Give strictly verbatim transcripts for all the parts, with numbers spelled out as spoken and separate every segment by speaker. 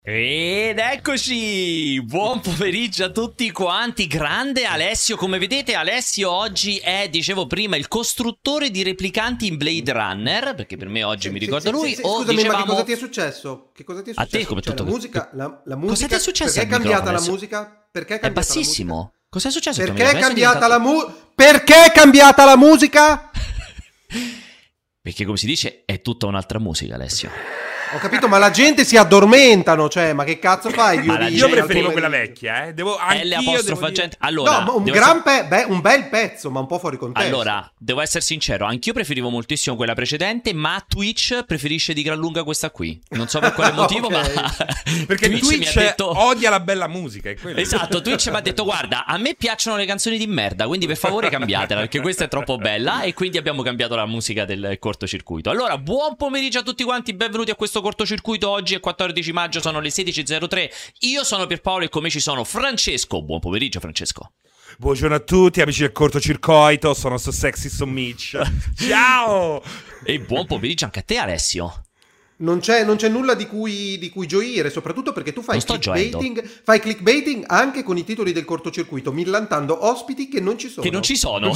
Speaker 1: Ed eccoci, buon pomeriggio a tutti quanti, grande Alessio. Come vedete Alessio oggi è, dicevo prima, il costruttore di replicanti in Blade Runner, perché per me oggi
Speaker 2: sì,
Speaker 1: mi
Speaker 2: sì,
Speaker 1: ricorda
Speaker 2: sì,
Speaker 1: lui.
Speaker 2: sì, sì.
Speaker 1: O
Speaker 2: Scusami,
Speaker 1: dicevamo...
Speaker 2: ma che cosa ti è successo? Che cosa ti è
Speaker 1: A
Speaker 2: successo?
Speaker 1: te come
Speaker 2: Cioè,
Speaker 1: tutto...
Speaker 2: la musica, la, la musica...
Speaker 1: Cosa ti è successo?
Speaker 2: Perché è cambiata la
Speaker 1: Alessio?
Speaker 2: musica? Perché è
Speaker 1: È
Speaker 2: cambiata
Speaker 1: bassissimo.
Speaker 2: la musica?
Speaker 1: Cos'è successo?
Speaker 2: Perché è cambiata
Speaker 1: diventato...
Speaker 2: la musica? Perché è cambiata la musica?
Speaker 1: Perché come si dice è tutta un'altra musica, Alessio.
Speaker 2: Ho capito, ma la gente si addormentano, cioè, ma che cazzo fai?
Speaker 1: Ma la
Speaker 2: Io,
Speaker 1: gente-
Speaker 3: Io preferivo quella vecchia, eh. Devo anche
Speaker 1: L apostrofa gente. Allora,
Speaker 2: No, ma un,
Speaker 1: devo
Speaker 2: gran
Speaker 1: essere-
Speaker 2: pe- beh, un bel pezzo, ma un po' fuori contesto.
Speaker 1: Allora, devo essere sincero, anch'io preferivo moltissimo quella precedente, ma Twitch preferisce di gran lunga questa qui. Non so per quale motivo,
Speaker 2: Ok.
Speaker 1: ma
Speaker 3: Perché
Speaker 1: Twitch,
Speaker 3: Twitch,
Speaker 1: mi ha detto...
Speaker 3: odia la bella musica, è quello.
Speaker 1: Esatto, Twitch mi ha detto guarda, a me piacciono le canzoni di merda, quindi per favore cambiatela, perché questa è troppo bella, e quindi abbiamo cambiato la musica del cortocircuito. Allora, buon pomeriggio a tutti quanti, benvenuti a questo cortocircuito. Oggi è quattordici maggio, sono le sedici e zero tre. Io sono Pierpaolo e con me ci sono Francesco. Buon pomeriggio Francesco.
Speaker 3: Buongiorno a tutti, amici del cortocircuito, sono so sexy so Mitch. Ciao!
Speaker 1: E buon pomeriggio anche a te Alessio.
Speaker 2: Non c'è, non c'è nulla di cui, di cui gioire, soprattutto perché tu fai
Speaker 1: Non sto
Speaker 2: clickbaiting, fai clickbaiting anche con i titoli del cortocircuito, millantando ospiti che non ci sono.
Speaker 1: Che non ci sono.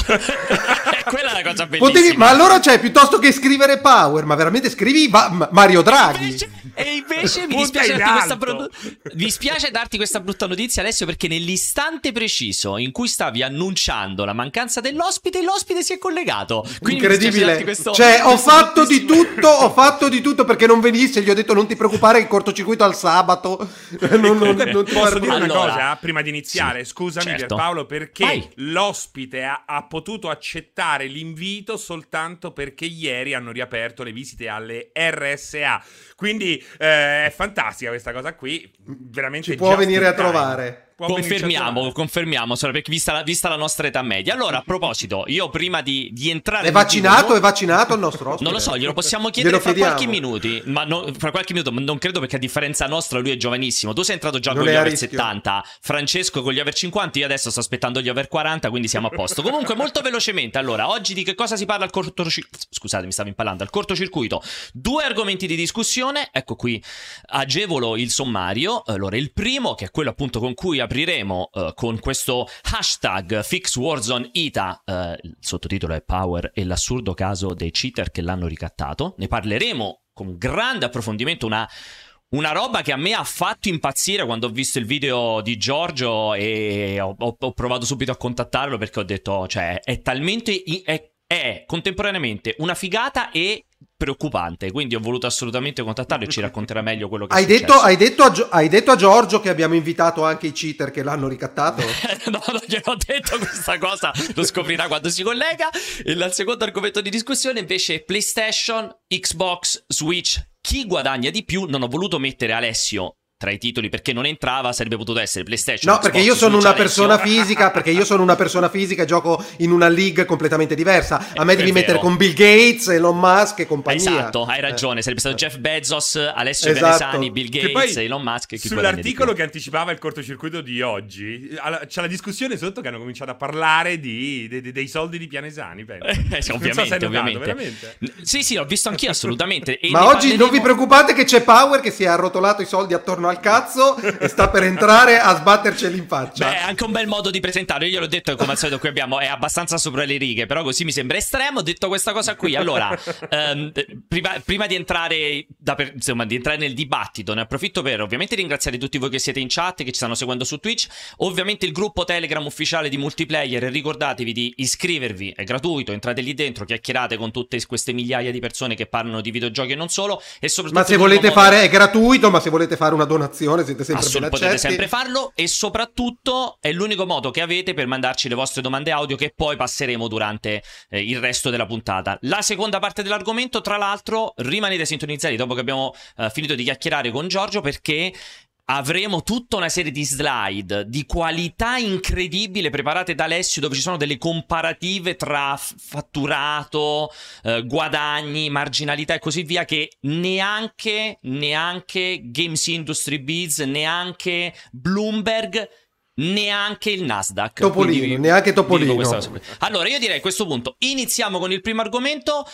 Speaker 1: Quella è la cosa bellissima.
Speaker 2: Potevi, ma allora c'è, piuttosto che scrivere Power, ma veramente scrivi Va- Ma- Mario Draghi.
Speaker 1: Invece, e invece mi
Speaker 3: Punta
Speaker 1: dispiace,
Speaker 3: in
Speaker 1: darti questa
Speaker 3: alto.
Speaker 1: bru- mi dispiace darti questa brutta notizia Alessio, perché nell'istante preciso in cui stavi annunciando la mancanza dell'ospite, l'ospite si è collegato. Quindi mi dispiace darti
Speaker 2: Incredibile.
Speaker 1: questo-
Speaker 2: Cioè, ho
Speaker 1: questo
Speaker 2: fatto di
Speaker 1: bruttissimo-
Speaker 2: tutto, ho fatto di tutto perché non venisse. Gli ho detto non ti preoccupare, il cortocircuito al sabato. Non, non,
Speaker 3: Comunque,
Speaker 2: non ti
Speaker 3: posso
Speaker 2: fare
Speaker 3: dire una
Speaker 1: Allora,
Speaker 3: cosa prima di iniziare?
Speaker 1: sì,
Speaker 3: Scusami
Speaker 1: certo.
Speaker 3: Pierpaolo, perché
Speaker 1: Vai.
Speaker 3: l'ospite ha, ha potuto accettare l'invito soltanto perché ieri hanno riaperto le visite alle R S A. Quindi eh, è fantastica questa cosa qui, veramente
Speaker 2: Ci può
Speaker 3: just
Speaker 2: venire
Speaker 3: in
Speaker 2: a
Speaker 3: time.
Speaker 2: trovare.
Speaker 3: Può venirci a
Speaker 1: Confermiamo,
Speaker 3: trovare.
Speaker 1: confermiamo, solo perché vista la, vista la nostra età media. Allora, a proposito, io prima di, di entrare
Speaker 2: È
Speaker 1: nel
Speaker 2: vaccinato,
Speaker 1: vivo-
Speaker 2: è vaccinato il nostro ospite.
Speaker 1: Non lo so, glielo possiamo chiedere
Speaker 2: Glielo
Speaker 1: fra
Speaker 2: chiediamo.
Speaker 1: qualche minuti, ma no- fra qualche minuto, ma non credo, perché a differenza nostra lui è giovanissimo. Tu sei entrato già
Speaker 2: Non
Speaker 1: con gli
Speaker 2: è a
Speaker 1: over
Speaker 2: rischio.
Speaker 1: settanta, Francesco con gli over cinquanta, io adesso sto aspettando gli over quaranta, quindi siamo a posto. Comunque molto velocemente, allora, oggi di che cosa si parla al cortocircuito? Scusate, mi stavo impallando, al cortocircuito. Due argomenti di discussione, ecco qui, agevolo il sommario. Allora, il primo, che è quello appunto con cui apriremo eh, con questo hashtag Fix Warzone Ita, eh, il sottotitolo è Power e l'assurdo caso dei cheater che l'hanno ricattato. Ne parleremo con grande approfondimento, una, una roba che a me ha fatto impazzire quando ho visto il video di Giorgio, e ho, ho- ho provato subito a contattarlo perché ho detto, cioè, è talmente... i- è, è contemporaneamente una figata e preoccupante, quindi ho voluto assolutamente contattarlo e ci racconterà meglio quello che
Speaker 2: Hai
Speaker 1: è
Speaker 2: detto,
Speaker 1: successo.
Speaker 2: hai, detto a Gio- hai detto a Giorgio che abbiamo invitato anche i cheater che l'hanno ricattato?
Speaker 1: No, non gliel'ho detto questa cosa, lo scoprirà quando si collega. Il secondo argomento di discussione invece è PlayStation, Xbox, Switch. Chi guadagna di più? Non ho voluto mettere Alessio tra i titoli perché non entrava, sarebbe potuto essere PlayStation.
Speaker 2: No,
Speaker 1: Xbox,
Speaker 2: perché io sono
Speaker 1: Switch,
Speaker 2: una
Speaker 1: Alessio.
Speaker 2: persona fisica, perché io sono una persona fisica e gioco in una league completamente diversa. A me
Speaker 1: È
Speaker 2: devi
Speaker 1: vero.
Speaker 2: mettere con Bill Gates, Elon Musk e compagnia.
Speaker 1: Esatto, hai ragione, sarebbe stato
Speaker 2: Eh.
Speaker 1: Jeff Bezos, Alessio
Speaker 2: Esatto.
Speaker 1: Venesani, Bill
Speaker 3: Che
Speaker 1: Gates,
Speaker 3: poi,
Speaker 1: Elon Musk. Chi guadagna di
Speaker 3: sull'articolo
Speaker 1: più?
Speaker 3: che anticipava il cortocircuito di oggi, alla- c'è la discussione sotto che hanno cominciato a parlare di, de- de- dei soldi di Pianesani. penso.
Speaker 1: Eh,
Speaker 3: Non so se hai
Speaker 1: ovviamente,
Speaker 3: notato,
Speaker 1: ovviamente.
Speaker 3: veramente.
Speaker 1: Sì, sì, l'ho visto anch'io assolutamente. E
Speaker 2: Ma
Speaker 1: ne
Speaker 2: oggi non vi
Speaker 1: parleremo-
Speaker 2: preoccupate che c'è Power che si è arrotolato i soldi attorno al cazzo e sta per entrare a sbatterceli in faccia.
Speaker 1: Beh, è anche un bel modo di presentarlo. Io gliel'ho detto, come al solito qui abbiamo, è abbastanza sopra le righe, però così mi sembra estremo. Ho detto questa cosa qui. Allora, ehm, prima, prima di entrare da per- insomma, di entrare nel dibattito, ne approfitto per ovviamente ringraziare tutti voi che siete in chat, che ci stanno seguendo su Twitch, ovviamente il gruppo Telegram ufficiale di Multiplayer, e ricordatevi di iscrivervi, è gratuito, entrate lì dentro, chiacchierate con tutte queste migliaia di persone che parlano di videogiochi e non solo, e soprattutto
Speaker 2: Ma se
Speaker 1: l'unico
Speaker 2: volete
Speaker 1: modo-
Speaker 2: fare, è gratuito, ma se volete fare una donazione siete sempre ben
Speaker 1: Assolut-
Speaker 2: accetti.
Speaker 1: potete sempre farlo, e soprattutto è l'unico modo che avete per mandarci le vostre domande audio, che poi passeremo durante eh, il resto della puntata. La seconda parte dell'argomento, tra l'altro, rimanete sintonizzati dopo che abbiamo eh, finito di chiacchierare con Giorgio, perché avremo tutta una serie di slide di qualità incredibile preparate da Alessio, dove ci sono delle comparative tra f- fatturato, eh, guadagni, marginalità e così via, che neanche, neanche Games Industry Biz, neanche Bloomberg, neanche il Nasdaq.
Speaker 2: Topolino,
Speaker 1: Quindi vi-
Speaker 2: neanche
Speaker 1: vi dico
Speaker 2: Topolino.
Speaker 1: questa cosa. Allora io direi a questo punto iniziamo con il primo argomento.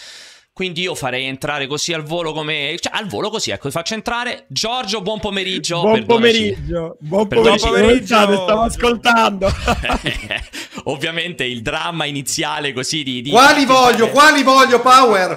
Speaker 1: quindi io farei entrare così al volo come... Cioè, al volo così, ecco, faccio entrare Giorgio, buon pomeriggio.
Speaker 4: Buon
Speaker 1: perdonaci.
Speaker 4: pomeriggio, buon
Speaker 1: Perdonaci.
Speaker 4: pomeriggio, pomeriggio. Stavo ascoltando.
Speaker 1: Ovviamente il dramma iniziale così di... di
Speaker 2: quali voglio, quali voglio, Power?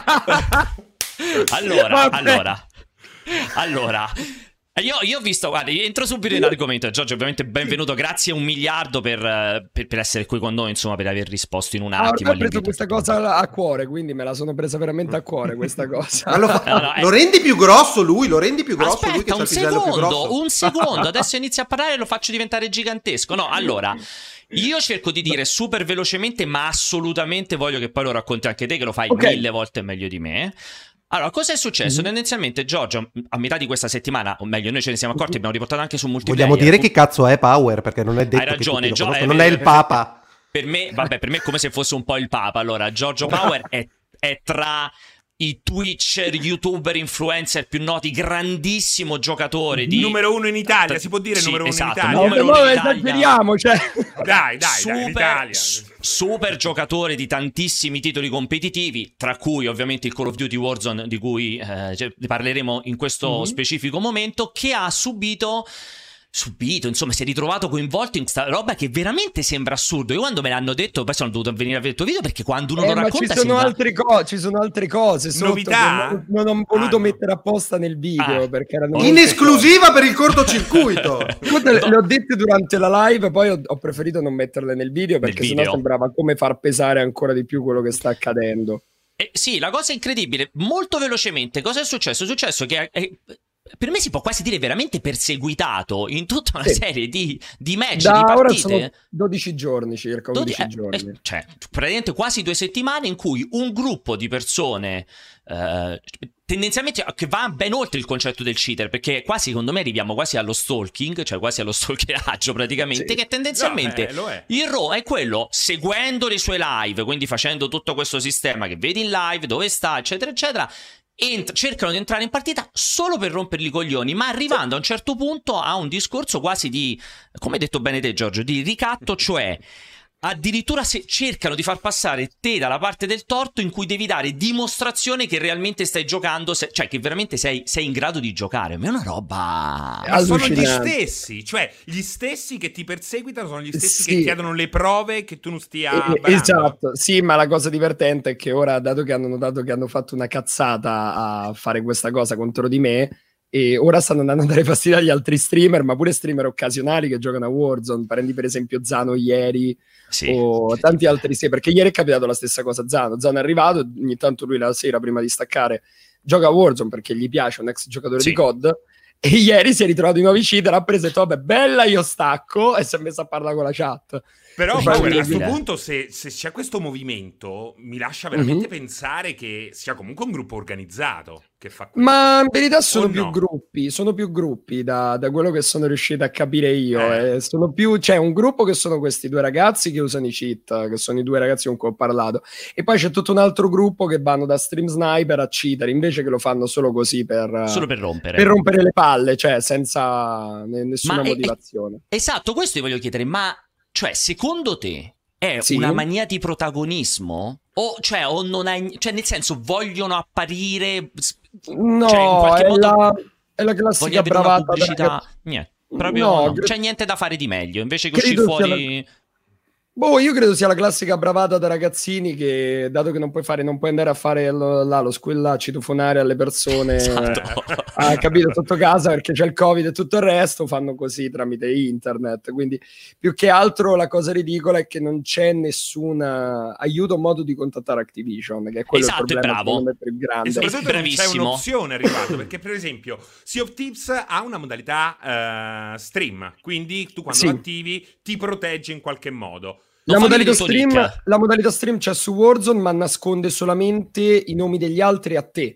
Speaker 1: allora, allora, allora... Io, io ho visto, guarda, entro subito in argomento. Giorgio, ovviamente benvenuto, grazie un miliardo per, per, per essere qui con noi, insomma, per aver risposto in un attimo.
Speaker 4: Ah, ho preso questa cosa a cuore, quindi me la sono presa veramente a cuore questa cosa.
Speaker 2: Ma lo, fa... no, no, lo rendi più grosso lui, lo rendi più grosso
Speaker 1: Aspetta,
Speaker 2: lui che c'ha
Speaker 1: un
Speaker 2: il pisello più grosso.
Speaker 1: secondo, un secondo, adesso inizia a parlare e lo faccio diventare gigantesco. No, allora... Io cerco di dire super velocemente, ma assolutamente voglio che poi lo racconti anche te, che lo fai okay. mille volte meglio di me. Allora, cosa è successo? Mm-hmm. Tendenzialmente Giorgio, a metà di questa settimana, o meglio, noi ce ne siamo accorti, mm-hmm. abbiamo riportato anche su multiplayer.
Speaker 2: Vogliamo dire che cazzo è Power, perché non è detto.
Speaker 1: Hai ragione,
Speaker 2: che
Speaker 1: Gio- è
Speaker 2: non è il Papa.
Speaker 1: Per me, vabbè, per me è come se fosse un po' il Papa. Allora, Giorgio Power è, è tra i Twitcher, youtuber, influencer più noti, grandissimo giocatore di...
Speaker 3: Numero uno in Italia, si può dire
Speaker 1: sì,
Speaker 3: numero uno
Speaker 1: esatto,
Speaker 3: in Italia.
Speaker 4: No,
Speaker 1: numero
Speaker 4: no,
Speaker 1: uno in
Speaker 4: esageriamo, cioè...
Speaker 3: Dai, dai,
Speaker 1: super,
Speaker 3: dai, in Italia.
Speaker 1: Super giocatore di tantissimi titoli competitivi, tra cui ovviamente il Call of Duty Warzone, di cui eh, ne parleremo in questo mm-hmm. specifico momento, che ha subito... subito, insomma, si è ritrovato coinvolto in questa roba che veramente sembra assurdo. Io quando me l'hanno detto, poi sono dovuto venire a vedere il tuo video, perché quando uno
Speaker 4: eh,
Speaker 1: lo
Speaker 4: ma
Speaker 1: racconta
Speaker 4: ci sono,
Speaker 1: sembra...
Speaker 4: altre co- ci sono altre cose sotto,
Speaker 3: novità?
Speaker 4: Non, non ho voluto
Speaker 3: ah, no.
Speaker 4: mettere apposta nel video
Speaker 1: ah.
Speaker 4: perché erano
Speaker 2: in esclusiva cose. Per il cortocircuito.
Speaker 4: le, le ho dette durante la live, poi ho, ho preferito non metterle nel video perché nel video. Sennò sembrava come far pesare ancora di più quello che sta accadendo.
Speaker 1: Eh, sì, la cosa incredibile, molto velocemente, cosa è successo? È successo che... Eh, per me si può quasi dire veramente perseguitato in tutta una sì. serie di, di match,
Speaker 4: da
Speaker 1: di partite.
Speaker 4: Ora sono dodici giorni circa, undici
Speaker 1: dodici,
Speaker 4: giorni.
Speaker 1: Eh, cioè, praticamente quasi due settimane in cui un gruppo di persone, eh, tendenzialmente, che va ben oltre il concetto del cheater, perché qua secondo me arriviamo quasi allo stalking, cioè quasi allo stalkeraggio praticamente, sì. che tendenzialmente no, eh, è. il RAW è quello, seguendo le sue live, quindi facendo tutto questo sistema che vedi in live, dove sta, eccetera, eccetera, Ent- cercano di entrare in partita solo per rompergli i coglioni, ma arrivando a un certo punto a un discorso quasi di, come hai detto bene te Giorgio, di ricatto, cioè addirittura se cercano di far passare te dalla parte del torto, in cui devi dare dimostrazione che realmente stai giocando, se- cioè che veramente sei, sei in grado di giocare. Ma è una roba...
Speaker 3: Ma sono gli stessi, cioè gli stessi che ti perseguitano sono gli stessi sì. che chiedono le prove che tu non stia
Speaker 4: eh, esatto, sì, ma la cosa divertente è che ora, dato che hanno notato che hanno fatto una cazzata a fare questa cosa contro di me, e ora stanno andando a dare fastidio agli altri streamer, ma pure streamer occasionali che giocano a Warzone. Prendi per esempio Zano ieri, sì, o sì, tanti sì. altri sì, perché ieri è capitato la stessa cosa a Zano. Zano è arrivato, ogni tanto lui la sera prima di staccare gioca a Warzone perché gli piace, un ex giocatore sì. di C O D, e ieri si è ritrovato i nuovi cheater, ha preso e detto vabbè bella io stacco, e si è messo a parlare con la chat.
Speaker 3: Però Power, a questo punto se, se c'è questo movimento mi lascia veramente mm-hmm. pensare che sia comunque un gruppo organizzato che fa questo.
Speaker 4: Ma in verità sono o più
Speaker 3: no?
Speaker 4: gruppi, sono più gruppi da, da quello che sono riuscito a capire io. Eh. Eh, sono più, c'è un gruppo che sono questi due ragazzi che usano i cheat, che sono i due ragazzi con cui ho parlato, e poi c'è tutto un altro gruppo che vanno da Stream Sniper a cheater, invece che lo fanno solo così per,
Speaker 1: solo per rompere.
Speaker 4: per rompere le palle, cioè senza nessuna
Speaker 1: ma
Speaker 4: motivazione.
Speaker 1: È, è, esatto, questo ti voglio chiedere, ma cioè, secondo te è sì. una mania di protagonismo? O, cioè, o non hai... Cioè, nel senso, vogliono apparire...
Speaker 4: No,
Speaker 1: cioè, in qualche
Speaker 4: è,
Speaker 1: modo
Speaker 4: la, è la classica bravata.
Speaker 1: Pubblicità... Niente, proprio
Speaker 4: no,
Speaker 1: no.
Speaker 4: cre-
Speaker 1: C'è niente da fare di meglio. Invece che uscire
Speaker 4: credo
Speaker 1: fuori...
Speaker 4: La... Boh, io credo sia la classica bravata da ragazzini che, dato che non puoi fare, non puoi andare a fare lo, là, lo squilla, citofonare alle persone,
Speaker 1: esatto.
Speaker 4: ha capito, sotto casa perché c'è il Covid e tutto il resto, fanno così tramite internet. Quindi più che altro la cosa ridicola è che non c'è nessun aiuto o modo di contattare Activision, che è quello
Speaker 1: esatto,
Speaker 4: il problema
Speaker 1: bravo.
Speaker 4: più grande.
Speaker 3: E soprattutto non c'è un'opzione a riguardo, perché per esempio Sea of Thieves ha una modalità uh, stream, quindi tu quando
Speaker 4: sì.
Speaker 3: lo attivi ti protegge in qualche modo.
Speaker 4: La modalità, stream, la modalità stream c'è su Warzone, ma nasconde solamente i nomi degli altri a te.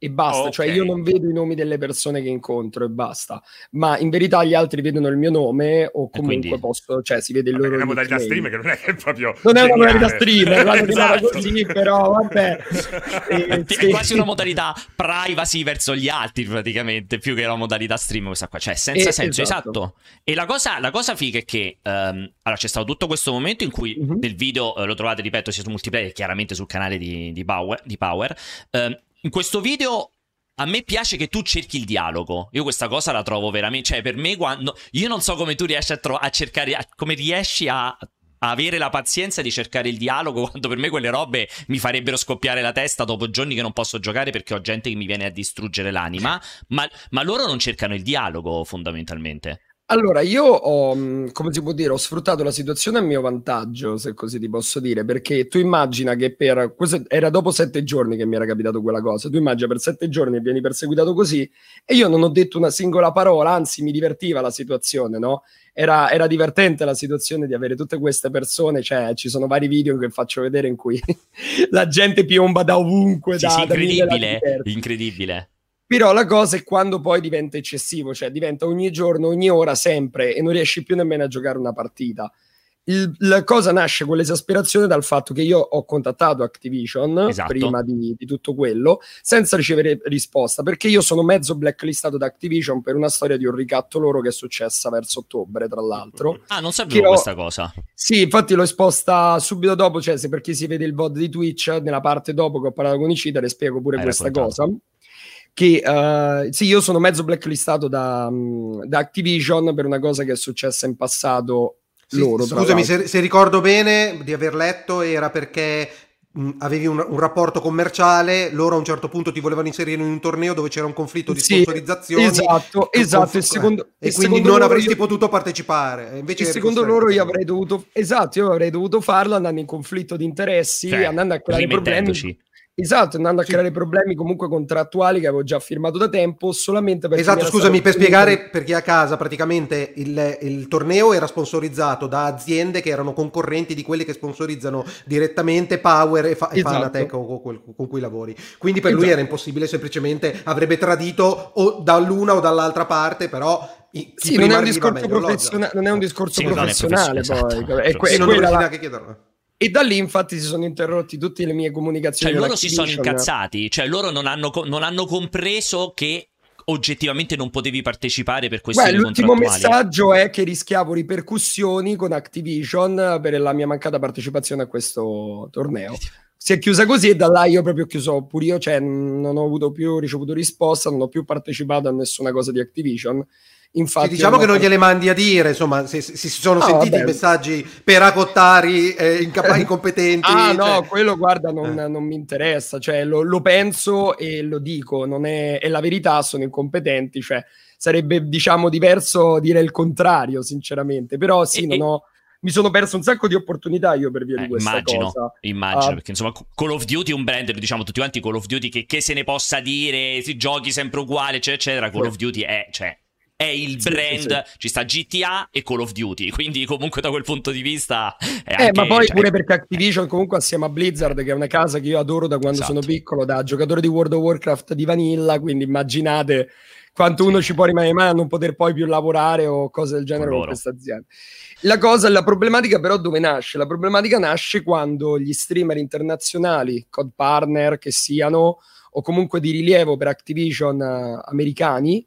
Speaker 4: e basta,
Speaker 3: Okay.
Speaker 4: cioè io non vedo i nomi delle persone che incontro e basta, ma in verità gli altri vedono il mio nome o comunque
Speaker 1: quindi-
Speaker 4: posso, cioè si vede il
Speaker 3: Vabbè,
Speaker 4: loro
Speaker 3: è una modalità
Speaker 4: nickname.
Speaker 3: stream che non è che è proprio
Speaker 4: Non è una
Speaker 3: geniale.
Speaker 4: modalità streamer, l'hanno chiamata
Speaker 3: Esatto.
Speaker 4: così, però vabbè. Eh,
Speaker 1: È
Speaker 4: sì.
Speaker 1: quasi una modalità privacy verso gli altri, praticamente, più che una modalità stream questa qua. Cioè, senza
Speaker 4: Eh,
Speaker 1: senso,
Speaker 4: esatto.
Speaker 1: esatto. E la cosa, la cosa figa è che ehm, allora c'è stato tutto questo momento in cui
Speaker 4: Mhm.
Speaker 1: nel video eh, lo trovate, ripeto, sia su multiplayer che chiaramente sul canale di, di Power. Di Power. Ehm, in questo video a me piace che tu cerchi il dialogo. Io questa cosa la trovo veramente. Cioè, per me, quando. Io non so come tu riesci a, tro- a cercare. a- come riesci a. a avere la pazienza di cercare il dialogo, quando per me quelle robe mi farebbero scoppiare la testa dopo giorni che non posso giocare perché ho gente che mi viene a distruggere l'anima. Ma, ma loro non cercano il dialogo, fondamentalmente.
Speaker 4: Allora, io ho, mh, come si può dire, ho sfruttato la situazione a mio vantaggio, se così ti posso dire, perché tu immagina che per, questo era dopo sette giorni che mi era capitato quella cosa, tu immagina per sette giorni vieni perseguitato così e io non ho detto una singola parola, anzi mi divertiva la situazione, no? Era, era divertente la situazione di avere tutte queste persone, cioè ci sono vari video che faccio vedere in cui la gente piomba da ovunque,
Speaker 1: Sì,
Speaker 4: da,
Speaker 1: sì,
Speaker 4: da mille lati
Speaker 1: incredibile.
Speaker 4: diversi.
Speaker 1: Incredibile.
Speaker 4: Però la cosa è quando poi diventa eccessivo, cioè diventa ogni giorno, ogni ora, sempre, e non riesci più nemmeno a giocare una partita. Il- la cosa nasce con l'esasperazione dal fatto che io ho contattato Activision
Speaker 1: Esatto.
Speaker 4: prima di, di tutto quello, senza ricevere risposta, perché io sono mezzo blacklistato da Activision per una storia di un ricatto loro che è successa verso ottobre, tra l'altro.
Speaker 1: Ah, non sapevo
Speaker 4: Che ho-
Speaker 1: questa cosa.
Speaker 4: Sì, infatti l'ho esposta subito dopo, cioè se per chi si vede il V O D di Twitch, nella parte dopo che ho parlato con i cheater, spiego pure
Speaker 1: Hai
Speaker 4: questa
Speaker 1: raccontato.
Speaker 4: cosa. Che eh, sì, io sono mezzo blacklistato da, mh, da Activision per una cosa che è successa in passato
Speaker 2: Sì,
Speaker 4: loro. tra
Speaker 2: scusami,
Speaker 4: l'altro.
Speaker 2: se, se ricordo bene di aver letto, era perché mh, avevi un, un rapporto commerciale, loro a un certo punto ti volevano inserire in un torneo dove c'era un conflitto di
Speaker 4: Sì,
Speaker 2: sponsorizzazioni.
Speaker 4: esatto,
Speaker 2: che
Speaker 4: esatto,
Speaker 2: conf-
Speaker 4: e secondo-
Speaker 2: e
Speaker 4: e
Speaker 2: quindi
Speaker 4: secondo
Speaker 2: non
Speaker 4: loro
Speaker 2: avresti
Speaker 4: io-
Speaker 2: potuto partecipare. E invece
Speaker 4: E
Speaker 2: eri
Speaker 4: secondo
Speaker 2: costretto.
Speaker 4: loro io avrei dovuto, esatto, io avrei dovuto farlo andando in conflitto di interessi,
Speaker 1: Cioè,
Speaker 4: andando a creare problemi.
Speaker 1: rimettendoci.
Speaker 4: Esatto, andando a
Speaker 2: Sì.
Speaker 4: creare problemi comunque contrattuali che avevo già firmato da tempo, solamente perché
Speaker 2: Esatto,
Speaker 4: mi era
Speaker 2: scusami,
Speaker 4: stato
Speaker 2: per
Speaker 4: ottenuto-
Speaker 2: spiegare per chi è a casa, praticamente il, il torneo era sponsorizzato da aziende che erano concorrenti di quelli che sponsorizzano direttamente Power e, Fa- e
Speaker 4: Esatto.
Speaker 2: Fanatec o con, quel- con cui lavori. Quindi per lui
Speaker 4: Esatto.
Speaker 2: era impossibile, semplicemente avrebbe tradito o dall'una o dall'altra parte, però i- chi
Speaker 4: Sì, non
Speaker 2: prima
Speaker 4: è un
Speaker 2: arriva
Speaker 4: discorso
Speaker 2: meglio alloggia.
Speaker 4: professionale, non è un discorso
Speaker 1: Sì, non è
Speaker 4: professionale
Speaker 1: professionale,
Speaker 4: poi.
Speaker 1: esatto.
Speaker 4: È que-
Speaker 2: Sì,
Speaker 4: è
Speaker 2: non
Speaker 4: quella
Speaker 2: dovresti
Speaker 4: la-
Speaker 2: neanche chiederlo.
Speaker 4: E da lì infatti si sono interrotti tutte le mie comunicazioni.
Speaker 1: Cioè,
Speaker 4: con
Speaker 1: loro si sono
Speaker 4: Activision.
Speaker 1: incazzati. Cioè, loro non hanno, co- non hanno compreso che oggettivamente non potevi partecipare per questioni
Speaker 4: Beh, l'ultimo
Speaker 1: contrattuali.
Speaker 4: messaggio è che rischiavo ripercussioni con Activision per la mia mancata partecipazione a questo torneo. Si è chiusa così e da là io proprio ho chiuso pure io, cioè n- non ho avuto più ricevuto risposta, non ho più partecipato a nessuna cosa di Activision. Infatti,
Speaker 2: Sì, diciamo
Speaker 4: io
Speaker 2: che non
Speaker 4: ho-
Speaker 2: gliele mandi a dire, insomma, se, se si sono
Speaker 4: No,
Speaker 2: sentiti
Speaker 4: vabbè.
Speaker 2: i messaggi peracottari, eh, incapa- incompetenti.
Speaker 4: Ah,
Speaker 2: cioè-
Speaker 4: no, quello guarda, non,
Speaker 2: Eh.
Speaker 4: non mi interessa, cioè lo, lo penso e lo dico, non è, è la verità, sono incompetenti, cioè sarebbe diciamo diverso dire il contrario, sinceramente, però sì,
Speaker 1: E-
Speaker 4: non
Speaker 1: e-
Speaker 4: ho, mi sono perso un sacco di opportunità io per via
Speaker 1: Eh,
Speaker 4: di questa
Speaker 1: immagino,
Speaker 4: cosa.
Speaker 1: immagino,
Speaker 4: Ah.
Speaker 1: perché insomma Call of Duty è un brand, lo diciamo tutti quanti, Call of Duty che, che se ne possa dire, si giochi sempre uguale, eccetera, eccetera. Call
Speaker 4: Sì.
Speaker 1: of Duty è, cioè, è il
Speaker 4: Sì,
Speaker 1: brand,
Speaker 4: sì,
Speaker 1: ci sta G T A e Call of Duty, quindi comunque da quel punto di vista è
Speaker 4: Eh,
Speaker 1: anche,
Speaker 4: ma poi
Speaker 1: cioè,
Speaker 4: pure perché Activision comunque assieme a Blizzard, che è una casa che io adoro da quando
Speaker 1: Esatto.
Speaker 4: sono piccolo, da giocatore di World of Warcraft di Vanilla, quindi immaginate quanto uno ci può rimanere male a non poter poi più lavorare o cose del genere
Speaker 1: Con
Speaker 4: con
Speaker 1: loro.
Speaker 4: questa azienda. La cosa, la problematica però dove nasce? La problematica nasce quando gli streamer internazionali, code partner che siano, o comunque di rilievo per Activision eh, americani,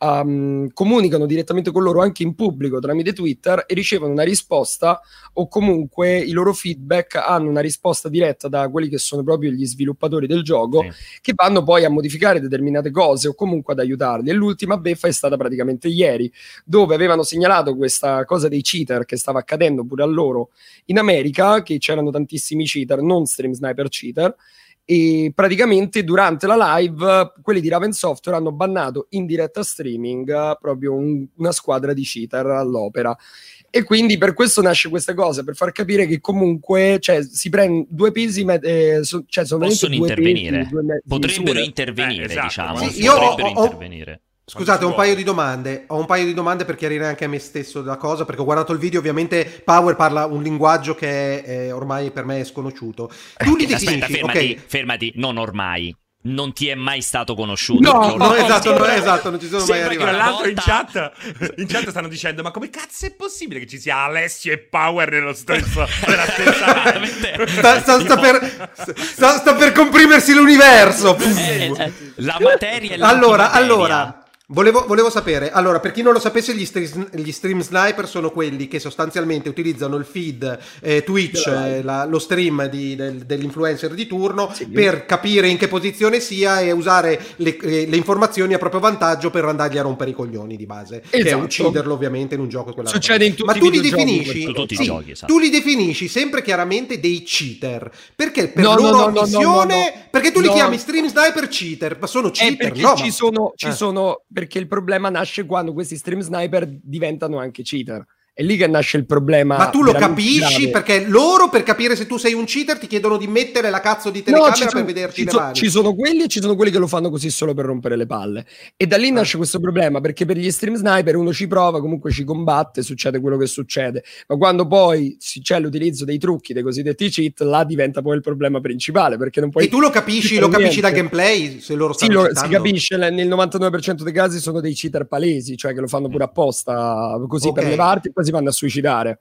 Speaker 4: um, comunicano direttamente con loro anche in pubblico tramite Twitter e ricevono una risposta o comunque i loro feedback hanno una risposta diretta da quelli che sono proprio gli sviluppatori del gioco,
Speaker 1: Sì.
Speaker 4: che vanno poi a modificare determinate cose o comunque ad aiutarli. E l'ultima beffa è stata praticamente ieri, dove avevano segnalato questa cosa dei cheater che stava accadendo pure a loro in America, che c'erano tantissimi cheater, non stream sniper cheater, e praticamente durante la live quelli di Raven Software hanno bannato in diretta streaming eh, proprio un- una squadra di cheater all'opera. E quindi per questo nasce questa cosa, per far capire che comunque cioè, si prende due pesi, me- eh, so- cioè sono
Speaker 1: possono
Speaker 4: veramente due
Speaker 1: intervenire,
Speaker 4: pesi, due me-
Speaker 1: potrebbero
Speaker 4: misure.
Speaker 1: intervenire,
Speaker 3: Eh, esatto.
Speaker 1: diciamo,
Speaker 2: Sì, io
Speaker 1: potrebbero
Speaker 2: ho- ho-
Speaker 1: intervenire.
Speaker 2: Scusate, ho un
Speaker 3: Quanto
Speaker 2: paio
Speaker 3: vuoi.
Speaker 2: di domande. Ho un paio di domande per chiarire anche a me stesso la cosa, perché ho guardato il video, ovviamente Power parla un linguaggio che eh, ormai per me è sconosciuto. Tu li
Speaker 1: Aspetta,
Speaker 2: definisci,
Speaker 1: fermati,
Speaker 2: ok?
Speaker 1: fermati, non ormai. non ti è mai stato conosciuto.
Speaker 2: No, no, esatto, no, esatto, non ci sono mai arrivati.
Speaker 3: Tra l'altro in
Speaker 1: volta-
Speaker 3: chat, in chat stanno dicendo: ma come cazzo è possibile che ci sia Alessio e Power nello stesso nella stessa
Speaker 1: Veramente.
Speaker 2: Sta, sta- sta per, sta- sta per comprimersi l'universo.
Speaker 1: Eh, eh, la materia è
Speaker 2: Allora,
Speaker 1: l'antimateria.
Speaker 2: allora, volevo, volevo sapere, allora, per chi non lo sapesse, gli stream, gli stream sniper sono quelli che sostanzialmente utilizzano il feed eh, Twitch, eh, la- lo stream di- del- dell'influencer di turno,
Speaker 4: Sì.
Speaker 2: per capire in che posizione sia e usare le, eh, le informazioni a proprio vantaggio per andargli a rompere i coglioni di base, che è
Speaker 4: Esatto.
Speaker 2: ucciderlo ovviamente in un gioco. Quella roba.
Speaker 4: Succede in tutti
Speaker 2: Ma
Speaker 4: i
Speaker 2: tu li
Speaker 4: videogiochi,
Speaker 2: definisci,
Speaker 1: in tutti i
Speaker 2: sì,
Speaker 1: giochi, esatto.
Speaker 2: tu li definisci sempre chiaramente dei cheater, perché per
Speaker 4: No, no,
Speaker 2: loro
Speaker 4: no, no, no,
Speaker 2: missione,
Speaker 4: no, no.
Speaker 2: perché tu li
Speaker 4: No.
Speaker 2: chiami stream sniper cheater, ma sono
Speaker 4: È
Speaker 2: cheater,
Speaker 4: perché
Speaker 2: no?
Speaker 4: ci
Speaker 2: ma-
Speaker 4: sono, ci
Speaker 2: eh.
Speaker 4: sono perché il problema nasce quando questi stream sniper diventano anche cheater. È lì che nasce il problema.
Speaker 2: Ma tu lo
Speaker 4: veramente
Speaker 2: capisci?
Speaker 4: grave.
Speaker 2: Perché loro, per capire se tu sei un cheater, ti chiedono di mettere la cazzo di
Speaker 4: No,
Speaker 2: telecamera
Speaker 4: ci
Speaker 2: per
Speaker 4: sono,
Speaker 2: vederti
Speaker 4: ci
Speaker 2: le
Speaker 4: so-
Speaker 2: mani.
Speaker 4: ci sono quelli e ci sono quelli che lo fanno così solo per rompere le palle. E da lì
Speaker 2: Ah.
Speaker 4: nasce questo problema, perché per gli stream sniper uno ci prova, comunque ci combatte, succede quello che succede. Ma quando poi si- c'è l'utilizzo dei trucchi, dei cosiddetti cheat, là diventa poi il problema principale, perché non puoi...
Speaker 2: E tu lo capisci, lo capisci dal gameplay, se loro
Speaker 4: Sì,
Speaker 2: stanno
Speaker 4: lo, si
Speaker 2: citando?
Speaker 4: capisce, nel nel novantanove per cento dei casi sono dei cheater palesi, cioè che lo fanno pure apposta, così
Speaker 2: Ok.
Speaker 4: per levarti e poi si vanno a suicidare.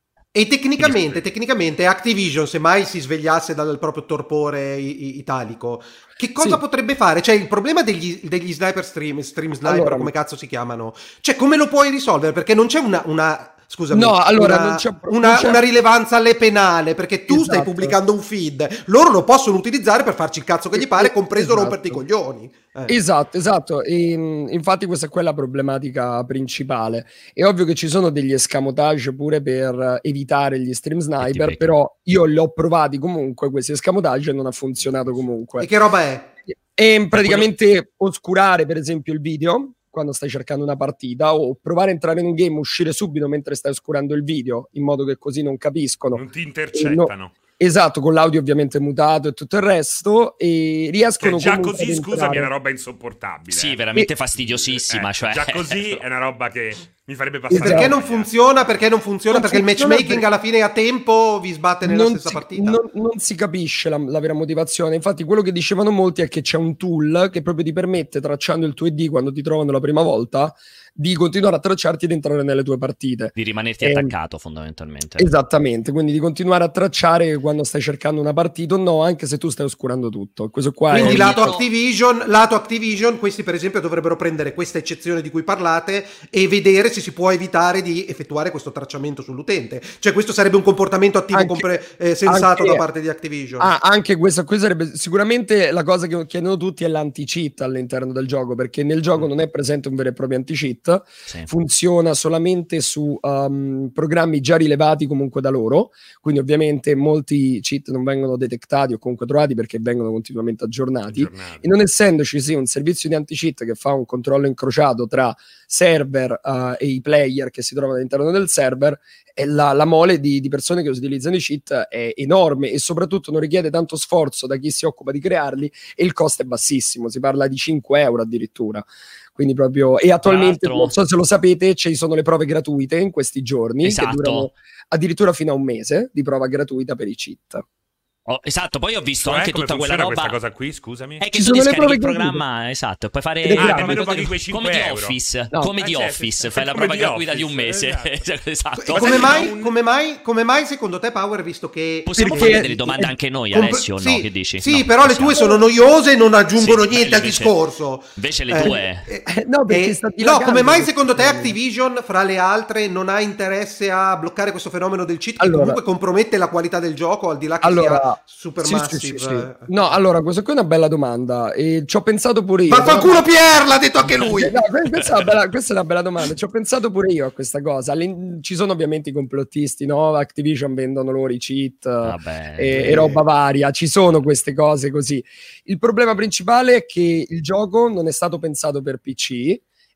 Speaker 2: E tecnicamente, tecnicamente Activision, se mai si svegliasse dal proprio torpore i- i- italico, che cosa
Speaker 4: Sì.
Speaker 2: potrebbe fare? Cioè, il problema degli, degli sniper stream, stream sniper,
Speaker 4: Allora-
Speaker 2: come cazzo si chiamano? Cioè, come lo puoi risolvere? Perché non c'è una... una scusami,
Speaker 4: No, allora,
Speaker 2: una,
Speaker 4: non c'è-
Speaker 2: una,
Speaker 4: non c'è-
Speaker 2: una rilevanza alle penale, perché tu stai
Speaker 4: Esatto.
Speaker 2: pubblicando un feed, loro lo possono utilizzare per farci il cazzo che gli pare, compreso
Speaker 4: Esatto.
Speaker 2: romperti i coglioni. Eh.
Speaker 4: Esatto, esatto. E, mh, infatti questa è quella problematica principale. È ovvio che ci sono degli escamotage pure per eh, evitare gli stream sniper,
Speaker 1: becchi.
Speaker 4: però io li ho provati comunque questi escamotage e non ha funzionato comunque.
Speaker 2: E che roba è?
Speaker 4: E praticamente oscurare per esempio il video quando stai cercando una partita, o provare a entrare in un game, uscire subito mentre stai oscurando il video, in modo che così non capiscono.
Speaker 3: non ti intercettano.
Speaker 4: Esatto, con l'audio ovviamente mutato e tutto il resto, e
Speaker 3: Cioè,
Speaker 4: riescono
Speaker 3: già
Speaker 4: comunque
Speaker 3: così,
Speaker 4: ad
Speaker 3: scusami,
Speaker 4: entrare.
Speaker 3: è una roba insopportabile.
Speaker 1: Sì,
Speaker 3: eh.
Speaker 1: veramente
Speaker 4: E-
Speaker 1: fastidiosissima.
Speaker 3: Eh,
Speaker 1: cioè...
Speaker 3: Già così è una roba che mi farebbe
Speaker 2: E
Speaker 3: passare.
Speaker 4: Esatto.
Speaker 2: perché non
Speaker 3: voglia.
Speaker 2: funziona? Perché non funziona?
Speaker 4: Non
Speaker 2: Perché il
Speaker 4: funziona
Speaker 2: matchmaking
Speaker 4: perché-
Speaker 2: alla fine a tempo vi sbatte nella
Speaker 4: non
Speaker 2: stessa
Speaker 4: si,
Speaker 2: partita.
Speaker 4: non- non si capisce la, la vera motivazione. Infatti, quello che dicevano molti è che c'è un tool che proprio ti permette, tracciando il tuo I D quando ti trovano la prima volta, di continuare a tracciarti ed entrare nelle tue partite.
Speaker 1: Di rimanerti
Speaker 4: Ehm,
Speaker 1: attaccato, fondamentalmente.
Speaker 4: Esattamente, quindi di continuare a tracciare quando stai cercando una partita o no, anche se tu stai oscurando tutto. Questo qua
Speaker 2: Quindi
Speaker 4: è...
Speaker 2: lato
Speaker 1: Io-
Speaker 2: Activision, lato Activision, questi per esempio dovrebbero prendere questa eccezione di cui parlate e vedere se si può evitare di effettuare questo tracciamento sull'utente. Cioè questo sarebbe un comportamento attivo
Speaker 4: Anche-
Speaker 2: compre- eh, sensato
Speaker 4: anche-
Speaker 2: da parte di Activision.
Speaker 4: Ah, anche questa qui sarebbe sicuramente la cosa che chiedono tutti è l'anti-cheat all'interno del gioco, perché nel gioco non è presente un vero e proprio anti-cheat,
Speaker 1: Sì.
Speaker 4: funziona solamente su um, programmi già rilevati comunque da loro, quindi ovviamente molti cheat non vengono detectati o comunque trovati perché vengono continuamente aggiornati.
Speaker 3: Aggiornati.
Speaker 4: E non essendoci sì, un servizio di anti-cheat che fa un controllo incrociato tra server uh, e i player che si trovano all'interno del server, e la, la mole di, di persone che utilizzano i cheat è enorme e soprattutto non richiede tanto sforzo da chi si occupa di crearli e il costo è bassissimo, si parla di cinque euro addirittura. Quindi proprio, e attualmente
Speaker 1: l'altro-
Speaker 4: non so se lo sapete, ci sono le prove gratuite in questi giorni
Speaker 1: Esatto.
Speaker 4: che durano addirittura fino a un mese di prova gratuita per i cheat.
Speaker 1: Oh, esatto, poi ho visto
Speaker 3: Cioè,
Speaker 1: anche
Speaker 3: come
Speaker 1: tutta quella
Speaker 3: funziona
Speaker 1: roba.
Speaker 3: questa cosa qui, scusami?
Speaker 1: È che
Speaker 4: Ci
Speaker 1: tu
Speaker 4: sono
Speaker 1: ti
Speaker 4: le
Speaker 1: scarichi
Speaker 4: prove
Speaker 1: il
Speaker 4: gratuite.
Speaker 1: programma, esatto, e puoi fare
Speaker 4: Ed è
Speaker 1: ah,
Speaker 4: gratis.
Speaker 1: come,
Speaker 3: Paghi quei cinque
Speaker 1: come di
Speaker 3: euro.
Speaker 1: Office,
Speaker 4: No.
Speaker 1: come
Speaker 3: Eh,
Speaker 1: di
Speaker 3: certo,
Speaker 1: Office,
Speaker 3: sì,
Speaker 1: fai la
Speaker 3: come
Speaker 1: prova
Speaker 3: di
Speaker 1: gratuita di un
Speaker 3: Office,
Speaker 1: mese. esatto.
Speaker 3: Ma
Speaker 2: Come
Speaker 3: sai
Speaker 2: mai,
Speaker 3: che un-
Speaker 2: come, mai, come mai secondo te Power, visto che...
Speaker 1: Possiamo
Speaker 4: Perché-
Speaker 1: fare delle domande anche noi,
Speaker 2: Comp-
Speaker 1: Alessio, o
Speaker 2: sì,
Speaker 1: no? Che dici?
Speaker 2: Sì,
Speaker 1: No,
Speaker 2: però le
Speaker 1: possiamo.
Speaker 2: tue sono noiose e non aggiungono
Speaker 1: Sì,
Speaker 2: niente al
Speaker 1: invece-
Speaker 2: discorso.
Speaker 1: Invece le
Speaker 2: Eh,
Speaker 1: tue...
Speaker 2: eh,
Speaker 4: No, perché
Speaker 2: eh,
Speaker 4: sta
Speaker 2: no,
Speaker 4: dilagando
Speaker 2: come mai
Speaker 4: questo
Speaker 2: secondo te
Speaker 4: fenomeno.
Speaker 2: Activision, fra le altre, non ha interesse a bloccare questo fenomeno del cheat che
Speaker 4: Allora-
Speaker 2: comunque compromette la qualità del gioco, al di là che
Speaker 4: Allora,
Speaker 2: sia super
Speaker 4: sì,
Speaker 2: massive?
Speaker 4: sì, sì, sì. No, allora, questa qui è una bella domanda e ci ho pensato pure io.
Speaker 2: Vaffanculo Pier, l'ha detto anche lui!
Speaker 4: Eh, no, que- questa, è una bella, questa è una bella domanda. Ci ho pensato pure io a questa cosa. All'in- Ci sono ovviamente i complottisti, no? Activision vendono loro i cheat
Speaker 1: Vabbè.
Speaker 4: e, e roba varia. Ci sono queste cose così. Il problema principale è che il gioco non è stato pensato per P C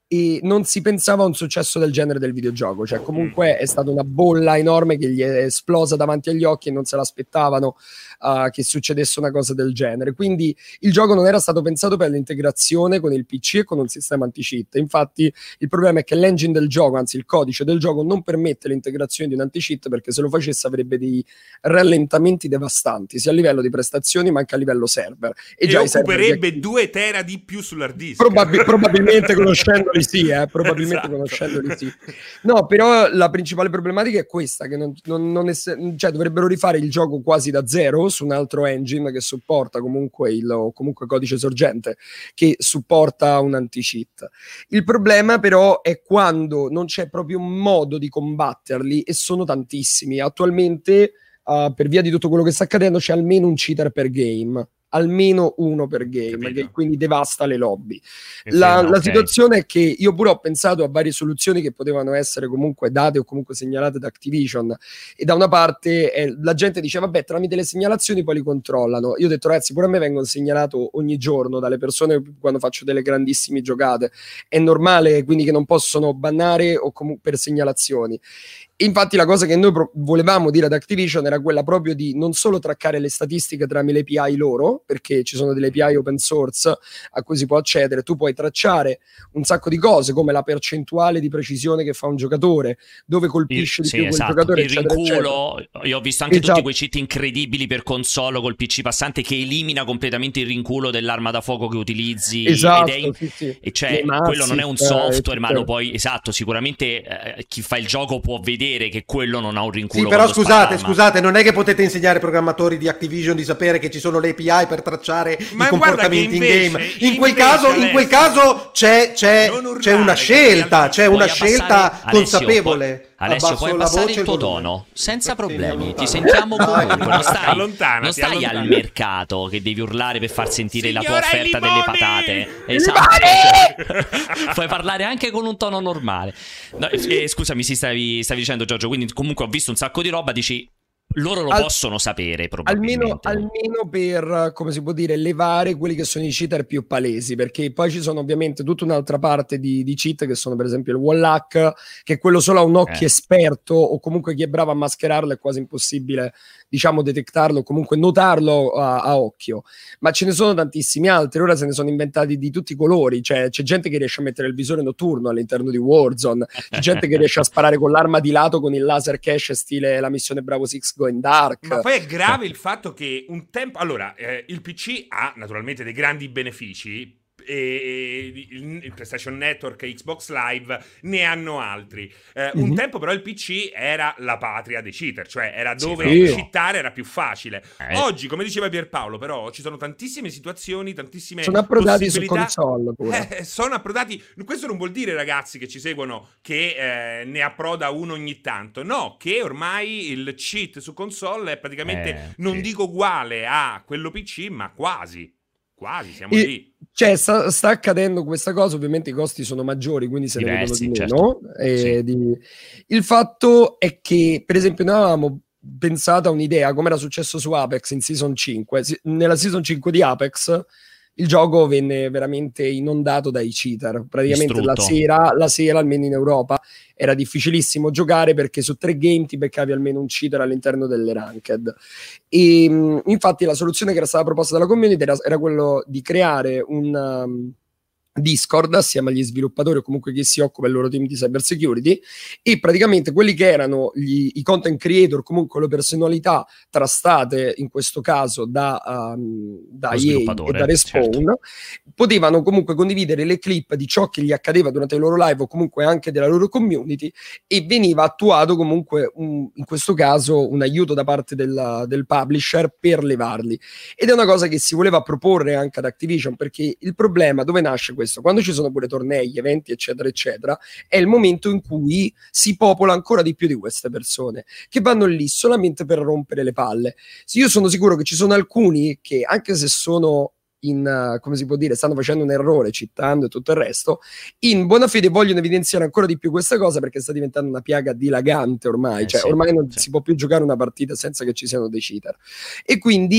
Speaker 4: e non si pensava a un successo del genere del videogioco, cioè comunque è stata una bolla enorme che gli è esplosa davanti agli occhi e non se l'aspettavano uh, che succedesse una cosa del genere, quindi il gioco non era stato pensato per l'integrazione con il P C e con un sistema anti-cheat. Infatti il problema è che l'engine del gioco, anzi il codice del gioco, non permette l'integrazione di un anti-cheat, perché se lo facesse avrebbe dei rallentamenti devastanti sia a livello di prestazioni ma anche a livello server, e,
Speaker 3: e
Speaker 4: già
Speaker 3: occuperebbe di... due tera di più sull'hard disk.
Speaker 4: Probabil- probabilmente conoscendoli sì, eh, probabilmente
Speaker 3: esatto.
Speaker 4: conoscendoli sì. No, però la principale problematica è questa, che non, non, non ess- cioè dovrebbero rifare il gioco quasi da zero su un altro engine che supporta comunque il o comunque codice sorgente che supporta un anti-cheat. Il problema però è quando non c'è proprio un modo di combatterli, e sono tantissimi attualmente. Uh, per via di tutto quello che sta accadendo c'è almeno un cheater per game, almeno uno per game,
Speaker 3: Capito.
Speaker 4: Che quindi devasta le lobby.
Speaker 3: Eh
Speaker 4: La,
Speaker 3: sì, no,
Speaker 4: la
Speaker 3: okay.
Speaker 4: situazione è che io pure ho pensato a varie soluzioni che potevano essere comunque date o comunque segnalate da Activision, e da una parte eh, la gente dice vabbè, tramite le segnalazioni poi li controllano. Io ho detto ragazzi, pure a me vengono segnalato ogni giorno dalle persone quando faccio delle grandissime giocate, è normale quindi che non possono bannare o comunque per segnalazioni. Infatti la cosa che noi pro- volevamo dire ad Activision era quella proprio di non solo traccare le statistiche tramite le A P I loro, perché ci sono delle A P I open source a cui si può accedere, tu puoi tracciare un sacco di cose come la percentuale di precisione che fa un giocatore, dove colpisce
Speaker 1: il,
Speaker 4: di
Speaker 1: sì,
Speaker 4: più
Speaker 1: esatto.
Speaker 4: quel giocatore,
Speaker 1: il
Speaker 4: eccetera,
Speaker 1: rinculo,
Speaker 4: eccetera.
Speaker 1: Io ho visto anche
Speaker 4: Esatto.
Speaker 1: tutti quei cheat incredibili per console col P C passante che elimina completamente il rinculo dell'arma da fuoco che utilizzi.
Speaker 4: Esatto,
Speaker 1: ed è in...
Speaker 4: sì, sì.
Speaker 1: E cioè,
Speaker 4: Massive,
Speaker 1: quello non è un software,
Speaker 4: eh,
Speaker 1: ma lo poi esatto, sicuramente eh, chi fa il gioco può vedere che quello non ha un rinculo.
Speaker 2: Sì, però scusate,
Speaker 1: l'arma.
Speaker 2: scusate, non è che potete insegnare ai programmatori di Activision di sapere che ci sono le A P I per tracciare
Speaker 3: Ma
Speaker 2: i comportamenti in
Speaker 3: invece,
Speaker 2: game. In quel
Speaker 3: invece,
Speaker 2: caso,
Speaker 3: Alessio,
Speaker 2: in quel caso c'è, c'è,
Speaker 3: urlare,
Speaker 2: c'è una scelta, c'è una
Speaker 1: Puoi
Speaker 2: scelta
Speaker 1: abbassare...
Speaker 2: consapevole.
Speaker 1: Alessio, puoi, Alessio,
Speaker 2: Abbasso
Speaker 1: puoi
Speaker 2: la
Speaker 1: abbassare
Speaker 2: voce
Speaker 1: il tuo
Speaker 2: e volume.
Speaker 1: tono senza problemi,
Speaker 2: Sì,
Speaker 1: ti sentiamo comunque, non stai,
Speaker 3: Allontanati,
Speaker 1: non stai
Speaker 3: allontanati.
Speaker 1: al mercato che devi urlare per far sentire la tua
Speaker 3: Signora
Speaker 1: offerta
Speaker 3: Limoni!
Speaker 1: delle patate. Esatto. Puoi parlare anche con un tono normale. No, eh, scusami, si stavi, stavi dicendo Giorgio, quindi comunque ho visto un sacco di roba, dici loro lo
Speaker 4: Al-
Speaker 1: possono sapere probabilmente.
Speaker 4: Almeno, almeno per, come si può dire, levare quelli che sono i cheater più palesi, perché poi ci sono ovviamente tutta un'altra parte di, di cheat che sono per esempio il wall hack, che è quello solo a un occhio
Speaker 1: Eh.
Speaker 4: esperto o comunque chi è bravo a mascherarlo è quasi impossibile, diciamo, detectarlo o comunque notarlo a, a occhio. Ma ce ne sono tantissimi altri, ora se ne sono inventati di tutti i colori, cioè c'è gente che riesce a mettere il visore notturno all'interno di Warzone, c'è gente che riesce a sparare con l'arma di lato con il laser cache stile la missione Bravo Six Go in Dark.
Speaker 3: Ma poi è grave il fatto che un tempo... Allora, eh, il P C ha naturalmente dei grandi benefici, e il, il PlayStation Network e Xbox Live ne hanno altri. Eh,
Speaker 4: Mm-hmm.
Speaker 3: Un tempo però il P C era la patria dei cheater, cioè era dove
Speaker 4: Sì.
Speaker 3: cheatare era più facile.
Speaker 1: Eh.
Speaker 3: Oggi, come diceva Pierpaolo, però ci sono tantissime situazioni, tantissime
Speaker 4: Sono approdati su
Speaker 3: possibilità.
Speaker 4: console pure.
Speaker 3: Eh, sono approdati. Questo non vuol dire, ragazzi, che ci seguono, che eh, ne approda uno ogni tanto. No, che ormai il cheat su console è praticamente,
Speaker 1: Eh,
Speaker 3: non
Speaker 1: sì.
Speaker 3: dico uguale a quello P C, ma quasi. Quasi, siamo
Speaker 4: E-
Speaker 3: lì.
Speaker 4: Cioè, sta, sta accadendo questa cosa, ovviamente i costi sono maggiori, quindi se
Speaker 1: Diversi,
Speaker 4: ne vedono di
Speaker 1: certo.
Speaker 4: meno. E
Speaker 1: Sì.
Speaker 4: di- Il fatto è che, per esempio, noi avevamo pensato a un'idea, come era successo su Apex in Season cinque. Si- Nella Season cinque di Apex il gioco venne veramente inondato dai cheater. Praticamente la
Speaker 1: Distrutto.
Speaker 4: sera, la sera, almeno in Europa, era difficilissimo giocare perché su tre game ti beccavi almeno un cheater all'interno delle ranked. E mh, infatti la soluzione che era stata proposta dalla community era, era quello di creare un um, Discord assieme agli sviluppatori o comunque chi si occupa del loro team di cyber security, e praticamente quelli che erano gli, i content creator, comunque le personalità trustate in questo caso da, um, da
Speaker 1: Lo
Speaker 4: E A e
Speaker 1: sviluppatore,
Speaker 4: da Respawn,
Speaker 1: certo.
Speaker 4: potevano comunque condividere le clip di ciò che gli accadeva durante i loro live o comunque anche della loro community, e veniva attuato comunque un, in questo caso un aiuto da parte del, del publisher per levarli. Ed è una cosa che si voleva proporre anche ad Activision, perché il problema dove nasce questo? Quando ci sono pure tornei, eventi eccetera eccetera, è il momento in cui si popola ancora di più di queste persone che vanno lì solamente per rompere le palle. Io sono sicuro che ci sono alcuni che, anche se sono in, uh, come si può dire, stanno facendo un errore citando e tutto il resto, in buona fede vogliono evidenziare ancora di più questa cosa, perché sta diventando una piaga dilagante ormai,
Speaker 1: Eh
Speaker 4: cioè
Speaker 1: sì,
Speaker 4: ormai non
Speaker 1: sì.
Speaker 4: si può più giocare una partita senza che ci siano dei cheater, e quindi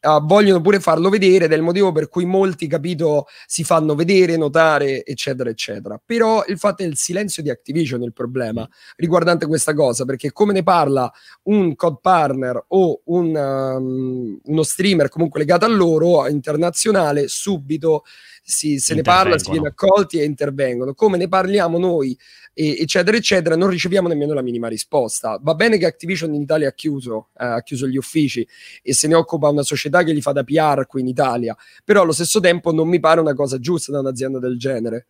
Speaker 4: uh, vogliono pure farlo vedere ed è il motivo per cui molti, capito, si fanno vedere, notare, eccetera, eccetera. Però il fatto è il silenzio di Activision il problema riguardante questa cosa, perché come ne parla un code partner o un, um, uno streamer comunque legato a loro, internazionale, subito si, se ne parla, si viene accolti e intervengono. Come ne parliamo noi, e, eccetera, eccetera, non riceviamo nemmeno la minima risposta. Va bene che Activision in Italia ha chiuso, eh, ha chiuso gli uffici e se ne occupa una società che gli fa da P R qui in Italia, però allo stesso tempo non mi pare una cosa giusta da un'azienda del genere.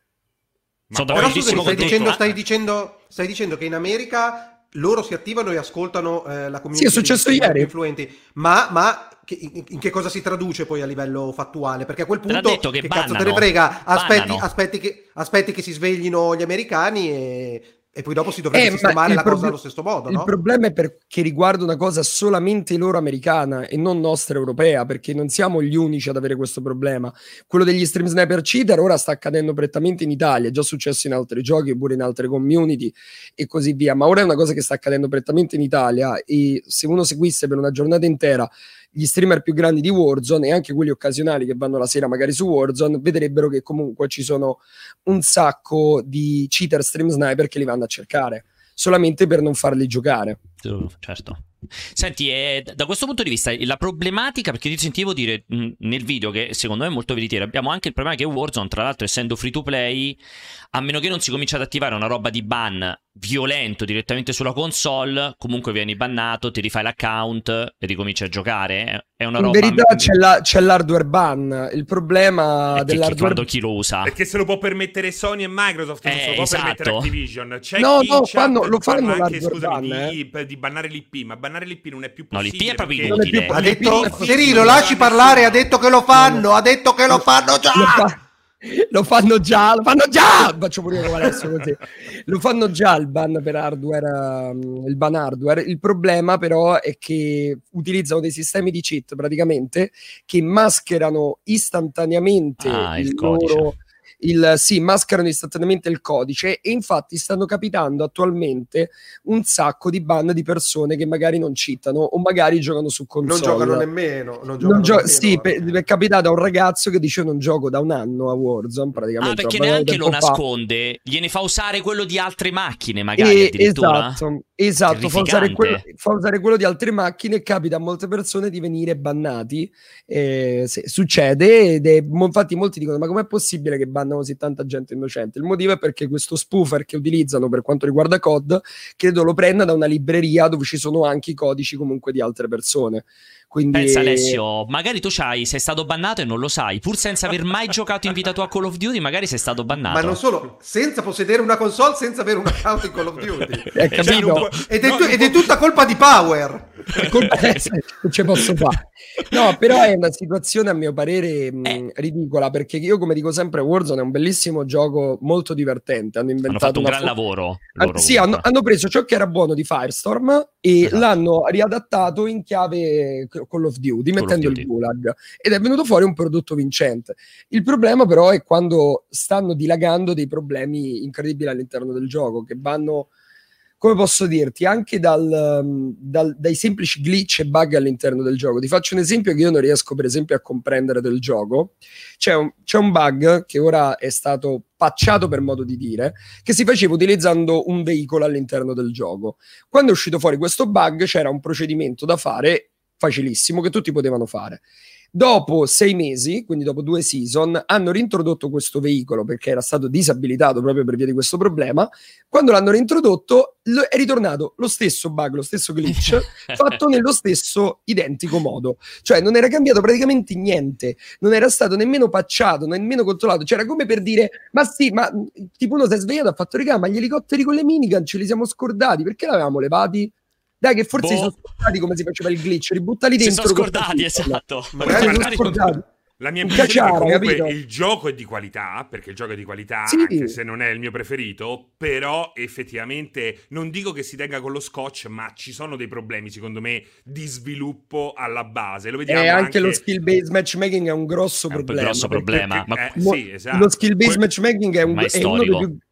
Speaker 1: Ma
Speaker 2: però scusami, stai dicendo, stai, dicendo, stai dicendo che in America loro si attivano e ascoltano eh, la community.
Speaker 4: Sì, è successo ieri.
Speaker 2: Influenti, ma, ma che, in, in che cosa si traduce poi a livello fattuale? Perché a quel punto
Speaker 1: detto che,
Speaker 2: che
Speaker 1: bannano,
Speaker 2: cazzo te ne frega? Aspetti,
Speaker 1: bannano.
Speaker 2: aspetti, che, aspetti che si sveglino gli americani e, e poi dopo si dovrebbe
Speaker 4: Eh,
Speaker 2: sistemare la
Speaker 4: prob-
Speaker 2: cosa allo stesso modo,
Speaker 4: il
Speaker 2: no?
Speaker 4: problema è perché riguarda una cosa solamente loro americana e non nostra europea, perché non siamo gli unici ad avere questo problema. Quello degli stream sniper cheater ora sta accadendo prettamente in Italia, è già successo in altri giochi oppure in altre community e così via, ma ora è una cosa che sta accadendo prettamente in Italia e se uno seguisse per una giornata intera gli streamer più grandi di Warzone e anche quelli occasionali che vanno la sera magari su Warzone, vedrebbero che comunque ci sono un sacco di cheater stream sniper che li vanno a cercare solamente per non farli giocare.
Speaker 1: Certo. Senti, eh, da questo punto di vista la problematica, perché ti sentivo dire mh, nel video che secondo me è molto veritiero, abbiamo anche il problema che Warzone, tra l'altro essendo free to play, a meno che non si comincia ad attivare una roba di ban violento direttamente sulla console, comunque vieni bannato, ti rifai l'account e ricominci a giocare. È una
Speaker 4: in
Speaker 1: roba...
Speaker 4: verità c'è, la, c'è l'hardware ban, il problema
Speaker 1: è
Speaker 4: dell'hardware...
Speaker 1: Che, quando chi lo usa?
Speaker 3: Perché se lo può permettere Sony e Microsoft, non
Speaker 1: eh,
Speaker 3: se lo può
Speaker 1: esatto.
Speaker 3: permettere Activision. C'è
Speaker 4: no,
Speaker 3: chi
Speaker 4: no, fanno, lo fanno
Speaker 3: anche,
Speaker 4: l'hardware
Speaker 3: scusami,
Speaker 4: ban,
Speaker 3: di,
Speaker 4: eh.
Speaker 3: di bannare l'I P, ma bannare l'I P non è più
Speaker 1: No,
Speaker 3: possibile.
Speaker 1: l'I P è proprio
Speaker 3: perché-
Speaker 1: inutile.
Speaker 2: Ha detto,
Speaker 3: L'I P
Speaker 2: Serino,
Speaker 3: non
Speaker 2: lasci
Speaker 3: fa
Speaker 2: parlare,
Speaker 3: nessuno.
Speaker 2: ha detto che lo fanno, ha detto che lo fanno già!
Speaker 4: Lo, fa- lo fanno già, lo fanno già! Faccio pure io adesso così. Lo fanno già il ban per hardware, um, il ban hardware. Il problema però è che utilizzano dei sistemi di cheat praticamente che mascherano istantaneamente
Speaker 1: Ah, il
Speaker 4: il
Speaker 1: codice.
Speaker 4: loro... Il, sì, mascherano istantaneamente il codice e infatti stanno capitando attualmente un sacco di ban di persone che magari non cheatano o magari giocano su console.
Speaker 2: Non giocano nemmeno. Non giocano
Speaker 4: Non gio-
Speaker 2: nemmeno,
Speaker 4: sì,
Speaker 2: eh.
Speaker 4: per, è capitato a un ragazzo che dice non gioco da un anno a Warzone praticamente.
Speaker 1: Ah, perché
Speaker 4: un
Speaker 1: neanche lo
Speaker 4: tempo fa.
Speaker 1: nasconde, gliene fa usare quello di altre macchine magari
Speaker 4: E,
Speaker 1: addirittura.
Speaker 4: esatto, esatto fa, usare quello, fa usare quello di altre macchine e capita a molte persone di venire bannati. Eh, se, succede ed è, mo- infatti molti dicono ma com'è possibile che bannano così tanta gente innocente? Il motivo è perché questo spoofer che utilizzano per quanto riguarda C O D credo lo prenda da una libreria dove ci sono anche i codici comunque di altre persone. Quindi...
Speaker 1: Pensa Alessio, magari tu c'hai, sei stato bannato e non lo sai, pur senza aver mai giocato in vita tua a Call of Duty, magari sei stato bannato.
Speaker 2: Ma non solo, senza possedere una console, senza avere un account in Call of Duty.
Speaker 4: Eh, capito?
Speaker 3: Cioè,
Speaker 2: Ed è,
Speaker 3: no,
Speaker 2: tu- ed è tutta colpa di Power.
Speaker 4: Colpa- eh, non ci posso fare. No, però è una situazione a mio parere mh,
Speaker 1: Eh.
Speaker 4: ridicola, perché io come dico sempre Warzone è un bellissimo gioco molto divertente. Hanno inventato
Speaker 1: Hanno fatto un
Speaker 4: una
Speaker 1: gran
Speaker 4: fo-
Speaker 1: lavoro.
Speaker 4: Ah,
Speaker 1: loro
Speaker 4: sì, hanno,
Speaker 1: comunque.
Speaker 4: hanno preso ciò che era buono di Firestorm e
Speaker 1: Esatto.
Speaker 4: l'hanno riadattato in chiave Call of Duty,
Speaker 1: Call of
Speaker 4: mettendo
Speaker 1: Duty.
Speaker 4: il gulag ed è venuto fuori un prodotto vincente. Il problema però è quando stanno dilagando dei problemi incredibili all'interno del gioco che vanno, come posso dirti, anche dal, um, dal- dai semplici glitch e bug all'interno del gioco. Ti faccio un esempio che io non riesco per esempio a comprendere del gioco. C'è un, c'è un bug che ora è stato patchato per modo di dire, che si faceva utilizzando un veicolo all'interno del gioco. Quando è uscito fuori questo bug c'era un procedimento da fare facilissimo che tutti potevano fare. Dopo sei mesi, quindi dopo due season, hanno reintrodotto questo veicolo perché era stato disabilitato proprio per via di questo problema. Quando l'hanno reintrodotto lo- è ritornato lo stesso bug, lo stesso glitch, fatto nello stesso identico modo. Cioè non era cambiato praticamente niente, non era stato nemmeno patchato, nemmeno controllato. C'era come per dire, ma sì, ma tipo uno si è svegliato e ha fatto, regà, ma gli elicotteri con le minigun ce li siamo scordati, perché l'avevamo levati? Dai, che forse
Speaker 1: Boh.
Speaker 4: si sono scordati come si faceva il glitch, ributtali
Speaker 1: Si
Speaker 4: dentro.
Speaker 1: sono
Speaker 4: con
Speaker 1: scordati,
Speaker 4: questa palla.
Speaker 1: esatto.
Speaker 2: Magari
Speaker 4: Si sono
Speaker 3: magari-
Speaker 4: scordati.
Speaker 3: La mia
Speaker 4: Un
Speaker 3: impressione è che
Speaker 4: cacciara,
Speaker 3: comunque
Speaker 4: capito?
Speaker 3: il gioco è di qualità, perché il gioco è di qualità,
Speaker 4: Sì.
Speaker 3: anche se non è il mio preferito, però effettivamente non dico che si tenga con lo scotch, ma ci sono dei problemi, secondo me, di sviluppo alla base. Lo vediamo
Speaker 4: E
Speaker 3: anche
Speaker 4: anche lo skill based matchmaking è un grosso
Speaker 1: È un
Speaker 4: problema.
Speaker 1: grosso
Speaker 4: perché-
Speaker 1: problema.
Speaker 3: perché-
Speaker 1: Ma
Speaker 3: eh,
Speaker 4: Mo-
Speaker 3: sì, esatto.
Speaker 4: Lo skill based
Speaker 3: Que-
Speaker 4: matchmaking è, un-
Speaker 1: ormai
Speaker 4: è uno dei
Speaker 1: storico.
Speaker 4: più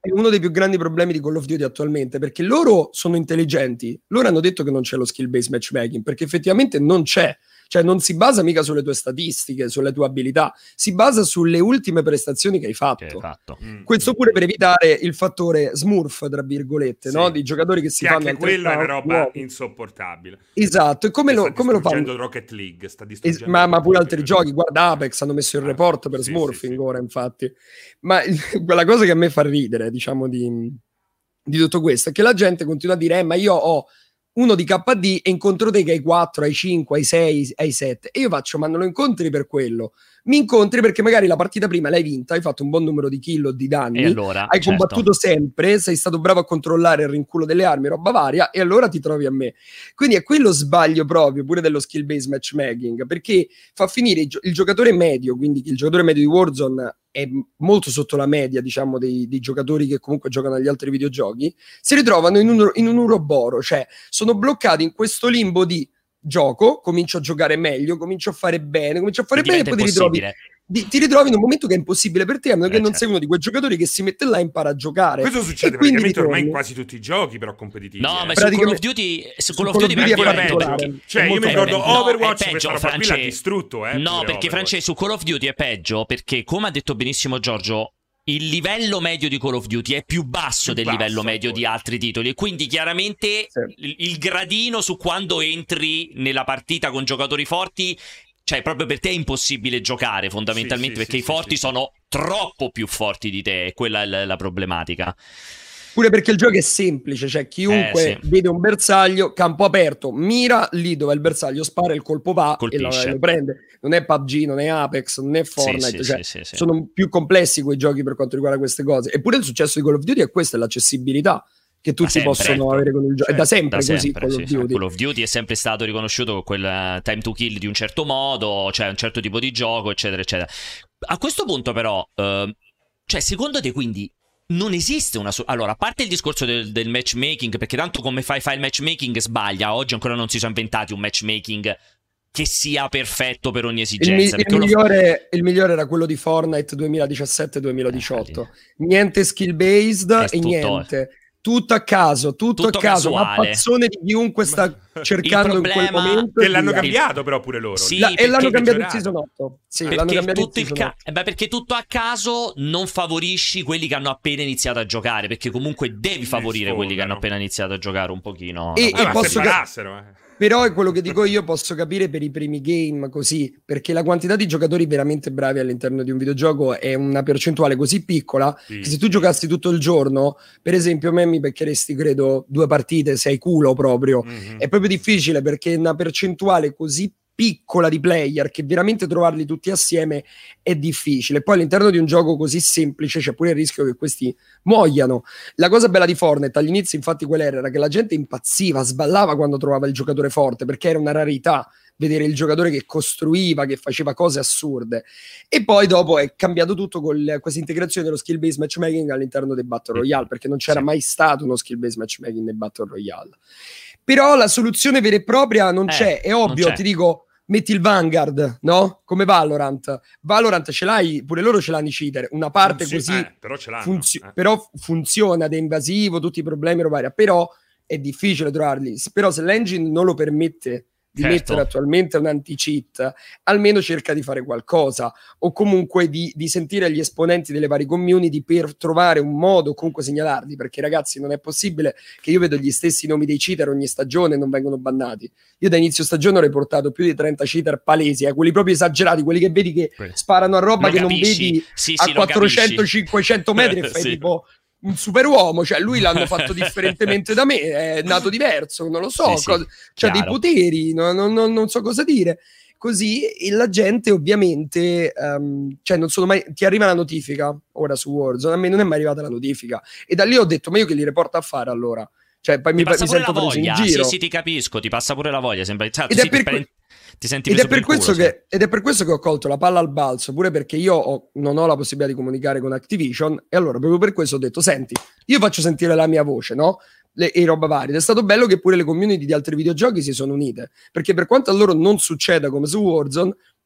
Speaker 4: è uno dei più grandi problemi di Call of Duty attualmente, perché loro sono intelligenti, loro hanno detto che non c'è lo skill-based matchmaking, perché effettivamente non c'è. Cioè non si basa mica sulle tue statistiche, sulle tue abilità, si basa sulle ultime prestazioni che hai fatto.
Speaker 1: Che hai fatto.
Speaker 3: Mm.
Speaker 4: Questo pure per evitare il fattore smurf, tra virgolette,
Speaker 3: Sì.
Speaker 4: no? Di giocatori che si
Speaker 3: Che
Speaker 4: fanno
Speaker 3: anche quello è una roba
Speaker 4: nuovi.
Speaker 3: insopportabile.
Speaker 4: Esatto, e come
Speaker 3: Sta
Speaker 4: lo, come lo
Speaker 3: distruggendo
Speaker 4: fanno?
Speaker 3: Rocket League, sta
Speaker 4: Es-
Speaker 3: distruggendo
Speaker 4: ma, ma pure
Speaker 3: Rocket
Speaker 4: altri
Speaker 3: League.
Speaker 4: giochi, guarda Apex hanno messo il
Speaker 3: Ah,
Speaker 4: report per
Speaker 3: sì,
Speaker 4: smurfing
Speaker 3: sì, sì.
Speaker 4: ora, infatti. Ma il- quella cosa che a me fa ridere, diciamo, di, di tutto questo è che la gente continua a dire eh, ma io ho uno di K D e incontro te che hai quattro, hai cinque, hai sei, hai sette, e io faccio ma non lo incontri per quello, mi incontri perché magari la partita prima l'hai vinta, hai fatto un buon numero di kill o di danni,
Speaker 1: E allora,
Speaker 4: hai
Speaker 1: certo.
Speaker 4: combattuto sempre, sei stato bravo a controllare il rinculo delle armi, roba varia, e allora ti trovi a me. Quindi è quello sbaglio proprio pure dello skill based matchmaking, perché fa finire il, gio- il giocatore medio, quindi il giocatore medio di Warzone è molto sotto la media, diciamo, dei, dei giocatori che comunque giocano agli altri videogiochi, si ritrovano in un, in un uroboro, cioè sono bloccati in questo limbo di gioco, comincio a giocare meglio, comincio a fare bene, comincio a fare bene, e poi ti ritrovi, di, ti ritrovi in un momento che è impossibile per te, a meno che
Speaker 1: Eh,
Speaker 4: non
Speaker 1: certo.
Speaker 4: sei uno di quei giocatori che si mette là e impara a giocare.
Speaker 3: Questo succede
Speaker 4: E quindi
Speaker 3: praticamente ormai in
Speaker 4: ritorni-
Speaker 3: quasi tutti i giochi, però competitivi.
Speaker 1: No,
Speaker 3: eh.
Speaker 1: ma su Call of
Speaker 4: Praticamente-
Speaker 1: Duty, su
Speaker 4: su
Speaker 1: Call of
Speaker 4: Call of
Speaker 1: Duty
Speaker 4: Duty
Speaker 1: è
Speaker 4: è
Speaker 1: ancora
Speaker 4: particolare.
Speaker 1: peggio.
Speaker 3: Cioè,
Speaker 4: È
Speaker 3: io mi
Speaker 4: molto
Speaker 3: ricordo
Speaker 4: peggio.
Speaker 1: No,
Speaker 3: Overwatch,
Speaker 1: è peggio,
Speaker 3: questa roba qui l'ha
Speaker 1: France-
Speaker 3: distrutto, eh.
Speaker 1: No,
Speaker 3: pure
Speaker 1: perché
Speaker 3: Overwatch.
Speaker 1: Francesco, su Call of Duty è peggio perché, come ha detto benissimo Giorgio, il livello medio di Call of Duty è più basso
Speaker 3: Più
Speaker 1: del
Speaker 3: basso,
Speaker 1: livello medio
Speaker 3: poi.
Speaker 1: di altri titoli e quindi chiaramente
Speaker 4: Sì.
Speaker 1: il, il gradino su quando entri nella partita con giocatori forti, cioè proprio per te è impossibile giocare fondamentalmente
Speaker 3: Sì, sì,
Speaker 1: perché
Speaker 3: sì,
Speaker 1: i
Speaker 3: sì,
Speaker 1: forti
Speaker 3: sì.
Speaker 1: sono troppo più forti di te e quella è la, la problematica.
Speaker 4: Pure perché il gioco è semplice, cioè chiunque
Speaker 1: Eh, sì.
Speaker 4: vede un bersaglio, campo aperto, mira lì dove è il bersaglio, spara, il colpo va e lo,
Speaker 1: Colpisce.
Speaker 4: lo prende. Non è P U B G, non è Apex, non è
Speaker 1: Sì,
Speaker 4: Fortnite,
Speaker 1: sì,
Speaker 4: cioè
Speaker 1: sì, sì, sì.
Speaker 4: sono più complessi quei giochi per quanto riguarda queste cose. Eppure il successo di Call of Duty è questo, è l'accessibilità che tutti
Speaker 1: sempre,
Speaker 4: possono
Speaker 3: certo.
Speaker 4: avere con il gioco. È da
Speaker 3: Certo,
Speaker 4: sempre
Speaker 1: Da
Speaker 4: così
Speaker 1: sempre,
Speaker 4: Call
Speaker 1: sì,
Speaker 4: of
Speaker 1: sì.
Speaker 4: Duty.
Speaker 1: Call of Duty è sempre stato riconosciuto con quel eh, time to kill di un certo modo, cioè un certo tipo di gioco, eccetera, eccetera. A questo punto, però, eh, cioè, secondo te, quindi non esiste una. So- allora, a parte il discorso del, del matchmaking, perché tanto come fai, fai il matchmaking sbaglia. Oggi ancora non si sono inventati un matchmaking che sia perfetto per ogni
Speaker 4: Il,
Speaker 1: esigenza.
Speaker 4: mi- il
Speaker 1: perché lo-
Speaker 4: migliore, il migliore era quello di Fortnite duemiladiciassette duemiladiciotto. Niente skill based
Speaker 1: È
Speaker 4: e
Speaker 1: tutto-
Speaker 4: niente. Tutto a caso, tutto,
Speaker 1: Tutto
Speaker 4: a caso,
Speaker 1: casuale.
Speaker 4: mappazzone di chiunque sta cercando in quel
Speaker 1: problema-
Speaker 4: momento.
Speaker 3: Che
Speaker 4: e
Speaker 3: l'hanno
Speaker 4: via.
Speaker 3: cambiato però pure loro.
Speaker 1: Sì,
Speaker 3: lì.
Speaker 4: La- e
Speaker 1: perché
Speaker 4: l'hanno cambiato in
Speaker 3: peggiorato.
Speaker 4: season otto. Sì, l'hanno
Speaker 1: Perché
Speaker 4: cambiato in
Speaker 1: tutto, il
Speaker 4: season
Speaker 1: ca-
Speaker 4: otto.
Speaker 1: eh beh, perché tutto a caso non favorisci quelli che hanno appena iniziato a giocare, perché comunque devi favorire
Speaker 3: sfondano.
Speaker 1: quelli che hanno appena iniziato a giocare un pochino.
Speaker 4: E-
Speaker 1: no?
Speaker 3: Ah, ma
Speaker 4: posso
Speaker 3: se
Speaker 4: ca-
Speaker 3: imparassero, eh.
Speaker 4: Però è quello che dico io, posso capire per i primi game così, perché la quantità di giocatori veramente bravi all'interno di un videogioco è una percentuale così piccola
Speaker 3: Sì,
Speaker 4: che se tu
Speaker 3: sì.
Speaker 4: giocassi tutto il giorno, per esempio a me mi beccheresti credo due partite, sei culo proprio.
Speaker 3: Mhm.
Speaker 4: È proprio difficile perché è una percentuale così piccola di player che veramente trovarli tutti assieme è difficile. Poi all'interno di un gioco così semplice c'è pure il rischio che questi muoiano. La cosa bella di Fortnite agli inizi infatti qual era? Era che la gente impazziva, sballava quando trovava il giocatore forte perché era una rarità vedere il giocatore che costruiva, che faceva cose assurde. E poi dopo è cambiato tutto con le- questa integrazione dello skill based matchmaking all'interno dei Battle Royale, perché non c'era
Speaker 1: Sì.
Speaker 4: mai stato uno skill based matchmaking nei Battle Royale. Però la soluzione vera e propria non
Speaker 1: Eh,
Speaker 4: c'è, è
Speaker 1: non
Speaker 4: ovvio,
Speaker 1: c'è.
Speaker 4: ti dico, metti il Vanguard, no? Come Valorant. Valorant ce l'hai, pure loro ce l'hanno i cheater, una parte
Speaker 3: Funzi-
Speaker 4: così,
Speaker 3: eh, però ce l'hanno.
Speaker 4: funzio-
Speaker 3: eh.
Speaker 4: però funziona ed è invasivo, tutti i problemi, roba varia, però è difficile trovarli. S- Però se l'engine non lo permette di
Speaker 1: Certo.
Speaker 4: mettere attualmente un anti-cheat, almeno cerca di fare qualcosa, o comunque di, di sentire gli esponenti delle varie community per trovare un modo, comunque segnalarli, perché ragazzi non è possibile che io vedo gli stessi nomi dei cheater ogni stagione e non vengono bannati. Io da inizio stagione ho riportato più di trenta cheater palesi, eh, quelli proprio esagerati, quelli che vedi che
Speaker 1: Quelli.
Speaker 4: sparano a roba
Speaker 1: Lo
Speaker 4: che non
Speaker 1: capisci.
Speaker 4: vedi
Speaker 1: Sì,
Speaker 4: a
Speaker 1: sì, lo
Speaker 4: quattrocento
Speaker 1: capisci.
Speaker 4: cinquecento metri e fai
Speaker 1: Sì.
Speaker 4: tipo un superuomo, cioè lui l'hanno fatto differentemente da me, è nato diverso, non lo so,
Speaker 1: Sì, sì,
Speaker 4: cosa- c'ha dei
Speaker 1: chiaro.
Speaker 4: poteri, no- no- no- non so cosa dire. Così e la gente ovviamente, ehm, cioè non sono mai, ti arriva la notifica ora su Warzone, a me non è mai arrivata la notifica e da lì ho detto, ma io che li reporto a fare allora? Cioè poi
Speaker 1: Ti
Speaker 4: mi,
Speaker 1: passa
Speaker 4: mi
Speaker 1: pure
Speaker 4: sento
Speaker 1: la
Speaker 4: preso in
Speaker 1: voglia.
Speaker 4: giro.
Speaker 1: Sì, sì, ti capisco, ti passa pure la voglia. Sembra cioè,
Speaker 4: Ed
Speaker 1: sì,
Speaker 4: è per
Speaker 1: ti,
Speaker 4: que-
Speaker 1: pre- ti senti
Speaker 4: Ed
Speaker 1: preso
Speaker 4: è, per
Speaker 1: il culo,
Speaker 4: questo
Speaker 1: sì.
Speaker 4: che, ed è per questo che ho colto la palla al balzo, pure perché io ho- non ho la possibilità di comunicare con Activision, e allora proprio per questo ho detto, senti, io faccio sentire la mia voce, no? Le, e roba varia. Ed è stato bello che pure le community di altri videogiochi si sono unite, perché per quanto a loro non succeda come su Warzone,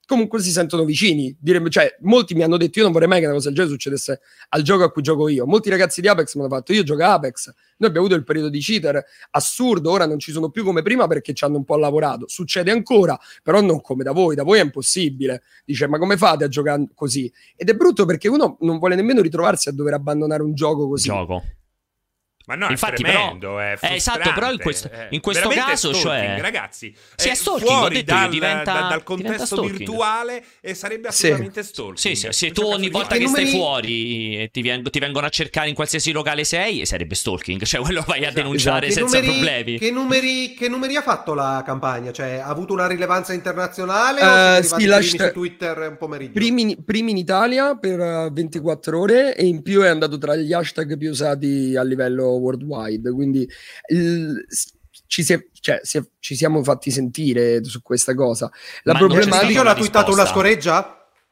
Speaker 4: comunque si sentono vicini. Dire, cioè, molti mi hanno detto: io non vorrei mai che una cosa del genere succedesse al gioco a cui gioco io. Molti ragazzi di Apex mi hanno fatto: io gioco a Apex, noi abbiamo avuto il periodo di cheater assurdo, ora non ci sono più come prima perché ci hanno un po' lavorato. Succede ancora, però non come da voi, da voi è impossibile. Dice: ma come fate a giocare così? Ed è brutto perché uno non vuole nemmeno ritrovarsi a dover abbandonare un gioco così.
Speaker 1: Gioco.
Speaker 3: Ma no,
Speaker 1: infatti,
Speaker 3: è tremendo,
Speaker 1: però,
Speaker 3: è
Speaker 1: eh, esatto, però in questo, in questo caso,
Speaker 3: stalking,
Speaker 1: cioè,
Speaker 3: ragazzi,
Speaker 1: sì, è stalking,
Speaker 3: fuori
Speaker 1: ho detto
Speaker 3: dal,
Speaker 1: io, diventa,
Speaker 3: da, dal contesto virtuale e sarebbe assolutamente
Speaker 4: sì.
Speaker 3: stalking.
Speaker 1: Sì, sì, se tu ogni volta che
Speaker 2: numeri...
Speaker 1: stai fuori e ti, vien- ti vengono a cercare in qualsiasi locale sei, sarebbe stalking, cioè quello vai a denunciare
Speaker 2: esatto.
Speaker 1: senza
Speaker 2: numeri,
Speaker 1: problemi.
Speaker 2: Che numeri, che numeri ha fatto la campagna? Cioè, ha avuto una rilevanza internazionale
Speaker 4: Uh,
Speaker 2: o siete arrivati
Speaker 4: sì,
Speaker 2: primi
Speaker 4: lascia...
Speaker 2: su Twitter un pomeriggio?
Speaker 4: Primi, primi in Italia per uh, ventiquattro ore e in più è andato tra gli hashtag più usati a livello worldwide, quindi il, ci, si è, cioè, si è, ci siamo fatti sentire su questa cosa. La
Speaker 1: Ma
Speaker 4: problematica
Speaker 2: l'ha twittato una scoreggia?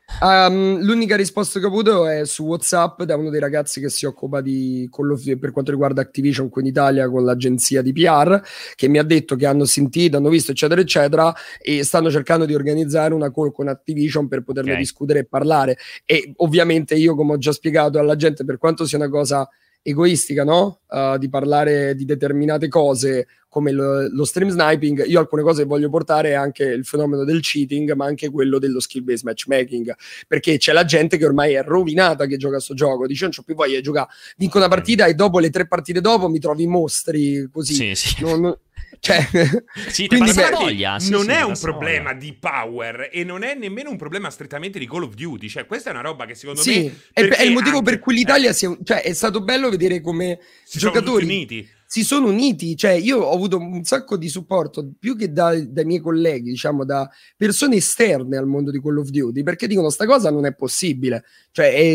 Speaker 4: Um, l'unica risposta che ho avuto è su WhatsApp da uno dei ragazzi che si occupa di per quanto riguarda Activision qui in Italia con l'agenzia di P R, che mi ha detto che hanno sentito, hanno visto eccetera eccetera e stanno cercando di organizzare una call con Activision per poterne okay. discutere e parlare. E ovviamente io, come ho già spiegato alla gente, per quanto sia una cosa egoistica, no? Uh, di parlare di determinate cose come lo, lo stream sniping, io alcune cose voglio portare anche il fenomeno del cheating, ma anche quello dello skill based matchmaking, perché c'è la gente che ormai è rovinata che gioca a sto gioco, dice non c'ho più voglia di giocare, vinco una partita e dopo le tre partite dopo mi trovi mostri così.
Speaker 1: Sì, sì.
Speaker 4: Non, non... Cioè,
Speaker 1: sì,
Speaker 4: quindi
Speaker 1: beh, voglia. Sì,
Speaker 3: non
Speaker 1: sì,
Speaker 3: è un problema
Speaker 1: voglia.
Speaker 3: di power e non è nemmeno un problema strettamente di Call of Duty, cioè questa è una roba che secondo
Speaker 4: sì,
Speaker 3: me
Speaker 4: è, è il motivo
Speaker 3: anche,
Speaker 4: per cui l'Italia
Speaker 3: eh,
Speaker 4: si è, cioè, è stato bello vedere come
Speaker 3: si
Speaker 4: giocatori
Speaker 3: sono uniti.
Speaker 4: si sono uniti, cioè io ho avuto un sacco di supporto più che da, dai miei colleghi, diciamo da persone esterne al mondo di Call of Duty, perché dicono sta cosa non è possibile, cioè è,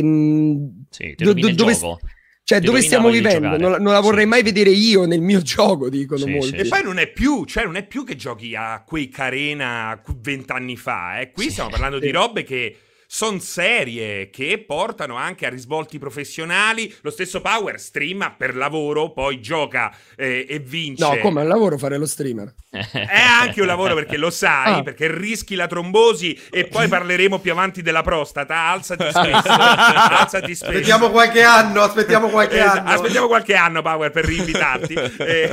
Speaker 1: sì, do, do,
Speaker 4: dove,
Speaker 1: gioco.
Speaker 4: Cioè, dove stiamo vivendo? Non la, non la vorrei
Speaker 1: sì,
Speaker 4: mai
Speaker 1: sì.
Speaker 4: vedere io nel mio gioco, dicono
Speaker 1: sì,
Speaker 4: molti.
Speaker 1: Sì,
Speaker 3: e
Speaker 1: sì.
Speaker 3: poi non è più, cioè non è più che giochi a Quake Arena vent'anni fa, eh. Qui sì. stiamo parlando sì. di robe che sono serie, che portano anche a risvolti professionali. Lo stesso Power streama per lavoro, poi gioca eh, e vince.
Speaker 4: No, come è un lavoro fare lo streamer?
Speaker 3: È anche un lavoro perché lo sai, ah. perché rischi la trombosi e poi parleremo più avanti della prostata. Alzati spesso, alzati spesso.
Speaker 2: Aspettiamo qualche anno, aspettiamo qualche
Speaker 3: esatto.
Speaker 2: anno.
Speaker 3: Aspettiamo qualche anno, Power, per rinvitarti. e...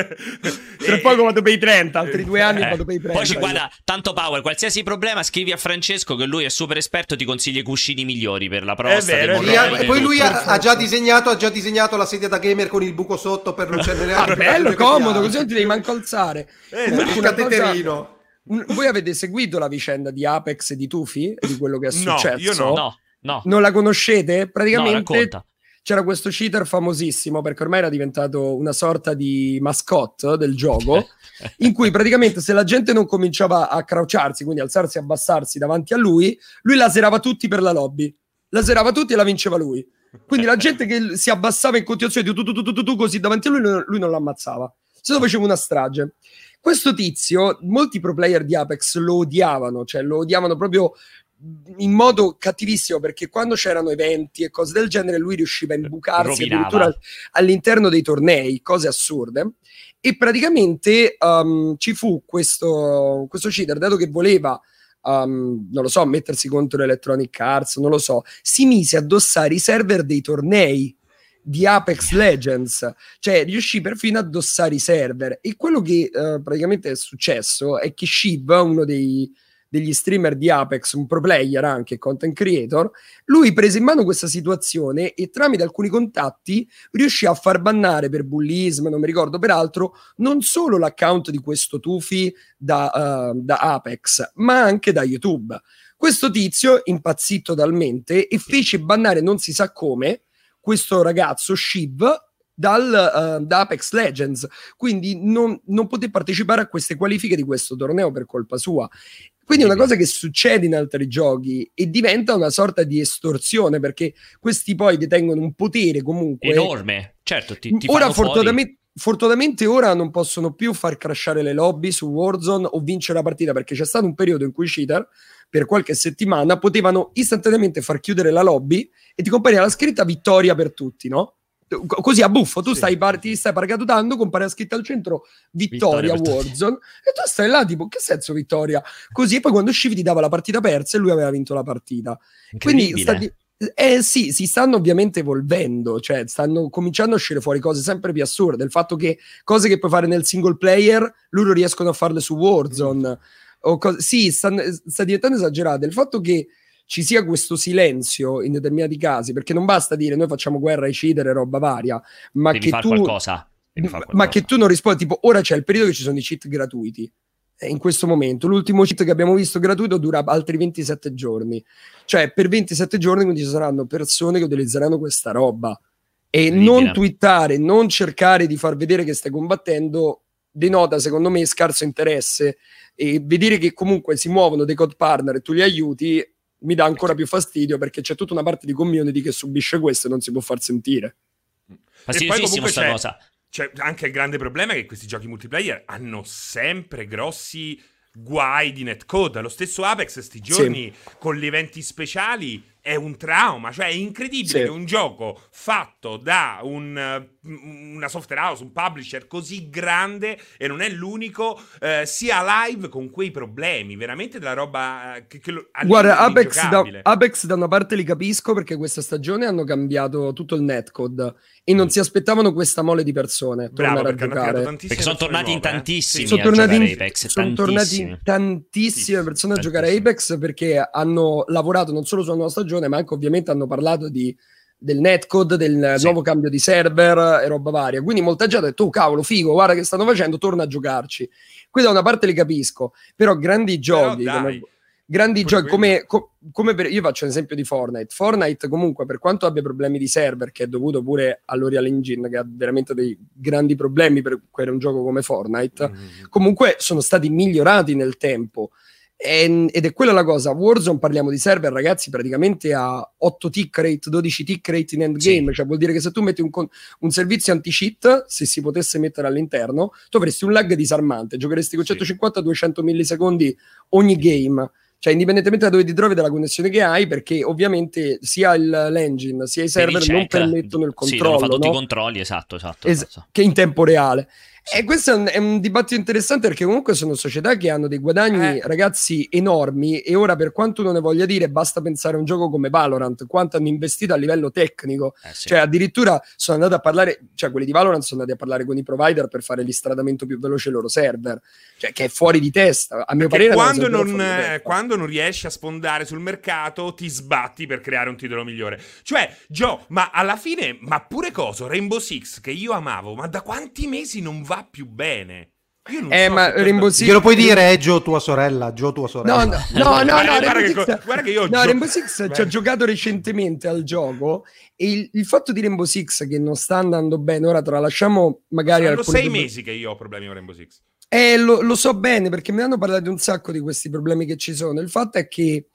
Speaker 4: Tra poco vado per i trenta, altri due anni
Speaker 1: eh.
Speaker 4: vado per i trenta.
Speaker 1: Poi ci guarda, tanto Power, qualsiasi problema scrivi a Francesco che lui è super esperto, ti consiglia i cuscini migliori per la prostata.
Speaker 3: È vero,
Speaker 2: e poi lui ha, ha, già disegnato, ha già disegnato la sedia da gamer con il buco sotto per non accendere
Speaker 4: ah, bello, comodo, così non ti devi manco alzare.
Speaker 2: Eh, il cateterino.
Speaker 4: Voi avete seguito la vicenda di Apex e di Tufi? Di quello che è successo?
Speaker 3: No, io no.
Speaker 1: no, no.
Speaker 4: Non la conoscete? Praticamente
Speaker 1: no,
Speaker 4: c'era questo cheater famosissimo, perché ormai era diventato una sorta di mascotte del gioco, in cui praticamente se la gente non cominciava a croucharsi, quindi alzarsi e abbassarsi davanti a lui, lui laserava tutti per la lobby. Laserava tutti e la vinceva lui. Quindi la gente che si abbassava in continuazione tu, tu, tu, tu, tu, tu, così davanti a lui, lui non l'ammazzava. Se no faceva una strage. Questo tizio, molti pro player di Apex lo odiavano, cioè lo odiavano proprio in modo cattivissimo, perché quando c'erano eventi e cose del genere lui riusciva a imbucarsi
Speaker 1: Rovinava.
Speaker 4: addirittura all'interno dei tornei, cose assurde. E praticamente um, ci fu questo, questo cheater, dato che voleva Um, non lo so, mettersi contro Electronic Arts, non lo so, si mise a addossare i server dei tornei di Apex Legends, cioè riuscì perfino a addossare i server. E quello che uh, praticamente è successo è che Shiv, uno dei, degli streamer di Apex, un pro player anche, content creator, lui prese in mano questa situazione e tramite alcuni contatti riuscì a far bannare per bullismo, non mi ricordo peraltro, non solo l'account di questo Tufi da, uh, da Apex, ma anche da YouTube. Questo tizio impazzì totalmente e fece bannare non si sa come questo ragazzo Shiv dal, uh, da Apex Legends, quindi non, non poté partecipare a queste qualifiche di questo torneo per colpa sua. Quindi è una cosa che succede in altri giochi e diventa una sorta di estorsione, perché questi poi detengono un potere comunque
Speaker 1: enorme. Certo, ti, ti
Speaker 4: ora
Speaker 1: fanno
Speaker 4: fortunatamente,
Speaker 1: fuori.
Speaker 4: fortunatamente ora non possono più far crashare le lobby su Warzone o vincere la partita, perché c'è stato un periodo in cui i cheater per qualche settimana potevano istantaneamente far chiudere la lobby e ti compariva la scritta vittoria per tutti, no? così a buffo, tu
Speaker 3: Sì.
Speaker 4: stai, par- ti stai paracadutando, compare scritto al centro Vittoria,
Speaker 1: Vittoria per
Speaker 4: Warzone, e tu stai là tipo, che senso Vittoria? Così, e poi quando uscivi ti dava la partita persa e lui aveva vinto la partita. Quindi sta di- eh sì, si stanno ovviamente evolvendo, cioè stanno cominciando a uscire fuori cose sempre più assurde. Il fatto che cose che puoi fare nel single player, loro riescono a farle su Warzone. Mm. O co- sì, stanno, sta diventando esagerato. Il fatto che ci sia questo silenzio in determinati casi, perché non basta dire noi facciamo guerra ai cheater e roba varia, ma
Speaker 1: Devi
Speaker 4: che
Speaker 1: far
Speaker 4: tu
Speaker 1: qualcosa. Devi far
Speaker 4: ma
Speaker 1: qualcosa.
Speaker 4: che tu non rispondi, tipo ora c'è il periodo che ci sono i cheat gratuiti. In questo momento l'ultimo cheat che abbiamo visto gratuito dura altri ventisette giorni, cioè per ventisette giorni quindi ci saranno persone che utilizzeranno questa roba e
Speaker 1: Incredibile.
Speaker 4: non twittare, non cercare di far vedere che stai combattendo denota secondo me scarso interesse, e vedere che comunque si muovono dei code partner e tu li aiuti mi dà ancora più fastidio, perché c'è tutta una parte di community che subisce questo e non si può far sentire.
Speaker 1: Fastidiosissimo sta
Speaker 3: c'è,
Speaker 1: cosa.
Speaker 3: c'è anche il grande problema che questi giochi multiplayer hanno sempre grossi guai di netcode. Lo stesso Apex sti giorni sì. con gli eventi speciali è un trauma, cioè è incredibile sì. che un gioco fatto da un, una software house, un publisher così grande, e non è l'unico, eh, sia live con quei problemi, veramente della roba che, che lo,
Speaker 4: guarda, Apex da, Apex da una parte li capisco, perché questa stagione hanno cambiato tutto il netcode e non si aspettavano questa mole di persone
Speaker 3: Bravo,
Speaker 4: tornare a giocare,
Speaker 1: perché sono tornati in tantissimi
Speaker 4: eh? sono
Speaker 1: a
Speaker 4: tornati
Speaker 1: giocare
Speaker 4: in,
Speaker 1: Apex,
Speaker 4: sono tornati in tantissime persone a giocare Apex, perché hanno lavorato non solo sulla nuova stagione ma anche ovviamente hanno parlato di, del netcode, del sì. nuovo cambio di server e roba varia, quindi molta gente ha detto oh cavolo figo, guarda che stanno facendo, torna a giocarci. Qui da una parte li capisco, però grandi giochi però come, grandi giochi come, co, come per, io faccio un esempio di Fortnite Fortnite comunque, per quanto abbia problemi di server, che è dovuto pure all'Unreal Engine che ha veramente dei grandi problemi per, per un gioco come Fortnite, mm. comunque sono stati migliorati nel tempo. Ed è quella la cosa. Warzone, parliamo di server ragazzi praticamente a otto tick rate, dodici tick rate in endgame, sì. cioè vuol dire che se tu metti un, un servizio anti-cheat, se si potesse mettere all'interno, tu avresti un lag disarmante, giocheresti con centocinquanta duecento millisecondi ogni game, cioè indipendentemente da dove ti trovi, dalla connessione che hai, perché ovviamente sia il, l'engine sia i server check, non permettono il controllo, sì, devono fare
Speaker 1: tutti
Speaker 4: no?
Speaker 1: i controlli, esatto, esatto,
Speaker 4: es-
Speaker 1: esatto. Che
Speaker 4: in tempo reale. E questo è un, è un dibattito interessante, perché comunque sono società che hanno dei guadagni, eh. ragazzi, enormi, e ora, per quanto uno ne voglia dire, basta pensare a un gioco come Valorant, quanto hanno investito a livello tecnico, eh sì. cioè addirittura sono andati a parlare, cioè quelli di Valorant sono andati a parlare con i provider per fare l'istradamento più veloce ai loro server, cioè che è fuori di testa, a mio
Speaker 3: Perché
Speaker 4: parere.
Speaker 3: Quando non, eh, quando non riesci a sfondare sul mercato ti sbatti per creare un titolo migliore. Cioè, Gio, ma alla fine, ma pure coso, Rainbow Six, che io amavo, ma da quanti mesi non va più bene? Io non
Speaker 4: eh,
Speaker 3: so
Speaker 4: ma Rainbow Six
Speaker 2: glielo puoi dire, è Gio tua sorella, Gio tua sorella.
Speaker 4: No, no, no, no, no, no
Speaker 3: guarda, che, Six, guarda che io
Speaker 4: no, Rainbow Six ci ha giocato recentemente al gioco, e il, il fatto di Rainbow Six che non sta andando bene, ora tralasciamo magari
Speaker 3: sono sei
Speaker 4: due...
Speaker 3: mesi che io ho problemi con Rainbow Six.
Speaker 4: Eh, lo, lo so bene, perché mi hanno parlato un sacco di questi problemi che ci sono. Il fatto è che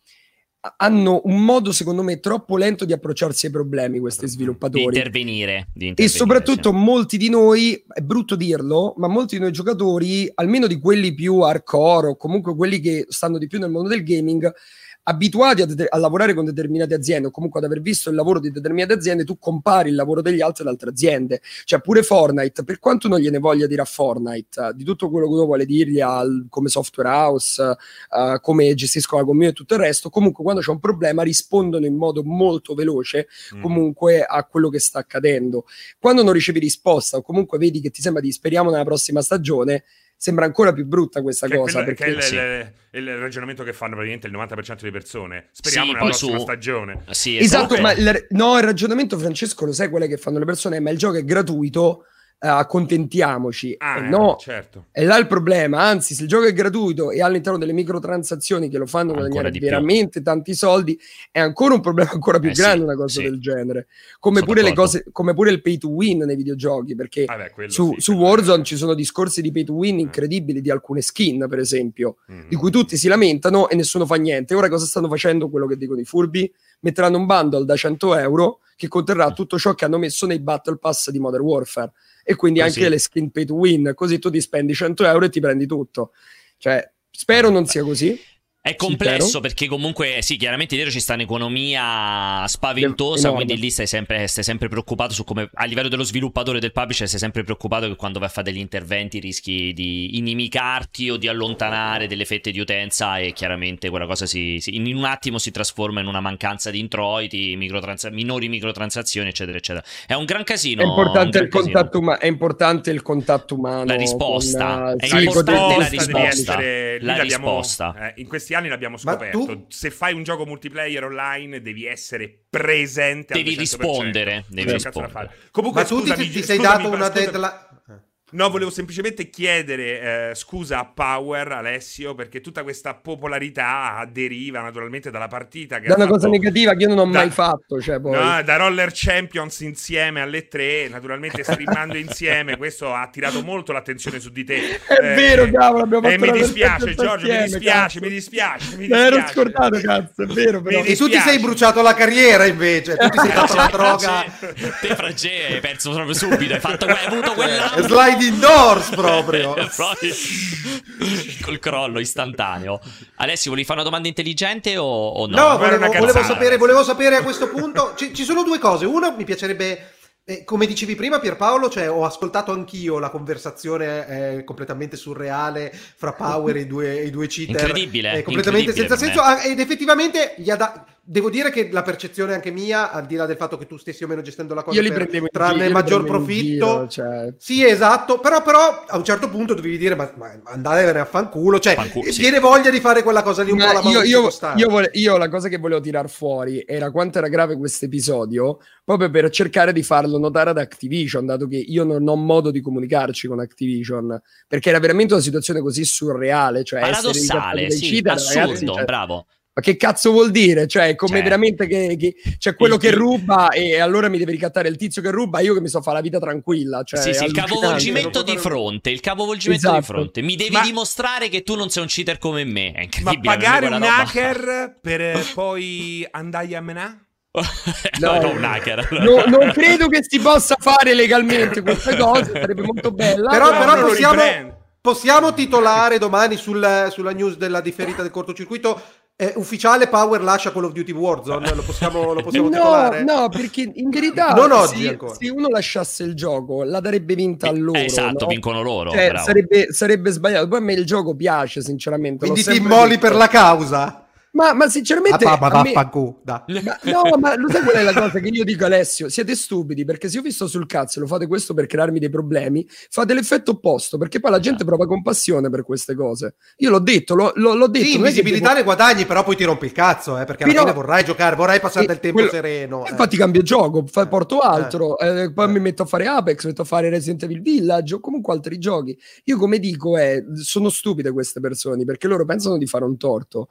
Speaker 4: hanno un modo, secondo me, troppo lento di approcciarsi ai problemi, questi sviluppatori.
Speaker 1: Di intervenire. Di intervenire
Speaker 4: e soprattutto
Speaker 1: sì.
Speaker 4: molti di noi, è brutto dirlo, ma molti di noi giocatori, almeno di quelli più hardcore o comunque quelli che stanno di più nel mondo del gaming, abituati a, de- a lavorare con determinate aziende o comunque ad aver visto il lavoro di determinate aziende, tu compari il lavoro degli altri ad altre aziende. Cioè pure Fortnite, per quanto non gliene voglia dire a Fortnite uh, di tutto quello che uno vuole dirgli al, come software house, uh, come gestiscono la community e tutto il resto, comunque quando c'è un problema rispondono in modo molto veloce mm. comunque a quello che sta accadendo. Quando non ricevi risposta o comunque vedi che ti sembra di speriamo nella prossima stagione, sembra ancora più brutta questa
Speaker 3: che
Speaker 4: cosa.
Speaker 3: Quello,
Speaker 4: perché
Speaker 3: che
Speaker 4: sì.
Speaker 3: è il, il ragionamento che fanno praticamente il novanta per cento delle persone. Speriamo
Speaker 1: sì,
Speaker 3: nella prossima
Speaker 1: su...
Speaker 3: stagione.
Speaker 1: Sì,
Speaker 4: esatto, esatto, ma il, no, il ragionamento, Francesco, lo sai qual è che fanno le persone? Ma il gioco è gratuito, uh, accontentiamoci.
Speaker 3: Ah,
Speaker 4: eh, no,
Speaker 3: certo.
Speaker 4: È là il problema. Anzi, se il gioco è gratuito e all'interno delle microtransazioni che lo fanno guadagnare veramente più. tanti soldi, è ancora un problema ancora più eh, grande sì, una cosa sì. del genere. Come Sono pure d'accordo. le cose, come pure il pay to win nei videogiochi, perché
Speaker 3: ah, beh,
Speaker 4: su,
Speaker 3: sì,
Speaker 4: su Warzone ci sono discorsi di pay to win incredibili di alcune skin, per esempio, mm-hmm. di cui tutti si lamentano e nessuno fa niente. Ora cosa stanno facendo? Quello che dicono i furbi? Metteranno un bundle da cento euro che conterrà tutto ciò che hanno messo nei Battle Pass di Modern Warfare, e quindi così. anche le skin pay to win, così tu ti spendi cento euro e ti prendi tutto. Cioè, spero non sia così.
Speaker 1: È complesso
Speaker 4: Sì,
Speaker 1: perché comunque sì, chiaramente dietro ci sta un'economia spaventosa,
Speaker 4: enorme.
Speaker 1: quindi lì stai sempre, stai sempre preoccupato su come, a livello dello sviluppatore del publisher, stai sempre preoccupato che quando vai a fare degli interventi rischi di inimicarti o di allontanare delle fette di utenza, e chiaramente quella cosa si, si- in un attimo si trasforma in una mancanza di introiti, microtrans- minori microtransazioni, eccetera, eccetera. È un gran casino.
Speaker 4: È importante,
Speaker 1: un
Speaker 4: il
Speaker 1: gran casino.
Speaker 4: contatto uma- è importante il contatto umano.
Speaker 1: La risposta.
Speaker 4: con,
Speaker 1: È
Speaker 4: sì,
Speaker 1: importante
Speaker 4: con-
Speaker 1: la
Speaker 3: devi
Speaker 1: risposta.
Speaker 3: essere- lì
Speaker 1: La
Speaker 3: l'abbiamo-
Speaker 1: risposta.
Speaker 3: eh, in questi anni l'abbiamo
Speaker 2: Ma
Speaker 3: scoperto.
Speaker 2: tu-
Speaker 3: Se fai un gioco multiplayer online devi essere presente al
Speaker 1: Devi
Speaker 3: duecento per cento.
Speaker 1: rispondere, devi
Speaker 3: Non c'è cazzo da
Speaker 1: rispondere.
Speaker 3: fare. Comunque,
Speaker 2: Ma tu ti,
Speaker 3: scusami,
Speaker 2: ti sei
Speaker 3: scusami,
Speaker 2: dato
Speaker 3: ma-
Speaker 2: una
Speaker 3: scusami.
Speaker 2: deadline.
Speaker 3: No, volevo semplicemente chiedere eh, scusa a Power, Alessio, perché tutta questa popolarità deriva naturalmente dalla partita che
Speaker 4: da
Speaker 3: ha
Speaker 4: una cosa
Speaker 3: fatto-
Speaker 4: negativa che io non ho
Speaker 3: da-
Speaker 4: mai fatto. Cioè, poi.
Speaker 3: No, da Roller Champions insieme alle tre, naturalmente streamando insieme, questo ha attirato molto l'attenzione su di te.
Speaker 4: È vero, cavolo, abbiamo
Speaker 3: E
Speaker 4: fatto
Speaker 3: mi
Speaker 4: la
Speaker 3: dispiace,
Speaker 4: perfetta
Speaker 3: Giorgio, mi
Speaker 4: insieme,
Speaker 3: dispiace,
Speaker 4: cazzo.
Speaker 3: mi dispiace, mi
Speaker 4: Me l'ero
Speaker 3: dispiace.
Speaker 4: scordato, cazzo, è vero, però.
Speaker 3: Mi
Speaker 2: E tu ti
Speaker 3: dispiace.
Speaker 2: sei bruciato la carriera invece, tu ti sei dato la droga.
Speaker 1: Te Fragè hai perso proprio subito, hai, fatto, hai avuto quell'anno
Speaker 2: Sliding doors proprio.
Speaker 1: Proprio col crollo istantaneo. Alessio, volevi fare una domanda intelligente o, o no?
Speaker 2: No,
Speaker 3: era
Speaker 2: volevo,
Speaker 3: una
Speaker 2: volevo
Speaker 3: cazzata.
Speaker 2: sapere, volevo sapere a questo punto. Ci, ci sono due cose. Una, mi piacerebbe. Eh, come dicevi prima, Pierpaolo, cioè, ho ascoltato anch'io la conversazione eh, completamente surreale fra Power e i due, i due cheater.
Speaker 1: Incredibile,
Speaker 2: eh, completamente
Speaker 1: incredibile
Speaker 2: senza
Speaker 1: per
Speaker 2: senso. Ah, ed effettivamente gli ha da- devo dire che la percezione anche mia, al di là del fatto che tu stessi o meno gestendo la cosa
Speaker 4: Io li
Speaker 2: per
Speaker 4: prendevo in
Speaker 2: trarne
Speaker 4: giro, io li
Speaker 2: maggior
Speaker 4: prendevo in
Speaker 2: profitto.
Speaker 4: giro, cioè.
Speaker 2: Sì, esatto, però, però a un certo punto dovevi dire ma, ma andatevene a fanculo, cioè
Speaker 1: Fanculo, sì.
Speaker 2: viene voglia di fare quella cosa lì un
Speaker 4: Ma
Speaker 2: po' la
Speaker 4: io,
Speaker 2: Maurizio
Speaker 4: io,
Speaker 2: Costante.
Speaker 4: io, vole- io la cosa che volevo tirar fuori era quanto era grave questo episodio, proprio per cercare di farlo notare ad Activision, dato che io non ho modo di comunicarci con Activision, perché era veramente una situazione così surreale, cioè essere
Speaker 1: Paradossale,
Speaker 4: ricattati dai
Speaker 1: sì,
Speaker 4: cheater,
Speaker 1: assurdo,
Speaker 4: ragazzi, cioè,
Speaker 1: bravo.
Speaker 4: ma che cazzo vuol dire? Cioè, come
Speaker 1: Cioè,
Speaker 4: veramente che, che c'è quello
Speaker 1: il-
Speaker 4: che ruba e allora mi deve ricattare il tizio che ruba, io che mi so fare la vita tranquilla. Cioè,
Speaker 1: sì, sì, il
Speaker 4: allucinante.
Speaker 1: capovolgimento
Speaker 2: non
Speaker 1: di
Speaker 2: potrò-
Speaker 1: fronte, il capovolgimento
Speaker 4: Esatto.
Speaker 1: di fronte. Mi devi
Speaker 3: Ma-
Speaker 1: dimostrare che tu non sei un cheater come me. È
Speaker 3: Ma
Speaker 1: incredibile.
Speaker 3: pagare
Speaker 1: quella
Speaker 3: un
Speaker 1: roba-
Speaker 3: hacker per eh, poi andare a menà?
Speaker 1: no,
Speaker 4: No.
Speaker 1: no, un hacker.
Speaker 4: No, non credo che si possa fare legalmente questa cosa, sarebbe molto bella.
Speaker 2: Però,
Speaker 3: no,
Speaker 2: però
Speaker 3: non lo
Speaker 2: possiamo,
Speaker 3: riprendo.
Speaker 2: possiamo titolare domani sul- sulla news della differita del cortocircuito eh, ufficiale Power lascia Call of Duty Warzone, lo possiamo, lo possiamo
Speaker 4: No,
Speaker 2: titolare?
Speaker 4: no, perché in verità
Speaker 2: Non oggi
Speaker 4: se,
Speaker 2: ancora.
Speaker 4: se uno lasciasse il gioco la darebbe vinta a loro.
Speaker 1: Eh, esatto,
Speaker 4: no?
Speaker 1: vincono loro.
Speaker 4: Cioè,
Speaker 1: bravo.
Speaker 4: sarebbe, sarebbe sbagliato. Poi a me il gioco piace, sinceramente. l'ho
Speaker 2: Quindi ti
Speaker 4: sempre
Speaker 2: immoli
Speaker 4: detto.
Speaker 2: per la causa?
Speaker 4: Ma, ma sinceramente
Speaker 2: Ah, ma
Speaker 4: a me-
Speaker 2: vaffanculo, dai.
Speaker 4: Ma- no, ma lo sai qual è la cosa che io dico, Alessio? Siete stupidi, perché se io vi sto sul cazzo e lo fate questo per crearmi dei problemi, fate l'effetto opposto, perché poi la gente prova compassione per queste cose. Io l'ho detto, l'ho, l'ho- l'ho detto.
Speaker 2: Sì,
Speaker 4: non è che
Speaker 2: visibilità
Speaker 4: devo-
Speaker 2: ne guadagni, però poi ti rompi il cazzo, eh, perché alla
Speaker 4: Però-
Speaker 2: fine vorrai giocare, vorrai passare
Speaker 4: E
Speaker 2: del tempo
Speaker 4: quello-
Speaker 2: sereno.
Speaker 4: E
Speaker 2: eh.
Speaker 4: infatti cambio gioco, fa- porto altro, eh, poi
Speaker 2: Eh.
Speaker 4: mi metto a fare Apex, metto a fare Resident Evil Village o comunque altri giochi. Io come dico, eh, sono stupide queste persone perché loro pensano di fare un torto,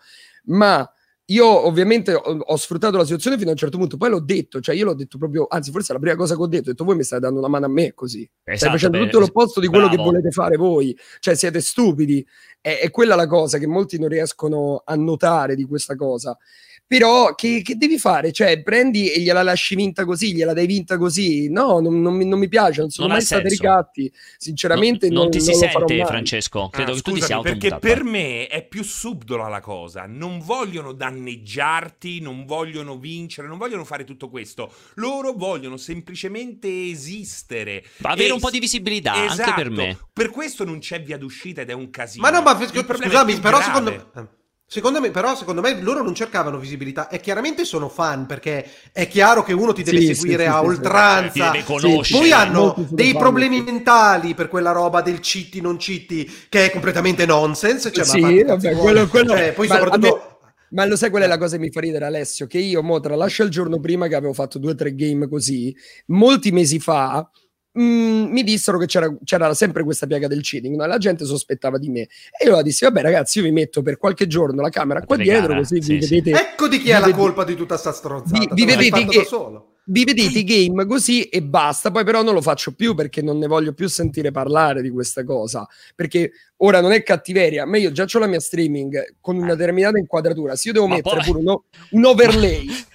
Speaker 4: ma io ovviamente ho, ho sfruttato la situazione fino a un certo punto, poi l'ho detto, cioè io l'ho detto proprio, anzi forse è la prima cosa che ho detto, ho detto voi mi state dando una mano a me così,
Speaker 1: Esatto,
Speaker 4: stai facendo
Speaker 1: beh,
Speaker 4: tutto l'opposto di quello
Speaker 1: bravo.
Speaker 4: che volete fare voi, cioè siete stupidi, è, è quella la cosa che molti non riescono a notare di questa cosa. Però che, che devi fare? Cioè, prendi e gliela lasci vinta così, gliela dai vinta così? No, non, non mi, non mi piace, non sono
Speaker 1: Non ha
Speaker 4: mai stati
Speaker 1: senso.
Speaker 4: ricatti. Sinceramente,
Speaker 1: non, non ti si
Speaker 4: non lo farò
Speaker 1: sente,
Speaker 4: mai.
Speaker 1: Francesco. Credo
Speaker 3: Ah,
Speaker 1: che tu ti sia
Speaker 3: scusami, perché
Speaker 1: automutato.
Speaker 3: per me è più subdola la cosa. Non vogliono danneggiarti, non vogliono vincere, non vogliono fare tutto questo. Loro vogliono semplicemente esistere.
Speaker 1: Avere
Speaker 3: E-
Speaker 1: un po' di visibilità, anche
Speaker 3: Esatto.
Speaker 1: per me.
Speaker 3: Per questo non c'è via d'uscita ed è un casino.
Speaker 2: Ma no, ma
Speaker 3: Il problema è
Speaker 2: scusami,
Speaker 3: più
Speaker 2: però
Speaker 3: grave.
Speaker 2: secondo me, secondo me, però secondo me loro non cercavano visibilità e chiaramente sono fan perché è chiaro che uno ti deve
Speaker 4: Sì,
Speaker 2: seguire
Speaker 4: sì,
Speaker 2: a
Speaker 4: sì, sì,
Speaker 2: oltranza.
Speaker 1: Ti deve conoscere.
Speaker 2: Poi hanno
Speaker 4: molti sono
Speaker 2: dei
Speaker 4: fan,
Speaker 2: problemi
Speaker 4: sì.
Speaker 2: mentali per quella roba del cheaty non cheaty che è completamente nonsense. Cioè,
Speaker 4: Sì,
Speaker 2: ma fatti
Speaker 4: vabbè,
Speaker 2: cazzi
Speaker 4: quello-
Speaker 2: tuoi.
Speaker 4: quello-
Speaker 2: Cioè, poi
Speaker 4: ma a
Speaker 2: soprattutto.
Speaker 4: me- Ma lo sai qual è la cosa che mi fa ridere, Alessio? Che io, mo, tra l'altro il giorno prima che avevo fatto due o tre game così, molti mesi fa, mh, mi dissero che c'era, c'era sempre questa piaga del cheating, no? La gente sospettava di me. E io la dissi, vabbè ragazzi, io vi metto per qualche giorno la camera
Speaker 1: La
Speaker 4: qua dietro,
Speaker 1: telecamera,
Speaker 4: così
Speaker 1: sì,
Speaker 4: vi
Speaker 1: sì.
Speaker 4: vedete...
Speaker 2: Ecco di chi è
Speaker 4: vi
Speaker 2: la
Speaker 4: vede-
Speaker 2: colpa di tutta sta stronzata.
Speaker 4: Vi-
Speaker 2: te
Speaker 4: vi
Speaker 2: l'hai
Speaker 4: vedete
Speaker 2: fatto
Speaker 4: che-
Speaker 2: da solo.
Speaker 4: Vi vedete i game così e basta, poi però non lo faccio più perché non ne voglio più sentire parlare di questa cosa, perché ora non è cattiveria, ma io già ho la mia streaming con una determinata inquadratura, se io devo
Speaker 1: Ma
Speaker 4: mettere
Speaker 1: poi-
Speaker 4: pure uno- un overlay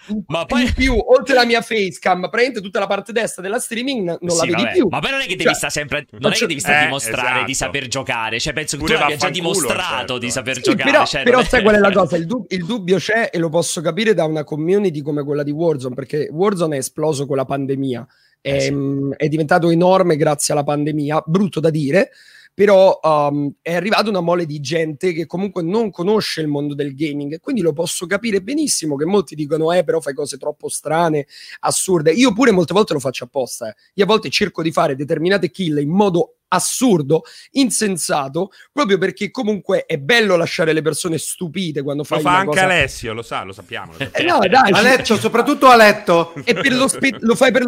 Speaker 4: in,
Speaker 1: Ma poi...
Speaker 4: in più, oltre la mia facecam, praticamente tutta la parte destra della streaming non
Speaker 1: sì,
Speaker 4: la vedi
Speaker 1: vabbè.
Speaker 4: più.
Speaker 1: Ma poi non è che devi
Speaker 4: cioè,
Speaker 1: stare sempre, non è che devi stare
Speaker 3: eh,
Speaker 1: dimostrare
Speaker 3: esatto.
Speaker 1: di saper giocare, cioè penso che
Speaker 3: Pure
Speaker 1: tu abbia già
Speaker 3: vaffanculo,
Speaker 1: dimostrato
Speaker 3: certo.
Speaker 1: di saper
Speaker 4: sì,
Speaker 1: giocare.
Speaker 4: però,
Speaker 1: cioè,
Speaker 4: però
Speaker 1: non è...
Speaker 4: sai qual è la cosa? Il, dub- il dubbio c'è e lo posso capire da una community come quella di Warzone, perché Warzone è esploso con la pandemia, è,
Speaker 1: Eh sì.
Speaker 4: mh, è diventato enorme grazie alla pandemia, brutto da dire, però um, è arrivata una mole di gente che comunque non conosce il mondo del gaming e quindi lo posso capire benissimo che molti dicono eh però fai cose troppo strane, assurde. Io pure molte volte lo faccio apposta, eh. Io a volte cerco di fare determinate kill in modo assurdo, insensato, proprio perché comunque è bello lasciare le persone stupite quando fai
Speaker 3: Lo fa
Speaker 4: una
Speaker 3: anche
Speaker 4: cosa...
Speaker 3: Alessio, lo sa, lo sappiamo. Lo sappiamo.
Speaker 4: Eh, no, dai,
Speaker 2: A
Speaker 4: ci-
Speaker 2: letto,
Speaker 4: ci-
Speaker 2: soprattutto a letto.
Speaker 4: e per lo, spe- lo fai per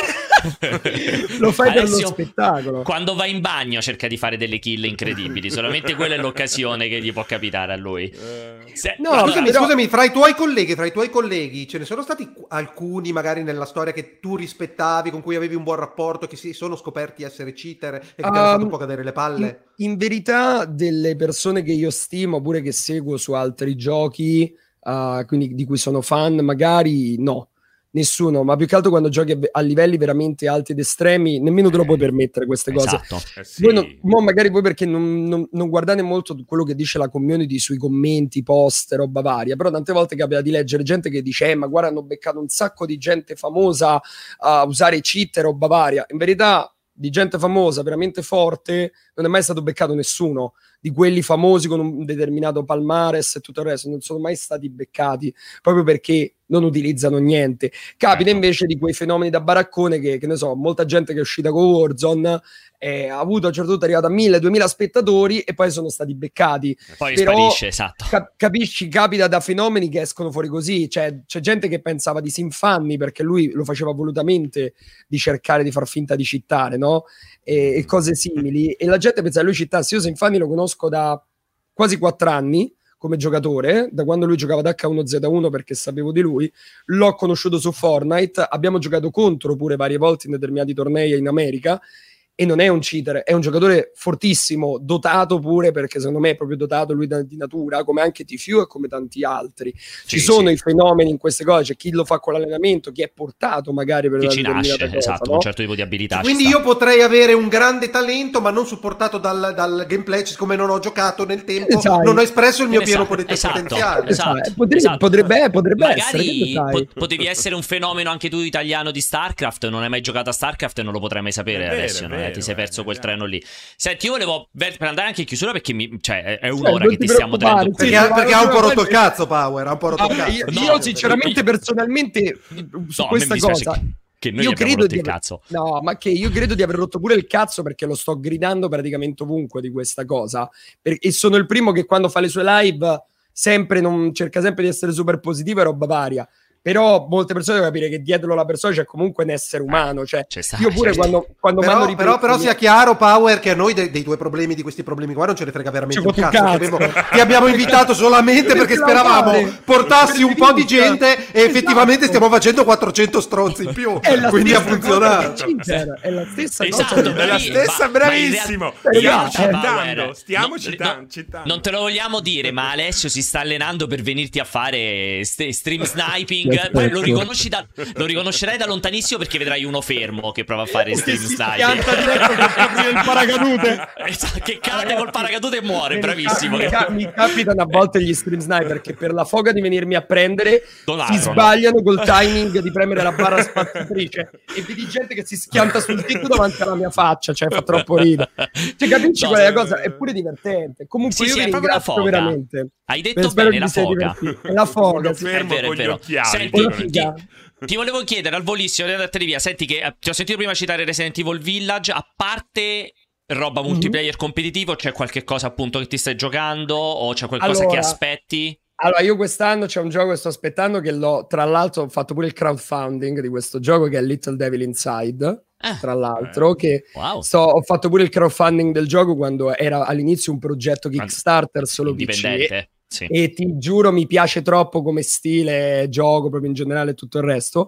Speaker 4: lo fai per lo
Speaker 1: Alessio,
Speaker 4: spettacolo.
Speaker 1: quando va in bagno cerca di fare delle kill incredibili, solamente quella è l'occasione che gli può capitare a lui. Se-
Speaker 4: No,
Speaker 1: allora-
Speaker 2: Scusami,
Speaker 4: però-
Speaker 2: scusami, fra i tuoi colleghi, fra i tuoi colleghi, ce ne sono stati alcuni magari nella storia che tu rispettavi, con cui avevi un buon rapporto, che si sono scoperti essere cheater e che ti hanno
Speaker 4: Um,
Speaker 2: fatto un po' cadere le palle?
Speaker 4: In, in verità, delle persone che io stimo, pure che seguo su altri giochi, uh, quindi di cui sono fan, magari no, nessuno, ma più che altro quando giochi a, a livelli veramente alti ed estremi, nemmeno te lo puoi permettere queste cose.
Speaker 1: Esatto.
Speaker 3: Eh sì.
Speaker 4: Voi non, mo magari voi perché non, non- non guardate molto quello che dice la community sui commenti, post, roba varia, però tante volte capita di leggere gente che dice eh, ma guarda hanno beccato un sacco di gente famosa a usare cheat e roba varia. In verità di gente famosa veramente forte non è mai stato beccato nessuno di quelli famosi con un determinato palmares e tutto il resto, non sono mai stati beccati proprio perché non utilizzano niente. Capita
Speaker 1: Certo.
Speaker 4: invece di quei fenomeni da baraccone che, che ne so, molta gente che è uscita con Warzone eh, ha avuto a un certo punto è arrivato a mille duemila spettatori e poi sono stati beccati.
Speaker 1: Poi
Speaker 4: Però
Speaker 1: sparisce, esatto.
Speaker 4: cap- capisci, capita da fenomeni che escono fuori così, cioè c'è gente che pensava di Sinfanni perché lui lo faceva volutamente di cercare di far finta di cittare, no? E, e cose simili, e la gente pensa che lui cittasse. Io Sinfanni lo conosco da quasi quattro anni come giocatore, da quando lui giocava ad acca uno zeta uno perché sapevo di lui, l'ho conosciuto su Fortnite, abbiamo giocato contro pure varie volte in determinati tornei in America e non è un cheater, è un giocatore fortissimo, dotato pure perché secondo me è proprio dotato lui da, di natura, come anche T F U e come tanti altri. Ci
Speaker 1: Sì,
Speaker 4: sono
Speaker 1: sì.
Speaker 4: i fenomeni in queste cose, c'è chi lo fa con l'allenamento, chi è portato magari per
Speaker 1: Chi
Speaker 4: una
Speaker 1: ci
Speaker 4: determinata
Speaker 1: nasce,
Speaker 4: cosa,
Speaker 1: esatto,
Speaker 4: no?
Speaker 1: un certo tipo di abilità. ci
Speaker 2: Quindi
Speaker 1: sta.
Speaker 2: io potrei avere un grande talento, ma non supportato dal, dal gameplay, siccome non ho giocato nel tempo,
Speaker 4: Sai.
Speaker 2: non ho espresso il mio
Speaker 1: Ne
Speaker 2: pieno
Speaker 1: sa-
Speaker 2: poten-
Speaker 1: esatto,
Speaker 2: potenziale.
Speaker 1: esatto.
Speaker 4: Eh, potrebbe,
Speaker 1: esatto.
Speaker 4: potrebbe, potrebbe essere, che
Speaker 1: Magari
Speaker 4: ne sai?
Speaker 1: po- potevi essere un fenomeno anche tu italiano di StarCraft, non hai mai giocato a StarCraft e non lo potrai mai sapere
Speaker 3: È vero,
Speaker 1: adesso,
Speaker 3: è
Speaker 1: no? Eh,
Speaker 3: vero,
Speaker 1: ti sei
Speaker 3: eh,
Speaker 1: perso quel
Speaker 3: esatto.
Speaker 1: treno lì. Senti, io volevo per per andare anche in chiusura perché mi, cioè, è- è
Speaker 4: Cioè,
Speaker 1: un'ora
Speaker 4: non
Speaker 1: che
Speaker 4: ti
Speaker 1: ti stiamo
Speaker 4: preoccupare,
Speaker 1: tenendo
Speaker 4: sì,
Speaker 1: qui.
Speaker 2: Perché,
Speaker 4: ma-
Speaker 2: perché ha un po'
Speaker 4: ma-
Speaker 2: rotto il cazzo, Power. Ha un po' rotto
Speaker 4: Ah,
Speaker 2: il cazzo.
Speaker 4: io,
Speaker 1: No,
Speaker 4: io sinceramente
Speaker 1: io-
Speaker 4: personalmente su
Speaker 1: No, a me
Speaker 4: questa
Speaker 1: mi dispiace
Speaker 4: cosa
Speaker 1: che, che noi
Speaker 4: io
Speaker 1: gli abbiamo
Speaker 4: credo
Speaker 1: rotto
Speaker 4: di
Speaker 1: il
Speaker 4: aver-
Speaker 1: cazzo.
Speaker 4: no, ma che io credo di aver rotto pure il cazzo perché lo sto gridando praticamente ovunque di questa cosa per- e sono il primo che quando fa le sue live sempre non cerca sempre di essere super positivo e roba varia. Però molte persone devono capire che dietro la persona c'è comunque un essere umano. Cioè,
Speaker 1: C'è sta-
Speaker 4: io pure
Speaker 1: certo.
Speaker 4: quando, quando
Speaker 2: Però,
Speaker 4: m'hanno
Speaker 2: però, però
Speaker 4: ripreso-
Speaker 2: sia chiaro, Power, che a noi de- dei tuoi problemi, di questi problemi qua, non ce ne frega veramente
Speaker 4: Ci
Speaker 2: un
Speaker 4: fotte un
Speaker 2: cazzo. Ti
Speaker 4: cazzo.
Speaker 2: abbiamo, ti abbiamo invitato solamente perché
Speaker 4: Perché la
Speaker 2: speravamo
Speaker 4: fare?
Speaker 2: portassi un po' di gente e effettivamente
Speaker 4: Esatto.
Speaker 2: stiamo facendo quattrocento stronzi in più.
Speaker 4: È la
Speaker 2: Quindi ha
Speaker 4: stessa cosa
Speaker 2: funzionato.
Speaker 4: del Tinder, è la stessa
Speaker 1: Esatto,
Speaker 4: cosa.
Speaker 3: È la
Speaker 1: bravi-
Speaker 3: stessa,
Speaker 1: ma- ma in
Speaker 3: bravissimo.
Speaker 1: realtà-
Speaker 3: Stiamo
Speaker 4: Eh,
Speaker 3: citando,
Speaker 1: Power,
Speaker 3: stiamo
Speaker 1: no,
Speaker 3: citando,
Speaker 1: no,
Speaker 3: citando.
Speaker 1: non te lo vogliamo dire, ma Alessio si sta allenando per venirti a fare st- stream sniping.
Speaker 4: Aspetta.
Speaker 1: Poi lo, riconosci da- lo riconoscerai da lontanissimo perché vedrai uno fermo che prova a fare stream
Speaker 4: si
Speaker 1: sniping.
Speaker 4: pianta diretto per aprire il paracadute.
Speaker 1: Esatto, che cade col paracadute e muore,
Speaker 4: Mi
Speaker 1: bravissimo.
Speaker 4: cap- Mi, cap- mi capitano a volte gli stream sniper che per la foga di venirmi a prendere
Speaker 1: Non
Speaker 4: si
Speaker 1: aprono.
Speaker 4: sbagliano col timing di premere la barra spazzatrice e vedi gente che si schianta sul dito davanti alla mia faccia, cioè fa troppo ridere. Cioè, capisci
Speaker 1: No,
Speaker 4: qual è la
Speaker 3: sì.
Speaker 4: cosa? È pure divertente. Comunque
Speaker 1: Sì,
Speaker 4: io
Speaker 1: sì,
Speaker 4: vi
Speaker 1: è proprio la
Speaker 4: ringrazio
Speaker 1: foga.
Speaker 4: veramente.
Speaker 1: Hai
Speaker 4: Per-
Speaker 1: detto
Speaker 4: spero
Speaker 1: bene,
Speaker 4: che
Speaker 1: la
Speaker 4: vi sia
Speaker 1: foga.
Speaker 4: divertito. È la foga,
Speaker 3: Uno
Speaker 4: sì.
Speaker 3: fermo
Speaker 1: È vero,
Speaker 3: con
Speaker 1: è
Speaker 3: gli
Speaker 1: vero.
Speaker 3: occhiali.
Speaker 1: Senti,
Speaker 4: Una
Speaker 1: ti,
Speaker 4: figa.
Speaker 1: ti volevo chiedere al volissimo di andartene via. Senti che eh, ti ho sentito prima citare Resident Evil Village. A parte roba
Speaker 4: Mhm.
Speaker 1: multiplayer competitivo, c'è qualche cosa appunto che ti stai giocando o c'è qualcosa che
Speaker 4: Allora,
Speaker 1: aspetti?
Speaker 4: Allora, io quest'anno c'è un gioco che sto aspettando che l'ho, tra l'altro ho fatto pure il crowdfunding di questo gioco che è Little Devil Inside,
Speaker 1: Eh,
Speaker 4: tra l'altro, che
Speaker 1: wow.
Speaker 4: sto- ho fatto pure il crowdfunding del gioco quando era all'inizio un progetto Kickstarter solo P C
Speaker 1: Indipendente. Sì.
Speaker 4: e ti giuro mi piace troppo come stile, gioco proprio in generale e tutto il resto.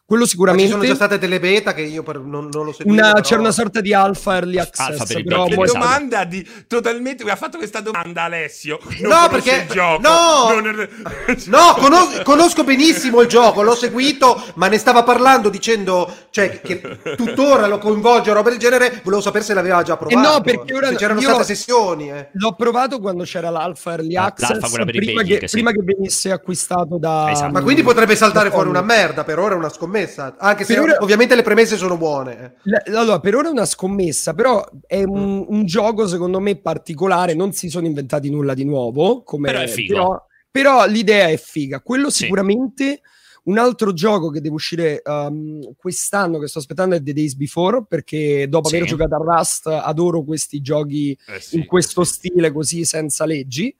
Speaker 4: Quello
Speaker 2: Ma
Speaker 4: sicuramente.
Speaker 2: ci sono già state delle beta che io per- non, non lo seguivo.
Speaker 4: Una,
Speaker 2: però...
Speaker 4: C'era una sorta di alpha early access.
Speaker 1: Alpha per i
Speaker 4: però
Speaker 1: beta,
Speaker 4: mo-
Speaker 3: Che
Speaker 1: esatto.
Speaker 3: domanda di totalmente. Mi ha fatto questa domanda Alessio. Non
Speaker 2: No,
Speaker 3: conosce
Speaker 2: perché-
Speaker 3: il gioco.
Speaker 2: no!
Speaker 3: Non-
Speaker 2: No, conos- conosco benissimo il gioco, l'ho seguito, ma ne stava parlando dicendo, cioè, che tuttora lo coinvolge o roba del genere, volevo sapere se l'aveva già provato.
Speaker 4: Eh no, perché ora
Speaker 2: se c'erano
Speaker 4: io
Speaker 2: state
Speaker 4: l'ho-
Speaker 2: sessioni. Eh.
Speaker 4: L'ho provato quando c'era l'alpha early
Speaker 1: Ah,
Speaker 4: access,
Speaker 1: l'alpha, quella per i
Speaker 4: prima,
Speaker 1: baking,
Speaker 4: che,
Speaker 1: sì.
Speaker 4: prima che venisse acquistato da...
Speaker 1: Esatto.
Speaker 2: Ma quindi potrebbe saltare
Speaker 4: da
Speaker 2: fuori una
Speaker 4: Sony.
Speaker 2: merda, per ora è una scommessa, anche se
Speaker 4: Per ora-
Speaker 2: ovviamente le premesse sono buone. eh.
Speaker 4: L- Allora, per ora è una scommessa, però è un, un gioco secondo me particolare, non si sono inventati nulla di nuovo, come,
Speaker 1: Però è figo.
Speaker 4: Però, però l'idea è figa. Quello
Speaker 1: Sì.
Speaker 4: sicuramente. Un altro gioco che deve uscire um, quest'anno che sto aspettando è The Days Before, perché dopo
Speaker 1: Sì.
Speaker 4: aver giocato a Rust adoro questi giochi
Speaker 3: Eh sì,
Speaker 4: in questo
Speaker 3: eh sì.
Speaker 4: stile così senza leggi.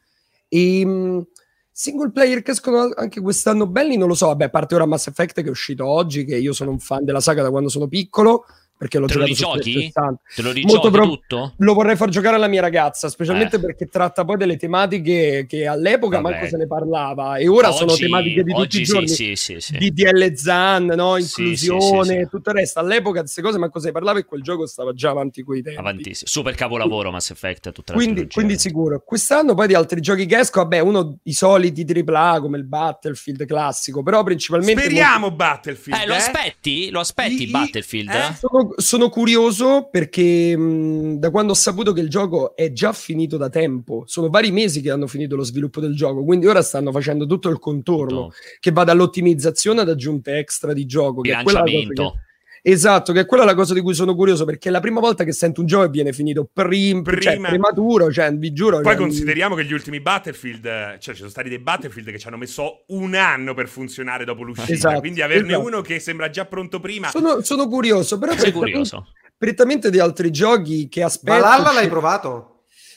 Speaker 4: E mh, single player che escono anche quest'anno belli non lo so, vabbè, a parte ora Mass Effect che è uscito oggi, che io sono un fan della saga da quando sono piccolo, perché l'ho
Speaker 1: Te lo
Speaker 4: giocato su
Speaker 1: rigiochi?
Speaker 4: trecentosessanta.
Speaker 1: Te lo
Speaker 4: Molto
Speaker 1: rigiochi
Speaker 4: pro-
Speaker 1: tutto?
Speaker 4: Lo vorrei far giocare alla mia ragazza, specialmente
Speaker 1: Eh.
Speaker 4: perché tratta poi delle tematiche che all'epoca
Speaker 1: Vabbè.
Speaker 4: manco se ne parlava e ora sono
Speaker 1: Oggi-
Speaker 4: tematiche di tutti
Speaker 1: oggi
Speaker 4: i giorni.
Speaker 1: Sì, sì, sì, sì.
Speaker 4: D D L Zan, no?
Speaker 1: Sì,
Speaker 4: Inclusione,
Speaker 1: sì, sì, sì.
Speaker 4: tutto il resto. All'epoca queste cose manco se ne parlava e quel gioco stava già avanti coi tempi.
Speaker 1: Avantissimo. Super capolavoro Mass Effect, tutta la
Speaker 4: Quindi,
Speaker 1: trilogia.
Speaker 4: quindi sicuro. Quest'anno poi di altri giochi che esco, vabbè, uno i soliti tripla A come il Battlefield classico, però principalmente
Speaker 3: Speriamo Battlefield.
Speaker 1: Eh, lo
Speaker 3: eh?
Speaker 1: aspetti? Lo aspetti
Speaker 3: I- i-
Speaker 1: Battlefield?
Speaker 3: eh?
Speaker 4: Sono, sono curioso perché mh, da quando ho saputo che il gioco è già finito da tempo, sono vari mesi che hanno finito lo sviluppo del gioco, quindi ora stanno facendo tutto il contorno,
Speaker 1: Tutto.
Speaker 4: che va dall'ottimizzazione ad aggiunte extra di gioco, che è quella la cosa
Speaker 1: Bilanciamento.
Speaker 4: che- Esatto, che è quella la cosa di cui sono curioso, perché è la prima volta che sento un gioco e viene finito prim- cioè,
Speaker 3: Prima.
Speaker 4: prematuro, cioè vi giuro.
Speaker 3: Poi
Speaker 4: cioè,
Speaker 3: consideriamo che gli ultimi Battlefield, eh, cioè ci sono stati dei Battlefield che ci hanno messo un anno per funzionare dopo l'uscita,
Speaker 4: Esatto,
Speaker 3: quindi averne
Speaker 4: esatto.
Speaker 3: uno che sembra già pronto prima.
Speaker 4: sono, sono curioso, però
Speaker 1: Sei
Speaker 4: prettamente-
Speaker 1: curioso?
Speaker 4: prettamente di altri giochi che aspetto.
Speaker 2: Valhalla l'hai
Speaker 4: cioè-
Speaker 2: provato?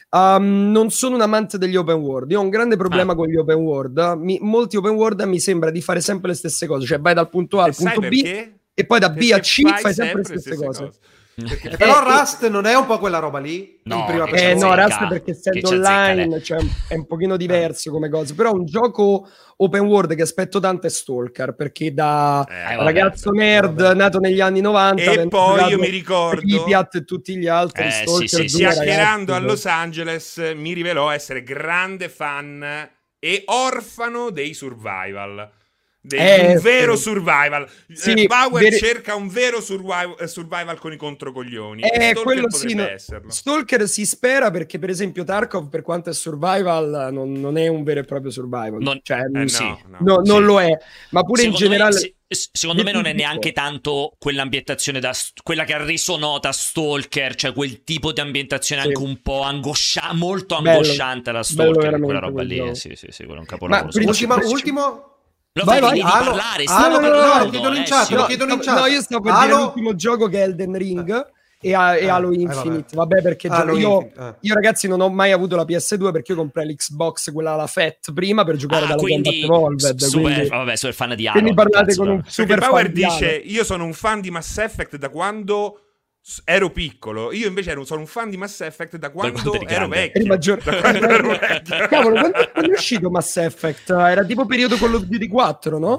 Speaker 4: Um, non sono un amante degli open world. Io ho un grande problema
Speaker 1: Ah.
Speaker 4: con gli open world. Mi- molti open world mi sembra di fare sempre le stesse cose, cioè vai dal punto A
Speaker 3: E
Speaker 4: al
Speaker 3: sai
Speaker 4: punto B
Speaker 3: perché?
Speaker 4: e poi da B
Speaker 3: Perché
Speaker 4: a C fai, sempre le stesse cose.
Speaker 3: Perché-
Speaker 2: Eh, però
Speaker 4: Eh,
Speaker 2: Rust non è un po' quella roba lì?
Speaker 1: No,
Speaker 2: in prima
Speaker 1: che
Speaker 4: Eh
Speaker 1: c'è
Speaker 2: persona?
Speaker 4: no,
Speaker 1: zecca,
Speaker 4: Rust perché
Speaker 1: che
Speaker 4: essendo
Speaker 1: c'è
Speaker 4: online
Speaker 1: zecca,
Speaker 4: cioè, è un pochino diverso come cosa, però un gioco open world che aspetto tanto è Stalker, perché da
Speaker 3: Eh,
Speaker 1: vabbè,
Speaker 4: ragazzo
Speaker 2: vabbè,
Speaker 4: nerd
Speaker 2: vabbè.
Speaker 4: nato negli anni novanta
Speaker 3: E
Speaker 4: avendo
Speaker 3: poi
Speaker 4: giocato
Speaker 3: io mi ricordo-
Speaker 4: Pripyat e tutti gli altri
Speaker 1: Eh,
Speaker 4: Stalker
Speaker 1: sì, sì,
Speaker 4: due,
Speaker 1: sì.
Speaker 3: Chiacchierando a
Speaker 4: ragazzi,
Speaker 3: Los Angeles mi rivelò essere grande fan e orfano dei survival. Di
Speaker 4: Eh,
Speaker 3: un vero
Speaker 4: sì.
Speaker 3: survival.
Speaker 4: Sì,
Speaker 3: Eh, Power
Speaker 4: veri-
Speaker 3: cerca un vero survival, eh, survival con i controcoglioni.
Speaker 4: Eh,
Speaker 3: Stalker
Speaker 4: quello
Speaker 3: potrebbe
Speaker 4: sì, no.
Speaker 3: esserlo.
Speaker 4: Stalker si spera perché per esempio Tarkov per quanto è survival non, non è un vero e proprio survival,
Speaker 1: Non-
Speaker 4: cioè,
Speaker 3: Eh,
Speaker 4: mm,
Speaker 3: no,
Speaker 1: sì.
Speaker 3: no.
Speaker 4: no,
Speaker 1: sì.
Speaker 4: non lo è, ma pure in
Speaker 1: Secondo
Speaker 4: generale
Speaker 1: me, se- s- secondo me
Speaker 4: Di-
Speaker 1: non è
Speaker 4: di-
Speaker 1: neanche tanto quell'ambientazione da st- quella che ha reso nota Stalker, cioè quel tipo di ambientazione
Speaker 4: Sì.
Speaker 1: anche un po' angosciante, molto
Speaker 4: Bello.
Speaker 1: angosciante la
Speaker 4: Bello
Speaker 1: Stalker,
Speaker 4: veramente
Speaker 1: quella roba
Speaker 4: quel
Speaker 1: lì,
Speaker 4: gioco.
Speaker 1: eh, sì, sì, sì, quello è un capolavoro.
Speaker 4: Ma
Speaker 1: secondo
Speaker 2: Ultima,
Speaker 1: me.
Speaker 2: ultimo...
Speaker 1: Lo
Speaker 4: Vai,
Speaker 1: fai
Speaker 4: vai.
Speaker 1: finire di
Speaker 2: Halo.
Speaker 1: parlare,
Speaker 2: Ah,
Speaker 1: stiamo
Speaker 2: no, no, no,
Speaker 1: parlando,
Speaker 2: lo chiedono in chat,
Speaker 1: Alessio.
Speaker 2: lo
Speaker 4: no,
Speaker 2: chiedono in
Speaker 4: no,
Speaker 2: chat.
Speaker 4: no, io stavo per
Speaker 2: Halo-
Speaker 4: dire l'ultimo gioco che è Elden Ring e, a- e
Speaker 2: Eh,
Speaker 4: Halo
Speaker 2: eh,
Speaker 4: Infinite,
Speaker 2: vabbè.
Speaker 4: vabbè, perché
Speaker 2: Halo
Speaker 4: gio- io,
Speaker 2: Infinite, eh.
Speaker 4: io ragazzi non ho mai avuto la P S due perché io comprai l'Xbox quella la Fat prima per giocare
Speaker 1: Ah,
Speaker 4: dalla
Speaker 1: quindi
Speaker 4: Combat Evolved,
Speaker 1: super,
Speaker 4: quindi
Speaker 1: vabbè, super fan di Halo.
Speaker 4: quindi parlate
Speaker 1: cazzo,
Speaker 4: con un
Speaker 1: vabbè.
Speaker 3: Perché
Speaker 4: super
Speaker 3: Power
Speaker 4: fan di Halo.
Speaker 3: dice: io sono un fan di Mass Effect da quando s- ero piccolo. Io invece ero, sono un fan di Mass Effect da quando,
Speaker 1: quando eri
Speaker 3: ero
Speaker 1: grande.
Speaker 3: vecchio.
Speaker 4: Eri maggior-
Speaker 3: Da quando ero vecchio.
Speaker 4: Cavolo, quando, quando è uscito Mass Effect? Era tipo periodo Call of Duty quattro, no?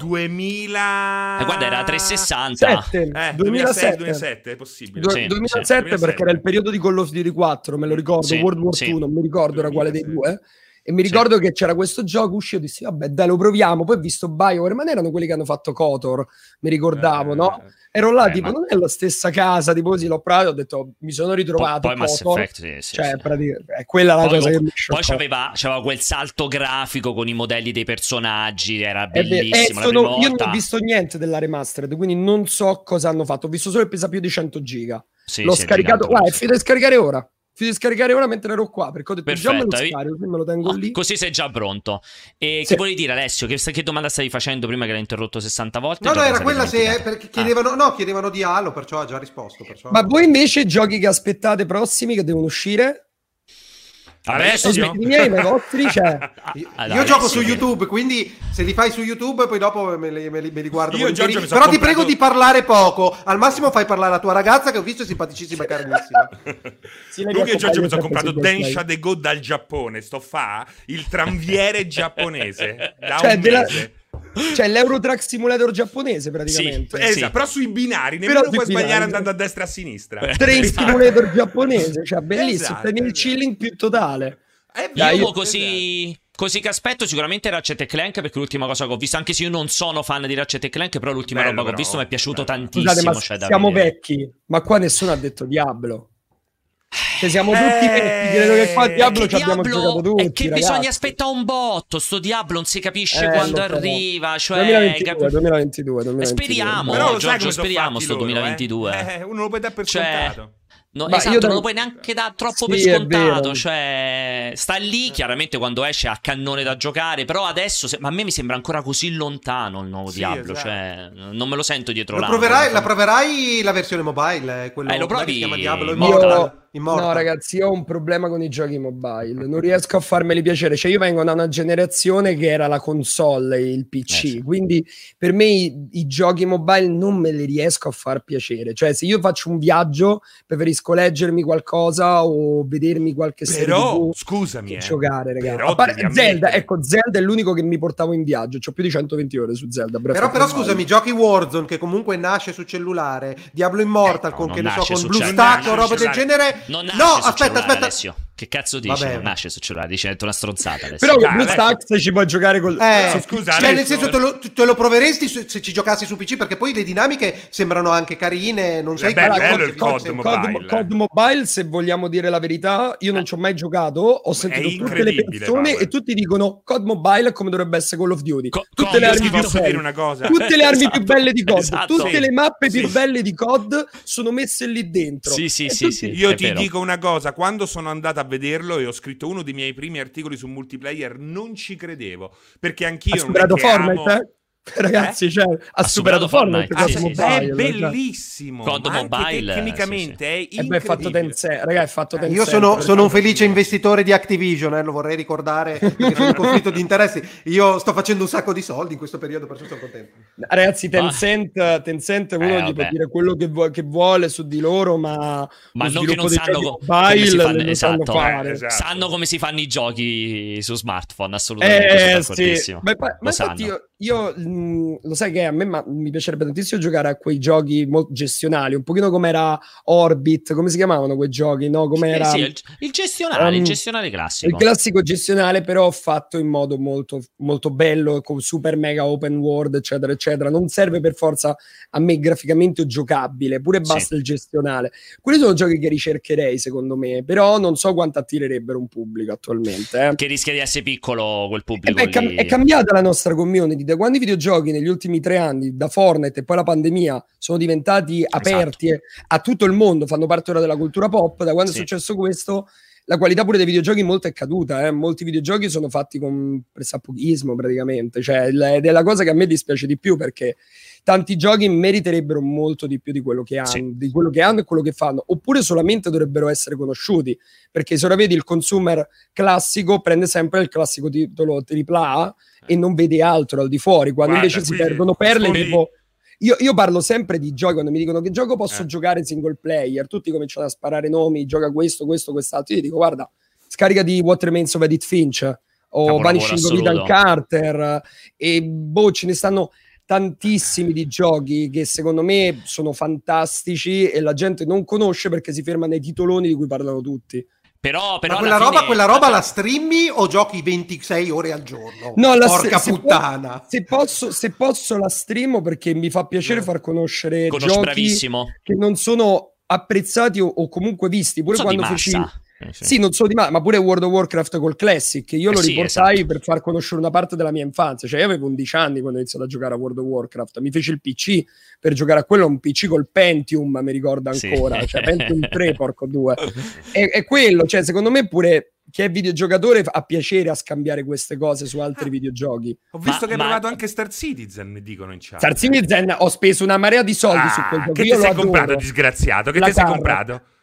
Speaker 3: duemila
Speaker 1: Eh, guarda, era trecentosessanta.
Speaker 4: sette,
Speaker 3: Eh,
Speaker 4: duemilasette.
Speaker 3: duemilasette, è possibile.
Speaker 4: Du-
Speaker 1: Sì,
Speaker 4: duemilasette
Speaker 3: sì.
Speaker 4: perché era il periodo di Call of Duty quattro, me lo ricordo,
Speaker 1: Sì,
Speaker 4: World War
Speaker 1: sì.
Speaker 4: due, non mi ricordo era quale dei
Speaker 3: duemilasette.
Speaker 4: due. E mi ricordo che c'era questo gioco uscito, dissi vabbè dai lo proviamo, poi ho visto BioWare, ma non erano quelli che hanno fatto KOTOR, mi ricordavo,
Speaker 3: Eh,
Speaker 4: no? Ero là
Speaker 1: eh,
Speaker 4: tipo
Speaker 1: ma-
Speaker 4: non è la stessa casa, tipo così l'ho provato, ho detto mi sono
Speaker 1: Poi,
Speaker 4: ritrovato
Speaker 1: poi Mass
Speaker 4: KOTOR,
Speaker 1: Effect, sì, sì,
Speaker 4: cioè
Speaker 1: sì.
Speaker 4: praticamente, è quella la
Speaker 1: Poi,
Speaker 4: cosa che
Speaker 1: comunque-
Speaker 4: mi
Speaker 1: poi
Speaker 4: scioccò.
Speaker 1: c'aveva, c'aveva quel salto grafico con i modelli dei personaggi, era
Speaker 4: È vero.
Speaker 1: bellissimo.
Speaker 4: Eh,
Speaker 1: la
Speaker 4: sono-
Speaker 1: prima
Speaker 4: io non
Speaker 1: volta-
Speaker 4: ho visto niente della remastered, quindi non so cosa hanno fatto. Ho visto solo che pesa più di cento giga.
Speaker 1: Sì,
Speaker 4: L'ho
Speaker 1: sì, è
Speaker 4: scaricato.
Speaker 1: gigante,
Speaker 4: Guarda, è finito di scaricare ora. Finito di scaricare ora mentre ero qua. Perché ho detto già me lo
Speaker 1: Perfetto,
Speaker 4: scarico, quindi me lo tengo
Speaker 1: Oh,
Speaker 4: lì.
Speaker 1: così sei già pronto. E
Speaker 4: Sì.
Speaker 1: che volevi dire, Alessio? Che, che domanda stavi facendo prima che l'hai interrotto sessanta volte?
Speaker 2: No,
Speaker 1: Già
Speaker 2: no,
Speaker 1: te
Speaker 2: era
Speaker 1: la sei
Speaker 2: quella se...
Speaker 1: dimenticata.
Speaker 2: Perché chiedevano, no, chiedevano di Halo, perciò ha già risposto. Perciò...
Speaker 4: Ma voi invece giochi che aspettate prossimi che devono uscire?
Speaker 1: Ah,
Speaker 3: Adesso
Speaker 1: Alessio?
Speaker 4: I miei, ma i vostri, cioè.
Speaker 2: Io,
Speaker 1: Ah,
Speaker 2: io
Speaker 1: dai,
Speaker 2: gioco
Speaker 1: Alessio,
Speaker 2: su
Speaker 1: che-
Speaker 2: YouTube, quindi se li fai su YouTube poi dopo me li, me li- me li guardo
Speaker 3: Io,
Speaker 2: volentieri.
Speaker 3: Giorgio, mi sono
Speaker 2: Però ti
Speaker 3: comprato-
Speaker 2: prego di parlare poco. Al massimo fai parlare la tua ragazza che ho visto è simpaticissima e carinissima.
Speaker 4: Sì, lei
Speaker 3: Comunque io
Speaker 4: mi
Speaker 3: Giorgio mi
Speaker 4: accompagna
Speaker 3: sono comprato
Speaker 4: sempre su
Speaker 3: Densha
Speaker 4: Play.
Speaker 3: The Go dal Giappone. Sto fa il tranviere giapponese da
Speaker 4: Cioè,
Speaker 3: un
Speaker 4: della-
Speaker 3: mese.
Speaker 4: Cioè l'Eurotrack Simulator giapponese praticamente.
Speaker 3: Sì, esatto,
Speaker 1: sì.
Speaker 3: però sui binari, nemmeno
Speaker 4: Però
Speaker 3: puoi
Speaker 4: sui
Speaker 3: sbagliare
Speaker 4: binari.
Speaker 3: andando a destra e a sinistra.
Speaker 4: Train Simulator giapponese, cioè bellissimo,
Speaker 3: Esatto,
Speaker 4: prendi il
Speaker 3: esatto.
Speaker 4: chilling più totale.
Speaker 3: È
Speaker 4: Dai,
Speaker 1: Io
Speaker 4: io-
Speaker 1: così, così che aspetto sicuramente Ratchet e Clank, perché l'ultima cosa che ho visto, anche se io non sono fan di Ratchet e Clank, però l'ultima
Speaker 3: Bello,
Speaker 1: roba che ho
Speaker 3: però.
Speaker 1: visto mi è piaciuto
Speaker 3: Bello.
Speaker 1: tantissimo.
Speaker 4: Scusate, ma
Speaker 1: cioè, da
Speaker 4: siamo
Speaker 1: vedere.
Speaker 4: vecchi, ma qua nessuno ha detto Diablo. Cioè siamo tutti
Speaker 3: Eh,
Speaker 4: vecchi, credo che qua a Diablo
Speaker 1: È
Speaker 4: ci
Speaker 1: che
Speaker 4: abbiamo
Speaker 1: Diablo-
Speaker 4: giocato tutti,
Speaker 1: è che
Speaker 4: ragazzi.
Speaker 1: bisogna aspettare un botto. Sto Diablo non si capisce
Speaker 4: Eh,
Speaker 1: quando
Speaker 4: lo so.
Speaker 1: arriva. Cioè,
Speaker 4: duemilaventidue,
Speaker 1: cap-
Speaker 4: duemilaventidue,
Speaker 1: Eh,
Speaker 4: duemilaventidue.
Speaker 1: speriamo.
Speaker 3: Però lo sai
Speaker 1: Giorgio,
Speaker 3: come sono
Speaker 1: speriamo
Speaker 3: fatti
Speaker 1: sto
Speaker 3: loro,
Speaker 1: duemilaventidue.
Speaker 3: Eh? Eh, uno lo puoi dare per
Speaker 1: Cioè,
Speaker 3: scontato.
Speaker 1: No,
Speaker 4: Ma
Speaker 1: esatto,
Speaker 4: io da-
Speaker 1: non lo puoi neanche dare troppo
Speaker 4: Sì,
Speaker 1: per
Speaker 4: è
Speaker 1: scontato.
Speaker 4: vero.
Speaker 1: Cioè, sta lì chiaramente quando esce a cannone da giocare. Però adesso, se- ma a me mi sembra ancora così lontano il nuovo
Speaker 3: Sì,
Speaker 1: Diablo.
Speaker 3: esatto.
Speaker 1: Cioè, non me lo sento dietro
Speaker 2: Lo
Speaker 1: l'angolo.
Speaker 2: proverai, la proverai la versione mobile? eh, Quello
Speaker 1: Eh, lo
Speaker 2: com'è che
Speaker 1: provi
Speaker 2: si chiama Diablo
Speaker 1: io-
Speaker 2: Immortal?
Speaker 4: Io,
Speaker 2: Immortal.
Speaker 4: no ragazzi, io ho un problema con i giochi mobile, non riesco a farmeli piacere, cioè io vengo da una generazione che era la console, il P C,
Speaker 1: Eh, sì.
Speaker 4: quindi per me i, i giochi mobile non me li riesco a far piacere, cioè se io faccio un viaggio preferisco leggermi qualcosa o vedermi qualche serie
Speaker 3: Però,
Speaker 4: T V
Speaker 3: scusami,
Speaker 4: che
Speaker 3: eh,
Speaker 4: giocare, ragazzi.
Speaker 3: però
Speaker 4: A parte
Speaker 3: devi
Speaker 4: Zelda,
Speaker 3: ammettere-
Speaker 4: ecco, Zelda è l'unico che mi portavo in viaggio, c'ho più di centoventi ore su Zelda. Breath
Speaker 2: Però,
Speaker 4: of the
Speaker 2: però
Speaker 4: Wild.
Speaker 2: scusami, giochi Warzone che comunque nasce su cellulare, Diablo Immortal
Speaker 1: Eh, no,
Speaker 2: con,
Speaker 1: non
Speaker 2: che ne so,
Speaker 1: nasce
Speaker 2: con
Speaker 1: su
Speaker 2: BlueStack
Speaker 3: cellulare.
Speaker 2: o roba del
Speaker 3: Non
Speaker 2: genere.
Speaker 1: Non nasce
Speaker 2: no,
Speaker 1: su
Speaker 2: aspetta,
Speaker 1: cellulare,
Speaker 2: aspetta.
Speaker 1: Alessio. Che cazzo dici?
Speaker 2: Vabbè.
Speaker 1: Non nasce su cellulare, dice una stronzata adesso.
Speaker 4: Però
Speaker 3: Dai,
Speaker 4: con BlueStacks ci puoi giocare col...
Speaker 2: Eh,
Speaker 3: So, scusa,
Speaker 2: cioè, nel
Speaker 3: adesso-
Speaker 2: senso, te lo, te lo proveresti su- se ci giocassi su P C? Perché poi le dinamiche sembrano anche carine. Non sei
Speaker 3: beh,
Speaker 2: come-
Speaker 3: bello il
Speaker 2: come-
Speaker 3: C O D
Speaker 2: come-
Speaker 3: mobile.
Speaker 4: COD, COD Mobile, se vogliamo dire la verità, io non ci ho mai giocato, ho sentito tutte le
Speaker 3: incredibile,
Speaker 4: persone
Speaker 3: Power.
Speaker 4: e tutti dicono COD Mobile è come dovrebbe essere Call of Duty.
Speaker 1: Co-
Speaker 4: tutte
Speaker 1: COD,
Speaker 4: le armi
Speaker 3: Ti
Speaker 4: più
Speaker 3: posso
Speaker 4: belle,
Speaker 3: dire una cosa?
Speaker 4: tutte le armi
Speaker 1: Esatto,
Speaker 4: più belle di COD,
Speaker 1: esatto.
Speaker 4: tutte
Speaker 3: Sì.
Speaker 4: le mappe
Speaker 3: Sì.
Speaker 4: più belle di COD sono messe lì dentro.
Speaker 1: Sì, sì,
Speaker 4: E
Speaker 1: sì,
Speaker 4: tutti-
Speaker 1: sì.
Speaker 3: Io
Speaker 1: è
Speaker 3: ti
Speaker 1: vero.
Speaker 3: dico una cosa, quando sono andato a vederlo e ho scritto uno dei miei primi articoli su multiplayer, non ci credevo, perché anch'io
Speaker 4: Ha
Speaker 3: non è
Speaker 4: superato
Speaker 3: che
Speaker 4: Fortnite,
Speaker 3: amo-
Speaker 4: eh? Ragazzi, cioè, ha,
Speaker 1: Ha
Speaker 4: superato
Speaker 1: superato
Speaker 4: Fortnite,
Speaker 1: Fortnite,
Speaker 4: COD
Speaker 1: sì, sì,
Speaker 4: Mobile,
Speaker 3: è
Speaker 4: cioè.
Speaker 3: bellissimo,
Speaker 1: COD
Speaker 3: ma anche
Speaker 1: Mobile,
Speaker 3: tecnicamente è
Speaker 4: E
Speaker 3: incredibile.
Speaker 4: beh, è fatto Tencent, raga, è fatto
Speaker 2: Eh,
Speaker 4: Tencent.
Speaker 2: Io sono, sono un felice
Speaker 3: Sì.
Speaker 2: investitore di Activision, eh, lo vorrei ricordare perché sono in conflitto di interessi. Io sto facendo un sacco di soldi in questo periodo, perciò sono contento.
Speaker 4: Ragazzi, Tencent, Tencent uno
Speaker 1: Eh,
Speaker 4: gli può
Speaker 1: vabbè.
Speaker 4: dire quello che, vu- che vuole su di loro, ma,
Speaker 1: Ma
Speaker 4: lo
Speaker 1: non che
Speaker 4: sviluppo
Speaker 1: non
Speaker 4: dei
Speaker 1: sanno
Speaker 4: giochi
Speaker 1: co-
Speaker 4: mobile
Speaker 1: come si fanno,
Speaker 4: lo sanno
Speaker 1: esatto,
Speaker 4: fare.
Speaker 3: eh, esatto.
Speaker 1: sanno come si fanno i giochi su smartphone, assolutamente, sono
Speaker 4: Eh sì,
Speaker 1: d'accordissimo.
Speaker 4: ma, ma
Speaker 1: Lo
Speaker 4: infatti
Speaker 1: sanno.
Speaker 4: io, io mh, lo sai che a me ma, mi piacerebbe tantissimo giocare a quei giochi molto gestionali, un pochino come era Orbit, come si chiamavano quei giochi, no? Come
Speaker 1: Eh,
Speaker 4: era
Speaker 1: sì, il, il gestionale, il
Speaker 4: um,
Speaker 1: gestionale classico.
Speaker 4: il classico gestionale, però fatto in modo molto, molto bello, con super mega open world, eccetera, eccetera. Non serve per forza a me graficamente o giocabile, pure
Speaker 1: Sì.
Speaker 4: basta il gestionale. Quelli sono giochi che ricercherei, secondo me, però non so quanto attirerebbero un pubblico attualmente. Eh.
Speaker 1: Che rischia di essere piccolo quel
Speaker 4: Eh
Speaker 1: pubblico
Speaker 4: beh, è, cam-
Speaker 1: lì.
Speaker 4: è cambiata la nostra community. Da quando i videogiochi negli ultimi tre anni, da Fortnite e poi la pandemia, sono diventati aperti e- a tutto il mondo, fanno parte ora della cultura pop, da quando
Speaker 1: Sì.
Speaker 4: è successo questo, la qualità pure dei videogiochi molto è caduta. Eh. Molti videogiochi sono fatti con pressapochismo praticamente, cioè, l- ed è la cosa che a me dispiace di più, perché tanti giochi meriterebbero molto di più di quello che hanno,
Speaker 1: Sì.
Speaker 4: di quello che hanno e quello che fanno, oppure solamente dovrebbero essere conosciuti, perché se ora vedi il consumer classico prende sempre il classico titolo tripla A e non vede altro al di fuori, quando
Speaker 3: Guarda,
Speaker 4: invece si
Speaker 3: qui
Speaker 4: perdono perle
Speaker 3: sfondi-
Speaker 4: tipo... Io, io parlo sempre di giochi, quando mi dicono che gioco posso
Speaker 3: Eh.
Speaker 4: giocare single player, tutti cominciano a sparare nomi, gioca questo, questo, quest'altro, io dico guarda, scaricati What Remains of Edith Finch o
Speaker 1: Capolavoro
Speaker 4: Vanishing of Ethan
Speaker 1: assoluto.
Speaker 4: Carter e boh, ce ne stanno tantissimi di giochi che secondo me sono fantastici e la gente non conosce perché si ferma nei titoloni di cui parlano tutti.
Speaker 1: Però, però
Speaker 2: Ma
Speaker 1: alla
Speaker 2: quella roba,
Speaker 1: fine-
Speaker 2: quella roba la streami o giochi ventisei ore al giorno?
Speaker 4: No, la-
Speaker 2: Porca
Speaker 4: se- se
Speaker 2: puttana.
Speaker 4: po- Se posso, se posso la streamo perché mi fa piacere
Speaker 2: Eh.
Speaker 4: far conoscere
Speaker 1: Conosci
Speaker 4: giochi
Speaker 1: bravissimo.
Speaker 4: che non sono apprezzati o, o comunque visti. Pure
Speaker 1: Non so di
Speaker 4: quando feci...
Speaker 1: massa. Eh, sì.
Speaker 4: Sì, non so di ma, ma pure World of Warcraft col Classic, io
Speaker 1: Eh
Speaker 4: lo
Speaker 1: sì,
Speaker 4: riportai
Speaker 1: esatto.
Speaker 4: per far conoscere una parte della mia infanzia, cioè io avevo undici anni quando ho iniziato a giocare a World of Warcraft, mi feci il P C per giocare a quello, un P C col Pentium, mi ricordo
Speaker 1: Sì.
Speaker 4: ancora, cioè Pentium tre, porco due. È, è quello, cioè secondo me pure chi è videogiocatore ha piacere a scambiare queste cose su altri videogiochi.
Speaker 3: Ho visto
Speaker 1: Ma-
Speaker 3: che hai
Speaker 1: ma-
Speaker 3: provato anche Star Citizen, mi dicono in chat.
Speaker 4: Star Citizen ho speso una marea di soldi
Speaker 3: Ah,
Speaker 4: su quel gioco.
Speaker 3: che
Speaker 4: io
Speaker 3: ti
Speaker 4: lo
Speaker 3: sei
Speaker 4: adoro.
Speaker 3: comprato, disgraziato? Che
Speaker 4: La
Speaker 3: ti sei
Speaker 4: Carrack.
Speaker 3: comprato?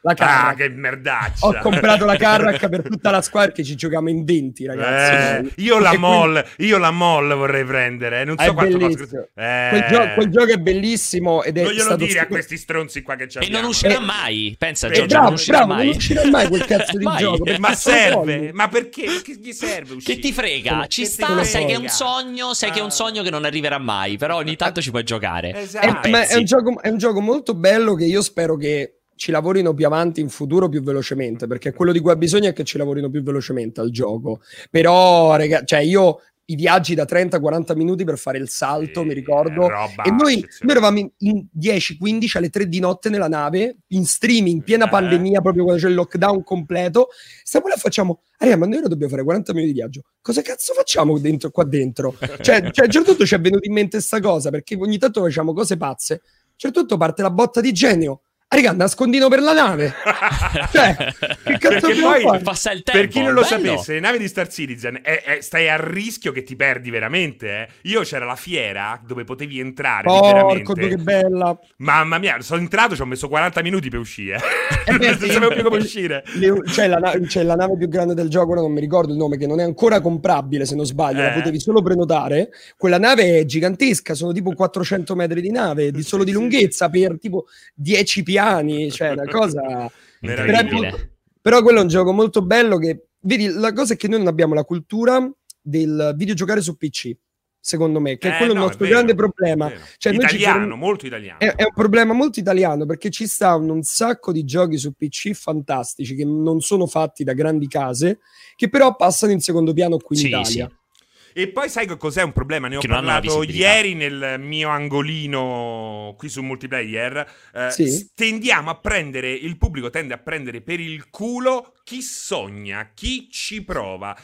Speaker 4: La Carrack.
Speaker 3: Ah, che merdaccia.
Speaker 4: Ho comprato la Carrack per tutta la squadra che ci giochiamo in venti, ragazzi.
Speaker 3: Eh, io la
Speaker 4: E
Speaker 3: Mall,
Speaker 4: quindi-
Speaker 3: io la Mall vorrei prendere, non so
Speaker 4: È
Speaker 3: quanto
Speaker 4: bellissimo.
Speaker 3: costa. Eh,
Speaker 4: Quel, gio- quel gioco è bellissimo ed è
Speaker 3: non glielo
Speaker 4: stato
Speaker 3: dire a
Speaker 4: scritto-
Speaker 3: questi stronzi qua che ci
Speaker 1: E non
Speaker 3: abbiamo.
Speaker 1: uscirà
Speaker 4: Eh,
Speaker 1: mai. Pensa,
Speaker 3: eh,
Speaker 1: Giorgio,
Speaker 4: bravo,
Speaker 1: non uscirà
Speaker 4: bravo,
Speaker 1: mai.
Speaker 4: non uscirà mai quel cazzo di
Speaker 1: Mai.
Speaker 4: gioco, perché
Speaker 3: Ma
Speaker 4: sono
Speaker 3: serve,
Speaker 4: folli.
Speaker 3: ma perché? Che gli serve uscire?
Speaker 1: Che ti frega? Ci
Speaker 3: Che
Speaker 1: sta,
Speaker 3: ti
Speaker 1: sai che è un
Speaker 3: frega?
Speaker 1: sogno, sai che è un
Speaker 3: Ah.
Speaker 1: sogno che non arriverà mai, però ogni tanto ci puoi giocare.
Speaker 3: Esatto.
Speaker 4: Eh,
Speaker 1: A
Speaker 4: ma è
Speaker 1: pezzi.
Speaker 4: un, gioco, è un gioco molto bello che io spero che ci lavorino più avanti in futuro più velocemente, perché quello di cui ha bisogno è che ci lavorino più velocemente al gioco. Però, rega- cioè io i viaggi da trenta quaranta minuti per fare il salto,
Speaker 3: Sì,
Speaker 4: mi ricordo,
Speaker 3: roba
Speaker 4: e noi,
Speaker 3: eccezionale.
Speaker 4: noi eravamo in, in dieci quindici alle tre di notte nella nave, in streaming, piena
Speaker 3: Eh.
Speaker 4: pandemia, proprio quando c'è il lockdown completo. Stiamo là e facciamo, ah, ma noi ora dobbiamo fare quaranta minuti di viaggio. Cosa cazzo facciamo dentro, qua dentro? Cioè, cioè, a un certo punto ci è venuto in mente sta cosa, perché ogni tanto facciamo cose pazze. A un certo punto parte la botta di genio. Ah, raga, nascondino per la nave. Cioè, che cazzo
Speaker 3: Perché
Speaker 4: dobbiamo
Speaker 3: poi,
Speaker 4: fare?
Speaker 1: Passa il tempo.
Speaker 3: per chi non lo
Speaker 1: bello.
Speaker 3: sapesse, le navi di Star Citizen è- è- stai a rischio che ti perdi veramente. Eh. Io c'era la fiera dove potevi entrare
Speaker 4: Porco,
Speaker 3: liberamente.
Speaker 4: che bella.
Speaker 3: Mamma mia, sono entrato, ci ho messo quaranta minuti per uscire.
Speaker 4: Eh beh,
Speaker 3: non
Speaker 4: sì.
Speaker 3: sapevo più come uscire.
Speaker 4: Le- c'è, la, na- c'è la nave più grande del gioco, ora non mi ricordo il nome, che non è ancora comprabile se non sbaglio, la
Speaker 3: Eh.
Speaker 4: potevi solo prenotare. Quella nave è gigantesca, sono tipo quattrocento metri di nave, di solo di
Speaker 3: Sì, sì.
Speaker 4: lunghezza per tipo dieci piani, cioè una cosa... Però, è
Speaker 1: Incredibile.
Speaker 4: molto- però quello è un gioco molto bello che... Vedi, la cosa è che noi non abbiamo la cultura del videogiocare su P C, secondo me, che è
Speaker 3: Eh,
Speaker 4: quello
Speaker 3: no,
Speaker 4: il nostro
Speaker 3: è vero,
Speaker 4: grande problema.
Speaker 3: è vero.
Speaker 4: Cioè, noi ci
Speaker 3: Italiano,
Speaker 4: ferm-
Speaker 3: molto italiano.
Speaker 4: È, è un problema molto italiano perché ci stanno un sacco di giochi su P C fantastici che non sono fatti da grandi case, che però passano in secondo piano qui in
Speaker 1: Sì,
Speaker 4: Italia.
Speaker 1: sì.
Speaker 3: E poi sai che cos'è un problema? Ne ho
Speaker 1: Che non hanno la
Speaker 3: parlato
Speaker 1: visibilità.
Speaker 3: ieri nel mio angolino qui su Multiplayer. Eh,
Speaker 4: Sì.
Speaker 3: s- tendiamo a prendere, il pubblico tende a prendere per il culo chi sogna, chi ci prova.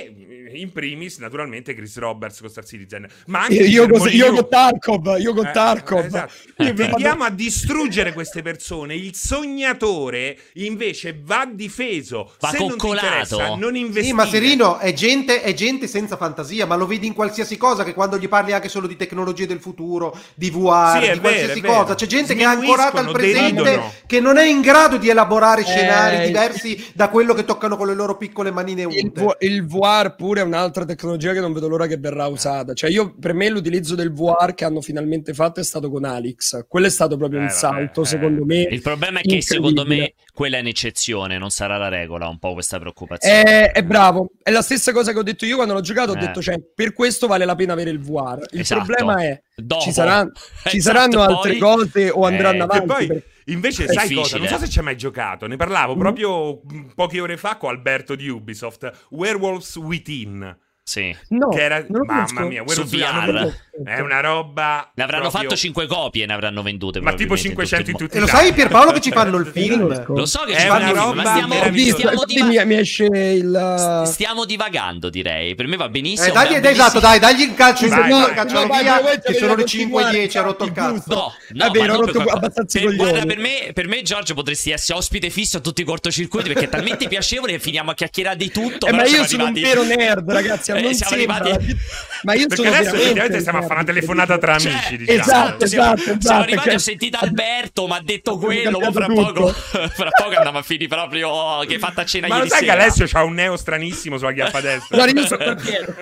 Speaker 3: E in primis, naturalmente, Chris Roberts con Star Citizen. Ma anche
Speaker 4: Io, io, con,
Speaker 3: Germolino.
Speaker 4: io con Tarkov, io con
Speaker 3: Eh,
Speaker 4: Tarkov.
Speaker 3: esatto.
Speaker 4: Io mi
Speaker 3: Tendiamo a distruggere queste persone. Il sognatore invece va difeso.
Speaker 1: Va
Speaker 3: Se non ti
Speaker 1: coccolato.
Speaker 3: interessa, non investire.
Speaker 2: Sì, ma Serino è gente, è gente senza fantasia, ma lo vedi in qualsiasi cosa, che quando gli parli anche solo di tecnologie del futuro, di V R,
Speaker 3: Sì, è
Speaker 2: di
Speaker 3: vero,
Speaker 2: qualsiasi
Speaker 3: è vero.
Speaker 2: cosa, c'è gente che è ancorata al
Speaker 3: Sminuiscono,
Speaker 2: presente,
Speaker 3: deridono.
Speaker 2: che non è in grado di elaborare scenari
Speaker 4: Eh,
Speaker 2: diversi da quello che toccano con le loro piccole manine
Speaker 4: Il,
Speaker 2: unte.
Speaker 4: V- il V R pure è un'altra tecnologia che non vedo l'ora che verrà usata. Cioè, io per me l'utilizzo del V R che hanno finalmente fatto è stato con Alix. Quello è stato proprio
Speaker 3: Eh,
Speaker 4: un
Speaker 3: vabbè,
Speaker 4: salto,
Speaker 3: eh.
Speaker 4: secondo me.
Speaker 1: Il problema è che secondo me
Speaker 4: incredibile.
Speaker 1: quella è un'eccezione, non sarà la regola, un po' questa preoccupazione.
Speaker 4: È, è bravo, è la stessa cosa che ho detto io quando l'ho giocato. Ho
Speaker 1: Eh.
Speaker 4: detto, cioè, per questo vale la pena avere il V R. Il
Speaker 1: Esatto.
Speaker 4: problema è
Speaker 1: Dopo.
Speaker 4: ci, saranno, ci
Speaker 1: Esatto,
Speaker 4: saranno altre
Speaker 1: poi-
Speaker 4: cose o andranno
Speaker 1: Eh,
Speaker 3: E
Speaker 4: avanti.
Speaker 3: poi,
Speaker 4: perché-
Speaker 3: invece,
Speaker 1: È
Speaker 3: sai
Speaker 1: difficile.
Speaker 3: cosa? Non so se ci hai mai giocato. Ne parlavo
Speaker 4: Mm.
Speaker 3: proprio mh, poche ore fa con Alberto di Ubisoft. Werewolves Within.
Speaker 1: Sì.
Speaker 4: No,
Speaker 3: che era...
Speaker 4: non lo
Speaker 3: Mamma
Speaker 4: conosco.
Speaker 3: mia,
Speaker 1: Su
Speaker 3: Werewolves
Speaker 1: V R.
Speaker 3: Within è una roba.
Speaker 1: Ne avranno
Speaker 3: proprio-
Speaker 1: fatto cinque copie, ne avranno vendute.
Speaker 3: Ma tipo
Speaker 1: probabilmente
Speaker 3: cinquecento in
Speaker 1: tutto il
Speaker 3: tutti
Speaker 2: E lo
Speaker 3: i
Speaker 2: sai
Speaker 3: casi.
Speaker 2: Pierpaolo che ci fanno il
Speaker 4: Io
Speaker 2: film?
Speaker 4: conosco.
Speaker 1: mondo. Lo so che
Speaker 3: È
Speaker 1: ci
Speaker 3: una
Speaker 1: fanno il film,
Speaker 3: roba
Speaker 1: ma stiamo,
Speaker 4: Ho
Speaker 3: meravigliosa.
Speaker 4: visto,
Speaker 1: stiamo,
Speaker 4: infatti
Speaker 1: diva-
Speaker 4: mi, mi esce il...
Speaker 1: stiamo divagando, direi. Per me va benissimo.
Speaker 2: Eh, dagli,
Speaker 1: va
Speaker 2: dai,
Speaker 1: benissimo.
Speaker 2: esatto, dai, dagli il calcio in
Speaker 3: Vai,
Speaker 2: no,
Speaker 3: vai.
Speaker 2: caccialo
Speaker 4: No, vai,
Speaker 2: via,
Speaker 4: vai, vai,
Speaker 2: che
Speaker 4: vai,
Speaker 2: sono
Speaker 4: vai,
Speaker 2: le cinque e
Speaker 4: vai,
Speaker 2: dieci, ha rotto il
Speaker 4: vai,
Speaker 2: cazzo.
Speaker 1: No, no,
Speaker 4: È vero,
Speaker 1: ma
Speaker 4: ho
Speaker 1: non
Speaker 4: rotto
Speaker 1: per-
Speaker 4: abbastanza i
Speaker 1: per,
Speaker 4: coglioni.
Speaker 1: guarda, per me, per me, Giorgio, potresti essere ospite fisso a tutti i cortocircuiti perché è talmente piacevole che finiamo a chiacchierare di tutto.
Speaker 4: Eh,
Speaker 1: però
Speaker 4: ma
Speaker 1: siamo
Speaker 4: io sono
Speaker 1: arrivati-
Speaker 4: un vero nerd, ragazzi.
Speaker 1: Eh,
Speaker 4: Non
Speaker 1: siamo
Speaker 4: sembra.
Speaker 1: arrivati-
Speaker 4: Ma io
Speaker 3: Perché
Speaker 4: sono
Speaker 3: adesso
Speaker 4: veramente
Speaker 3: effettivamente stiamo a
Speaker 4: nerd.
Speaker 3: fare una telefonata tra
Speaker 1: Cioè,
Speaker 3: amici, diciamo.
Speaker 4: esatto,
Speaker 1: siamo,
Speaker 4: esatto,
Speaker 1: siamo
Speaker 4: esatto,
Speaker 1: arrivati,
Speaker 4: cioè-
Speaker 1: ho sentito Alberto, mi ha detto
Speaker 4: Abbiamo
Speaker 1: quello, mo fra
Speaker 4: cambiato
Speaker 1: poco,
Speaker 4: tutto.
Speaker 1: fra poco andiamo a finire proprio oh, che hai fatto a cena
Speaker 3: Ma lo
Speaker 1: ieri
Speaker 3: sai
Speaker 1: sera.
Speaker 3: che Alessio c'ha un neo stranissimo sulla chiappa destra?
Speaker 4: Guarda, io sono pieno.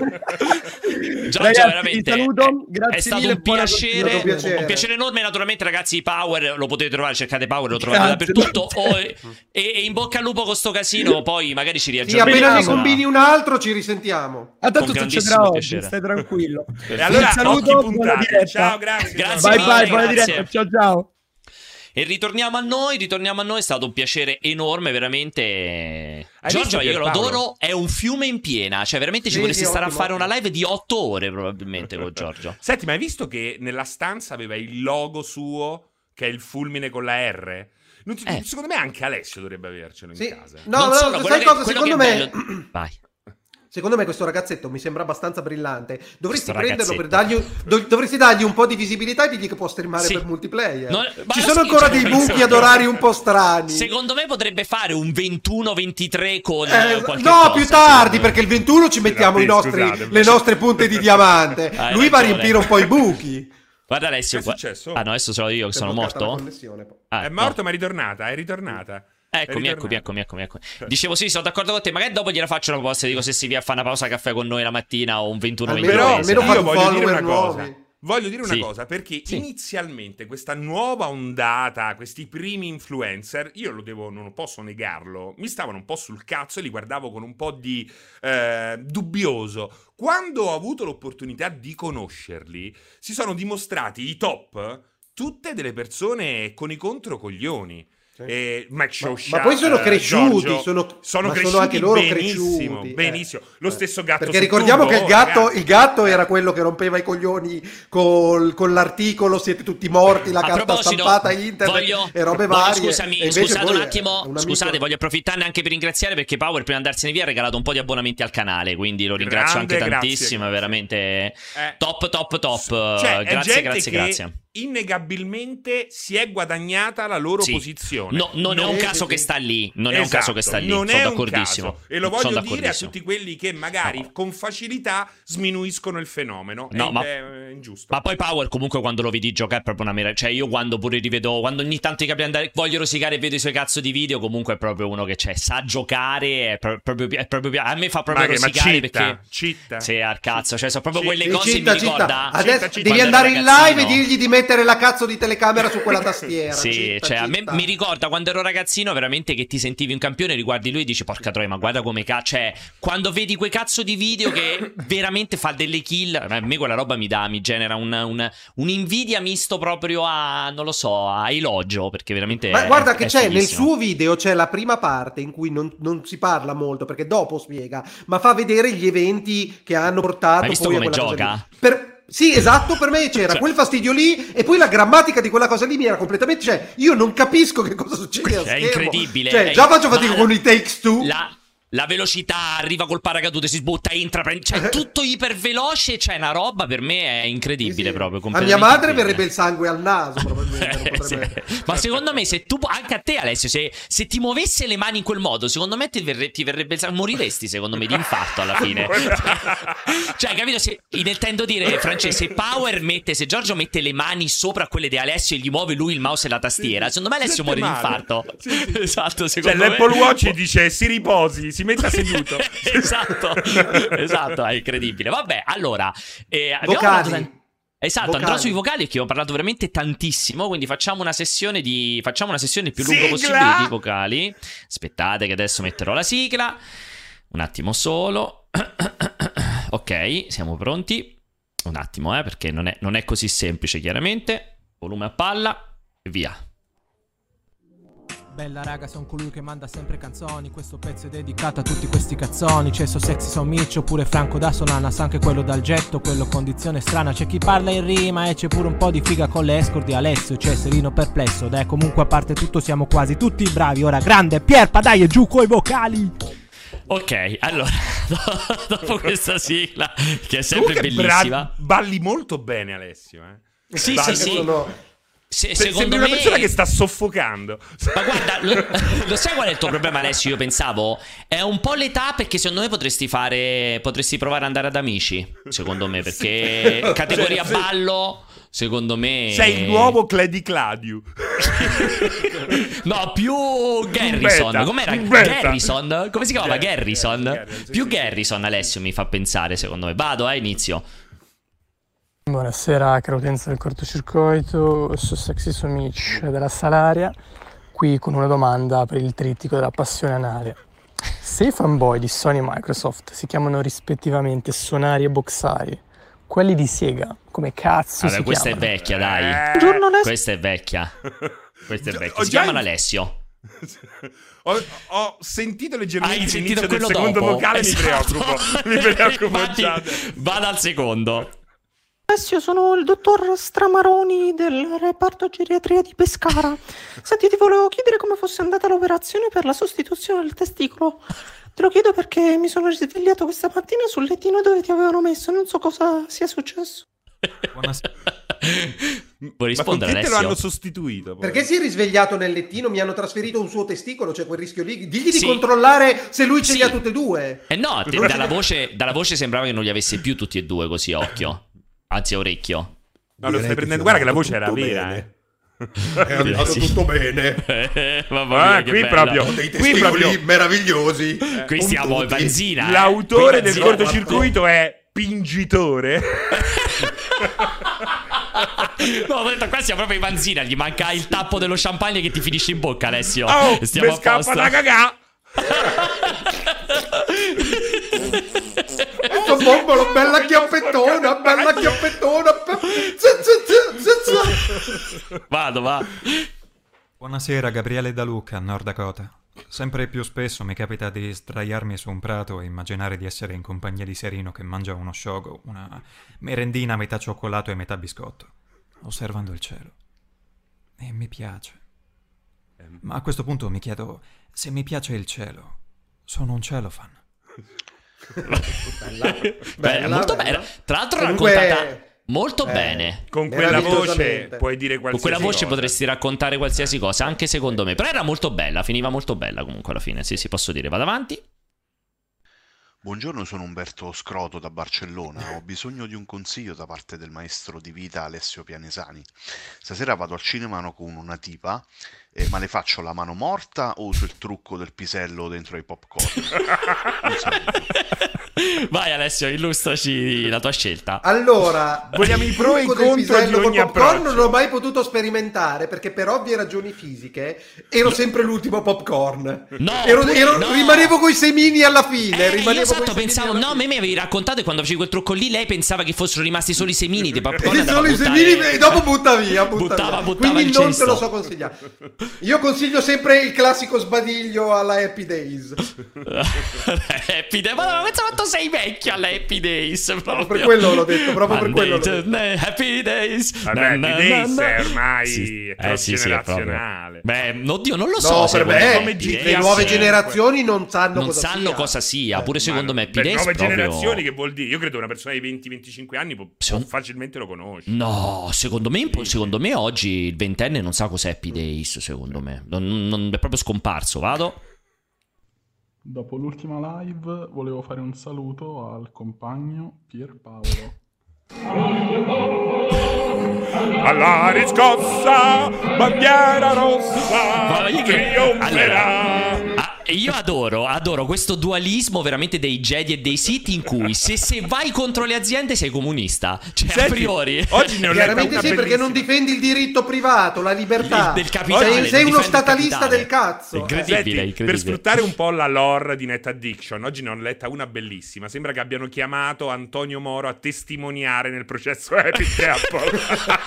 Speaker 1: Giorgio,
Speaker 4: Ragazzi,
Speaker 1: veramente
Speaker 4: vi saluto, grazie
Speaker 1: è stato
Speaker 4: mille,
Speaker 1: un
Speaker 4: buona
Speaker 1: piacere,
Speaker 2: continuazione. Un piacere.
Speaker 1: un piacere enorme. Naturalmente, ragazzi, Power lo potete trovare, cercate Power, lo trovate
Speaker 4: Grazie.
Speaker 1: dappertutto. Oh, e, e in bocca al lupo con sto casino. Poi magari ci
Speaker 2: Sì,
Speaker 1: riaggiorniamo.
Speaker 2: appena ne
Speaker 4: Vediamo.
Speaker 2: combini un altro ci risentiamo.
Speaker 4: Ah, tanto
Speaker 1: Con grandissimo
Speaker 4: succederà oggi,
Speaker 1: piacere.
Speaker 4: stai tranquillo.
Speaker 3: E allora,
Speaker 4: Vi saluto,
Speaker 3: occhi
Speaker 4: buona
Speaker 3: puntati.
Speaker 4: diretta.
Speaker 3: Ciao, grazie.
Speaker 1: Grazie
Speaker 4: Bye
Speaker 1: mille,
Speaker 4: bye, buona
Speaker 1: grazie.
Speaker 4: diretta. Ciao ciao.
Speaker 1: E ritorniamo a noi, ritorniamo a noi, è stato un piacere enorme, veramente.
Speaker 3: Hai
Speaker 1: Giorgio,
Speaker 3: visto,
Speaker 1: io lo
Speaker 3: Pierpaolo?
Speaker 1: adoro, è un fiume in piena, cioè veramente ci
Speaker 2: Sì,
Speaker 1: potresti
Speaker 2: sì,
Speaker 1: stare
Speaker 2: ottimo,
Speaker 1: a fare
Speaker 2: ottimo.
Speaker 1: una live di otto ore probabilmente con Giorgio.
Speaker 3: Senti, ma hai visto che nella stanza aveva il logo suo, che è il fulmine con la R? Non ti-
Speaker 1: Eh.
Speaker 3: Secondo me anche Alessio dovrebbe avercelo in
Speaker 2: Sì.
Speaker 3: casa.
Speaker 2: No,
Speaker 1: Non
Speaker 2: no,
Speaker 1: solo,
Speaker 2: sai
Speaker 1: quello che-
Speaker 2: cosa?
Speaker 1: quello
Speaker 2: Secondo
Speaker 1: che è
Speaker 2: me...
Speaker 1: bello- Vai.
Speaker 2: Secondo me questo ragazzetto mi sembra abbastanza brillante. Dovresti
Speaker 1: Questo
Speaker 2: prenderlo per
Speaker 1: ragazzetto.
Speaker 2: dargli, do- dovresti dargli un po' di visibilità e dirgli che può streamare
Speaker 1: Sì.
Speaker 2: per multiplayer.
Speaker 1: No, ma
Speaker 2: Ci
Speaker 1: lo
Speaker 2: sono
Speaker 1: sì,
Speaker 2: ancora
Speaker 1: cioè,
Speaker 2: dei
Speaker 1: penso-
Speaker 2: buchi ad orari un po' strani.
Speaker 1: Secondo me potrebbe fare un ventuno ventitré con
Speaker 2: Eh,
Speaker 1: eh, qualche
Speaker 2: no,
Speaker 1: cosa,
Speaker 2: più
Speaker 1: secondo
Speaker 2: tardi,
Speaker 1: me.
Speaker 2: perché il ventuno ci mettiamo
Speaker 3: Sì,
Speaker 2: i nostri-
Speaker 3: scusate.
Speaker 2: le nostre punte di diamante.
Speaker 1: Hai
Speaker 2: Lui va a
Speaker 1: ragione.
Speaker 2: riempire un po' i buchi.
Speaker 1: Guarda Alessio,
Speaker 3: Che è
Speaker 1: qua-
Speaker 3: successo?
Speaker 1: Ah no, adesso sono io che
Speaker 2: Si è
Speaker 1: sono
Speaker 2: bloccata la
Speaker 1: morto?
Speaker 2: connessione.
Speaker 1: Ah,
Speaker 3: È
Speaker 1: no.
Speaker 3: morto, ma è ritornata, è ritornata.
Speaker 1: Eccomi, eccomi, eccomi, eccomi, eccomi. Dicevo sì, sono d'accordo con te. Magari dopo gliela faccio una proposta. Dico se si via a fare una pausa caffè con noi la mattina o un ventuno
Speaker 2: Almeno,
Speaker 1: ventidue.
Speaker 2: almeno
Speaker 3: io voglio dire una
Speaker 2: nuovi.
Speaker 3: cosa. Voglio dire una
Speaker 1: Sì.
Speaker 3: cosa, perché
Speaker 1: Sì.
Speaker 3: inizialmente questa nuova ondata, questi primi influencer, io lo devo, non posso negarlo, mi stavano un po' sul cazzo e li guardavo con un po' di eh, dubbioso. Quando ho avuto l'opportunità di conoscerli, si sono dimostrati i top, tutte delle persone con i controcoglioni. Eh, Mike
Speaker 2: Ma,
Speaker 3: Shosha,
Speaker 2: ma poi sono
Speaker 3: eh,
Speaker 2: cresciuti,
Speaker 3: Giorgio,
Speaker 2: sono,
Speaker 3: sono
Speaker 2: ma
Speaker 3: cresciuti
Speaker 2: sono anche loro
Speaker 3: benissimo,
Speaker 2: cresciuti.
Speaker 3: benissimo.
Speaker 2: Eh.
Speaker 3: Lo stesso gatto
Speaker 2: Perché
Speaker 3: sul
Speaker 2: ricordiamo
Speaker 3: tubo,
Speaker 2: che il gatto,
Speaker 3: ragazzi.
Speaker 2: il gatto era quello che rompeva i coglioni col, con l'articolo siete tutti morti, la
Speaker 1: A
Speaker 2: carta
Speaker 1: proposito,
Speaker 2: stampata internet
Speaker 1: voglio,
Speaker 2: e robe
Speaker 1: voglio,
Speaker 2: varie.
Speaker 1: scusami,
Speaker 2: E invece
Speaker 1: scusate
Speaker 2: poi
Speaker 1: un
Speaker 2: è
Speaker 1: attimo,
Speaker 2: un amico-
Speaker 1: scusate, voglio approfittarne anche per ringraziare perché Power prima di andarsene via ha regalato un po' di abbonamenti al canale, quindi lo ringrazio
Speaker 3: Grande,
Speaker 1: anche
Speaker 3: grazie,
Speaker 1: tantissimo, è
Speaker 3: grazie.
Speaker 1: veramente
Speaker 3: Eh.
Speaker 1: top, top, top.
Speaker 3: Cioè, è
Speaker 1: grazie,
Speaker 3: gente
Speaker 1: grazie,
Speaker 3: che
Speaker 1: grazie.
Speaker 3: innegabilmente si è guadagnata la loro
Speaker 1: Sì.
Speaker 3: posizione.
Speaker 1: No, non è un
Speaker 2: Sì,
Speaker 1: caso
Speaker 2: sì,
Speaker 1: che
Speaker 2: sì.
Speaker 1: sta lì, non è un caso che sta lì,
Speaker 3: non
Speaker 1: sono
Speaker 3: è un
Speaker 1: d'accordissimo.
Speaker 3: caso. E lo
Speaker 1: Sono
Speaker 3: voglio dire a
Speaker 1: d'accordissimo.
Speaker 3: tutti quelli che magari
Speaker 1: No.
Speaker 3: con facilità sminuiscono il fenomeno.
Speaker 1: No,
Speaker 3: è,
Speaker 1: ma-
Speaker 3: è ingiusto.
Speaker 1: Ma poi Power comunque quando lo vedi giocare è proprio una meraviglia. Cioè io quando pure rivedo, quando ogni tanto i capi andare, voglio rosicare e vedo i suoi cazzo di video, comunque è proprio uno che c'è, sa giocare, è pro- proprio, è proprio a me fa proprio
Speaker 3: Ma che- ma
Speaker 1: rosicare
Speaker 3: citta,
Speaker 1: perché
Speaker 3: citta.
Speaker 1: sì, al cazzo, cioè sono proprio
Speaker 3: Sì,
Speaker 1: quelle
Speaker 2: Sì,
Speaker 1: cose
Speaker 2: citta,
Speaker 1: mi
Speaker 2: citta.
Speaker 1: ricorda
Speaker 2: Adesso
Speaker 3: citta,
Speaker 2: devi
Speaker 1: quando
Speaker 2: andare
Speaker 1: ero
Speaker 2: in live e
Speaker 1: ragazzino.
Speaker 2: dirgli di mettere la cazzo di telecamera su quella tastiera.
Speaker 1: Sì,
Speaker 2: citta,
Speaker 1: cioè a me
Speaker 2: citta.
Speaker 1: mi ricorda quando ero ragazzino veramente che ti sentivi un campione, riguardi lui e dici porca troia, ma guarda come cazzo, cioè quando vedi quei cazzo di video che veramente fa delle kill, a me quella roba mi dà, mi genera un, un, un'invidia misto proprio a, non lo so, a elogio, perché veramente
Speaker 2: Ma
Speaker 1: è-
Speaker 2: guarda
Speaker 1: è
Speaker 2: che c'è nel
Speaker 1: fighissimo.
Speaker 2: suo video c'è la prima parte in cui non, non si parla molto perché dopo spiega, ma fa vedere gli eventi che hanno portato
Speaker 1: Hai visto
Speaker 2: poi a
Speaker 1: come
Speaker 2: quella cosa
Speaker 1: gioca?
Speaker 2: lì. Per- Sì, esatto, per me c'era
Speaker 1: Cioè-
Speaker 2: quel fastidio lì e poi la grammatica di quella cosa lì mi era completamente, cioè io non capisco che cosa succede a
Speaker 1: È
Speaker 2: schermo.
Speaker 1: incredibile,
Speaker 2: Cioè,
Speaker 1: è-
Speaker 2: già faccio fatica
Speaker 1: ma-
Speaker 2: con i takes two.
Speaker 1: La, la velocità, arriva col paracadute, si sbutta, entra, prende, cioè tutto iperveloce, c'è una roba per me è incredibile
Speaker 2: Sì, sì.
Speaker 1: proprio.
Speaker 2: A mia
Speaker 1: completamente
Speaker 2: madre
Speaker 1: incredibile.
Speaker 2: verrebbe il sangue al naso, probabilmente. non
Speaker 1: Eh,
Speaker 2: potrebbe-
Speaker 1: sì. Ma secondo me se tu, anche a te Alessio, se, se ti muovesse le mani in quel modo, secondo me ti, verre- ti verrebbe il sangue, moriresti secondo me di infarto alla fine. Cioè capito, se, intendo dire Francesco, se Power mette, se Giorgio mette le mani sopra quelle di Alessio e gli muove lui il mouse e la tastiera,
Speaker 3: Sì,
Speaker 1: secondo me Alessio
Speaker 3: sente
Speaker 1: muore di
Speaker 3: male.
Speaker 1: infarto.
Speaker 3: Sì, sì.
Speaker 1: Esatto,
Speaker 3: Cioè
Speaker 1: secondo me.
Speaker 3: l'Apple Watch dice si riposi, si metta seduto.
Speaker 1: Esatto, esatto, è incredibile. Vabbè, allora, eh, abbiamo
Speaker 2: Vocali.
Speaker 1: parlato- Esatto,
Speaker 2: Vocali.
Speaker 1: andrò sui vocali perché ho parlato veramente tantissimo, quindi facciamo una sessione di facciamo una sessione il più
Speaker 3: Sigla!
Speaker 1: lunga possibile di vocali. Aspettate che adesso metterò la sigla. Un attimo solo. Ok, siamo pronti. Un attimo, eh, perché non è, non è così semplice, chiaramente. Volume a palla e via.
Speaker 5: Bella raga, son colui che manda sempre canzoni. Questo pezzo è dedicato a tutti questi cazzoni. C'è So Sexy, Son Miccio, oppure Franco da Solana. Sa anche quello dal getto, quello condizione strana. C'è chi parla in rima e c'è pure un po' di figa con le escort di Alessio. C'è Serino perplesso, dai comunque a parte tutto siamo quasi tutti bravi. Ora grande Pierpa, dai e giù coi vocali.
Speaker 1: Ok, allora, dopo questa sigla, che è sempre
Speaker 3: Comunque
Speaker 1: bellissima.
Speaker 3: bra- balli molto bene Alessio, eh.
Speaker 1: Sì,
Speaker 3: Balli-
Speaker 1: sì, sì.
Speaker 2: Sono-
Speaker 1: Se-
Speaker 3: Se-
Speaker 1: secondo
Speaker 3: sembri una
Speaker 1: me...
Speaker 3: persona che sta soffocando.
Speaker 1: Ma guarda, lo, lo sai qual è il tuo problema Alessio? Io pensavo è un po' l'età, perché secondo me potresti fare potresti provare ad andare ad Amici, secondo me, perché
Speaker 3: Sì.
Speaker 1: categoria
Speaker 3: Cioè, sì.
Speaker 1: ballo, secondo me
Speaker 3: Sei il nuovo Clady Cladio.
Speaker 1: no, più Garrison.
Speaker 3: Beta.
Speaker 1: Com'era?
Speaker 3: Beta.
Speaker 1: Garrison? Come si chiamava?
Speaker 3: Gar-
Speaker 1: Garrison?
Speaker 3: Garrison, sì,
Speaker 1: Più
Speaker 3: sì.
Speaker 1: Garrison Alessio mi fa pensare, secondo me. Vado, eh, inizio.
Speaker 6: Buonasera, caro utenza del cortocircuito, So Sexy So Mitch della Salaria, qui con una domanda per il trittico della passione anale. Se i fanboy di Sony e Microsoft si chiamano rispettivamente Sonari e Boxari, quelli di Sega, come cazzo
Speaker 1: Allora,
Speaker 6: si
Speaker 1: questa
Speaker 6: chiamano?
Speaker 1: è vecchia, dai.
Speaker 3: Eh.
Speaker 6: Buongiorno, Alessio.
Speaker 1: Questa è vecchia. Questa è
Speaker 3: Ho
Speaker 1: vecchia. Si
Speaker 3: già-
Speaker 1: chiamano Alessio.
Speaker 3: Ho, ho sentito leggermente
Speaker 1: Hai sentito
Speaker 3: l'inizio del
Speaker 1: quello
Speaker 3: secondo
Speaker 1: dopo?
Speaker 3: vocale,
Speaker 1: Esatto.
Speaker 3: mi preoccupo. Mi preoccupo
Speaker 1: Infatti,
Speaker 3: già.
Speaker 1: vado al secondo.
Speaker 6: Alessio, sono il dottor Stramaroni del reparto geriatria di Pescara. Senti, ti volevo chiedere come fosse andata l'operazione per la sostituzione del testicolo. Te lo chiedo perché mi sono risvegliato questa mattina sul lettino dove ti avevano messo, non so cosa sia successo.
Speaker 5: Buonasera.
Speaker 1: Vuoi
Speaker 3: Ma con
Speaker 1: rispondere
Speaker 3: chi te lo
Speaker 1: Alessio?
Speaker 3: hanno sostituito? poi?
Speaker 2: Perché si è risvegliato nel lettino, mi hanno trasferito un suo testicolo, c'è quel rischio lì. Digli
Speaker 1: Sì.
Speaker 2: di controllare se lui ce li
Speaker 1: Sì.
Speaker 2: ha tutte e due.
Speaker 1: Eh no, te- dalla, voce, dalla voce sembrava che non li avesse più tutti e due così a occhio. Anzi a orecchio.
Speaker 3: No, lo stai prendendo. Guarda che la voce era vera, eh.
Speaker 2: È andato
Speaker 1: sì.
Speaker 2: tutto bene.
Speaker 1: Eh, mamma
Speaker 3: Ah,
Speaker 1: mia,
Speaker 3: qui
Speaker 1: che
Speaker 3: proprio-
Speaker 1: bella.
Speaker 2: Dei
Speaker 3: Qui
Speaker 2: testicoli
Speaker 3: proprio-
Speaker 2: meravigliosi.
Speaker 1: Qui
Speaker 2: Con
Speaker 1: stiamo in
Speaker 2: tutti.
Speaker 1: benzina. eh.
Speaker 3: L'autore
Speaker 1: Qui
Speaker 3: del
Speaker 1: benzina.
Speaker 3: cortocircuito è Pingitore.
Speaker 1: No, ho detto, qua siamo proprio in benzina. Gli manca il tappo dello champagne che ti finisce in bocca, Alessio.
Speaker 3: Oh,
Speaker 1: Stiamo
Speaker 3: mi
Speaker 1: a
Speaker 3: scappa
Speaker 1: posto.
Speaker 3: da cagà.
Speaker 2: Sto bombolo, bella chiappettona, bella chiappettona. Z- z- z- z-
Speaker 1: Vado, va.
Speaker 7: Buonasera, Gabriele da Luca, Nord Dakota. Sempre più spesso mi capita di sdraiarmi su un prato e immaginare di essere in compagnia di Serino che mangia uno shogo, una merendina a metà cioccolato e metà biscotto, osservando il cielo. E mi piace. Ma a questo punto mi chiedo, se mi piace il cielo, sono un celofan.
Speaker 2: Bella,
Speaker 1: Beh, molto
Speaker 2: bella.
Speaker 1: bene. Tra l'altro
Speaker 2: Comunque-
Speaker 1: raccontata molto
Speaker 2: Eh,
Speaker 1: bene.
Speaker 3: Con quella voce
Speaker 2: Meravigliosamente.
Speaker 3: puoi dire
Speaker 1: Con
Speaker 3: qualsiasi
Speaker 1: quella voce
Speaker 3: cosa.
Speaker 1: potresti raccontare qualsiasi cosa, anche secondo me. Però era molto bella, finiva molto bella comunque alla fine. Sì, sì, posso dire. Vado avanti.
Speaker 8: Buongiorno, sono Umberto Scroto da Barcellona. Ho bisogno di un consiglio da parte del maestro di vita Alessio Pianesani. Stasera vado al cinema con una tipa, eh, ma le faccio la mano morta o uso il trucco del pisello dentro ai popcorn? Un saluto.
Speaker 1: Vai Alessio, illustraci la tua scelta.
Speaker 2: Allora,
Speaker 3: Vogliamo i pro e i
Speaker 2: trucco del
Speaker 3: contro di
Speaker 2: pisello col
Speaker 3: ogni
Speaker 2: popcorn
Speaker 3: approccio.
Speaker 2: non l'ho mai potuto sperimentare perché per ovvie ragioni fisiche ero sempre l'ultimo popcorn.
Speaker 1: No,
Speaker 2: Ero-
Speaker 1: pure-
Speaker 2: ero-
Speaker 1: no.
Speaker 2: Rimanevo coi semini alla fine.
Speaker 1: Eh,
Speaker 2: rimanevo
Speaker 1: io esatto,
Speaker 2: coi semini
Speaker 1: pensavo,
Speaker 2: alla
Speaker 1: no, a
Speaker 2: fine.
Speaker 1: me mi avevi raccontato e quando facevi quel trucco lì, lei pensava che fossero rimasti solo i semini dei popcorn.
Speaker 2: E
Speaker 1: andava
Speaker 2: solo
Speaker 1: a
Speaker 2: i
Speaker 1: buttare-
Speaker 2: semini e dopo butta via, butta
Speaker 1: Buttava-
Speaker 2: via.
Speaker 1: buttava
Speaker 2: Quindi
Speaker 1: il
Speaker 2: non
Speaker 1: cesto.
Speaker 2: te lo so consigliare. Io consiglio sempre il classico sbadiglio alla Happy Days.
Speaker 1: Happy Days. Ma pensa quanto sei vecchio alla Happy Days. Proprio.
Speaker 2: per quello l'ho detto, proprio per quello l'ho
Speaker 1: Monday
Speaker 2: detto.
Speaker 1: to- eh, Happy Days.
Speaker 3: Vabbè,
Speaker 1: Na,
Speaker 3: Happy
Speaker 1: na,
Speaker 3: Days
Speaker 1: na, na.
Speaker 3: è ormai
Speaker 1: Sì. Eh, sì, sì, è proprio.
Speaker 3: generazionale.
Speaker 1: Beh, oddio, non lo so.
Speaker 2: No, per
Speaker 1: secondo
Speaker 2: me
Speaker 1: Happy
Speaker 3: come
Speaker 1: Days.
Speaker 3: G T A
Speaker 2: le nuove
Speaker 3: sì.
Speaker 2: generazioni non sanno
Speaker 1: non
Speaker 2: cosa
Speaker 1: sanno
Speaker 2: sia.
Speaker 1: cosa sia. Pure
Speaker 3: Ma
Speaker 1: secondo me Happy
Speaker 3: per
Speaker 1: Days
Speaker 3: nuove
Speaker 1: proprio-
Speaker 3: generazioni che vuol dire? Io credo una persona di venti venticinque anni può,
Speaker 1: Secondo-
Speaker 3: facilmente lo conosce.
Speaker 1: No, secondo me, secondo me oggi il ventenne non sa cos'è Happy Days, secondo me. Non, non- è proprio scomparso, vado.
Speaker 9: Dopo l'ultima live volevo fare un saluto al compagno Pierpaolo.
Speaker 3: Alla riscossa, bandiera rossa,
Speaker 1: Ma io che-
Speaker 3: trionferà.
Speaker 1: Ah, io adoro, adoro questo dualismo veramente dei Jedi e dei Sith in cui se, se vai contro le aziende sei comunista. Cioè, a
Speaker 3: Senti,
Speaker 1: priori.
Speaker 3: oggi ne ho letta
Speaker 2: Chiaramente
Speaker 3: una
Speaker 2: sì, perché non
Speaker 3: bellissima.
Speaker 2: difendi il diritto privato, la libertà.
Speaker 1: Del capitale,
Speaker 2: sei, sei
Speaker 1: non
Speaker 2: uno
Speaker 1: difende il
Speaker 2: statalista
Speaker 1: capitale.
Speaker 2: del cazzo.
Speaker 1: Incredibile,
Speaker 3: Senti,
Speaker 1: incredibile.
Speaker 3: per sfruttare un po' la lore di Net Addiction, oggi ne ho letta una bellissima. Sembra che abbiano chiamato Antonio Moro a testimoniare nel processo Epic Apple.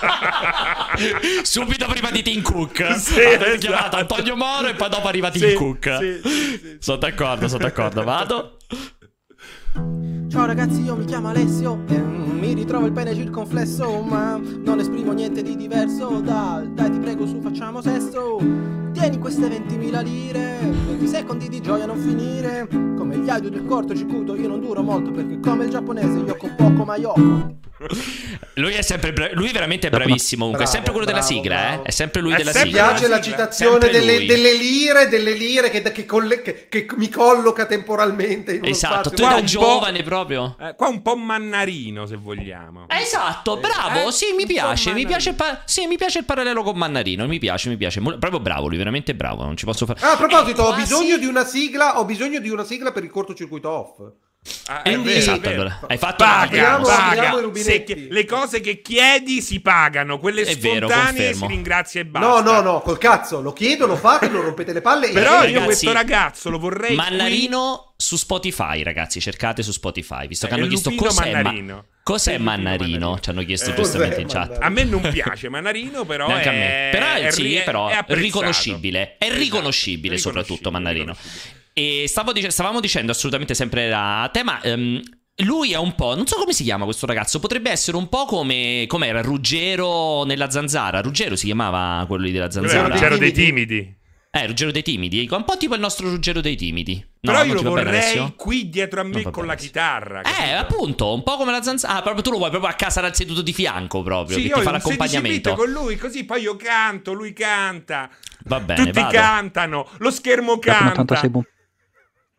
Speaker 1: Subito prima di Tim Cook.
Speaker 3: Sì,
Speaker 1: Hanno
Speaker 3: esatto.
Speaker 1: chiamato Antonio Moro e poi dopo arriva Tim
Speaker 3: Sì,
Speaker 1: Cook.
Speaker 3: sì, sì, sì.
Speaker 1: Sono d'accordo, sono d'accordo. Vado.
Speaker 5: Ciao ragazzi, io mi chiamo Alessio e mm, mi ritrovo il pene circonflesso, ma non esprimo niente di diverso dal dai ti prego su facciamo sesso. Tieni queste ventimila lire, venti secondi di gioia non finire. Come gli audio del cortocircuito io non duro molto perché come il giapponese io con poco ma yoko.
Speaker 1: Lui è sempre bra- lui veramente è bravissimo. Comunque, è
Speaker 2: Bravo,
Speaker 1: sempre quello della
Speaker 2: bravo,
Speaker 1: sigla,
Speaker 2: bravo.
Speaker 1: eh. È sempre lui
Speaker 3: È
Speaker 1: della
Speaker 3: sempre
Speaker 2: Mi
Speaker 1: sigla.
Speaker 2: piace la
Speaker 3: sigla.
Speaker 2: citazione
Speaker 1: Sempre
Speaker 2: delle,
Speaker 1: lui.
Speaker 2: delle lire, delle lire che, che colle- che- che mi colloca temporalmente in uno
Speaker 1: Esatto,
Speaker 2: spazio.
Speaker 1: tu
Speaker 3: Qua
Speaker 1: da
Speaker 3: un po'-
Speaker 1: giovane proprio.
Speaker 3: Eh, qua un po' mannarino, se vogliamo.
Speaker 1: Esatto, bravo.
Speaker 3: Eh,
Speaker 1: sì, mi
Speaker 3: un po'
Speaker 1: piace. Mi
Speaker 3: Mannarino.
Speaker 1: piace, il pa- sì, mi piace il parallelo con Mannarino. Mi piace, mi piace. Mol- proprio bravo, lui, veramente bravo. Non ci posso fare.
Speaker 2: Ah, a proposito,
Speaker 1: Eh,
Speaker 2: ho
Speaker 1: quasi-
Speaker 2: bisogno di una sigla, ho bisogno di una sigla per il cortocircuito off.
Speaker 3: Ah, è
Speaker 2: Quindi-
Speaker 3: vero, è
Speaker 1: Esatto,
Speaker 3: vero.
Speaker 1: allora. Hai fatto
Speaker 3: Paga,
Speaker 2: Apriamo-
Speaker 3: paga.
Speaker 2: apriamo i
Speaker 3: Se
Speaker 2: rubinetti.
Speaker 3: che- le cose che chiedi si pagano, quelle
Speaker 1: È vero,
Speaker 3: spontanee
Speaker 1: confermo.
Speaker 3: si ringrazia e
Speaker 2: No,
Speaker 3: basta.
Speaker 2: no, no, col cazzo, lo chiedo, lo fate, non rompete le palle. e-
Speaker 3: Però
Speaker 1: Eh,
Speaker 3: io
Speaker 1: ragazzi,
Speaker 3: questo ragazzo lo vorrei
Speaker 1: Mannarino su Spotify, ragazzi. Cercate su Spotify. Visto che
Speaker 3: Eh,
Speaker 1: hanno
Speaker 3: il
Speaker 1: chiesto
Speaker 3: lupino
Speaker 1: cos'è Ma-
Speaker 3: Mannarino.
Speaker 1: Cos'è
Speaker 3: Il lupino
Speaker 1: Mannarino?
Speaker 3: Mannarino.
Speaker 1: Ci hanno chiesto
Speaker 3: Eh,
Speaker 1: giustamente
Speaker 2: cos'è
Speaker 1: in chat.
Speaker 2: Mannarino?
Speaker 3: A me non piace Mannarino, però
Speaker 1: Neanche
Speaker 3: è,
Speaker 1: a me. Però
Speaker 3: è
Speaker 1: sì,
Speaker 3: ri-
Speaker 1: però
Speaker 3: è apprezzato.
Speaker 1: riconoscibile. È
Speaker 3: Esatto,
Speaker 1: riconoscibile soprattutto
Speaker 3: riconoscibile,
Speaker 1: Mannarino.
Speaker 3: riconoscibile.
Speaker 1: E stavo dic- stavamo dicendo assolutamente sempre a te, ma ehm, lui è un po', non so come si chiama questo ragazzo, potrebbe essere un po' come com'era Ruggero nella Zanzara. Ruggero si chiamava quello lì della
Speaker 3: Quello è
Speaker 1: Zanzara.
Speaker 3: Ruggero dei
Speaker 2: Timidi.
Speaker 3: timidi.
Speaker 1: Eh, Ruggero dei Timidi, un po' tipo il nostro Ruggero dei Timidi. No,
Speaker 3: Però
Speaker 1: non
Speaker 3: io lo
Speaker 1: ti va bene,
Speaker 3: vorrei
Speaker 1: Alessio?
Speaker 3: qui dietro a me
Speaker 1: Non va
Speaker 3: con
Speaker 1: bene,
Speaker 3: la
Speaker 1: sì.
Speaker 3: chitarra.
Speaker 1: Eh,
Speaker 3: capito?
Speaker 1: appunto, un po' come la Zanzara. Ah, proprio tu lo vuoi proprio a casa dal seduto di fianco proprio,
Speaker 3: Sì,
Speaker 1: che
Speaker 3: io
Speaker 1: ti fa
Speaker 3: ho un sedici bit
Speaker 1: l'accompagnamento.
Speaker 3: con lui, così poi io canto, lui canta.
Speaker 1: Va bene,
Speaker 3: Tutti
Speaker 1: vado.
Speaker 3: cantano, lo schermo
Speaker 10: Giacomo, tanto
Speaker 3: canta.
Speaker 10: sei buon.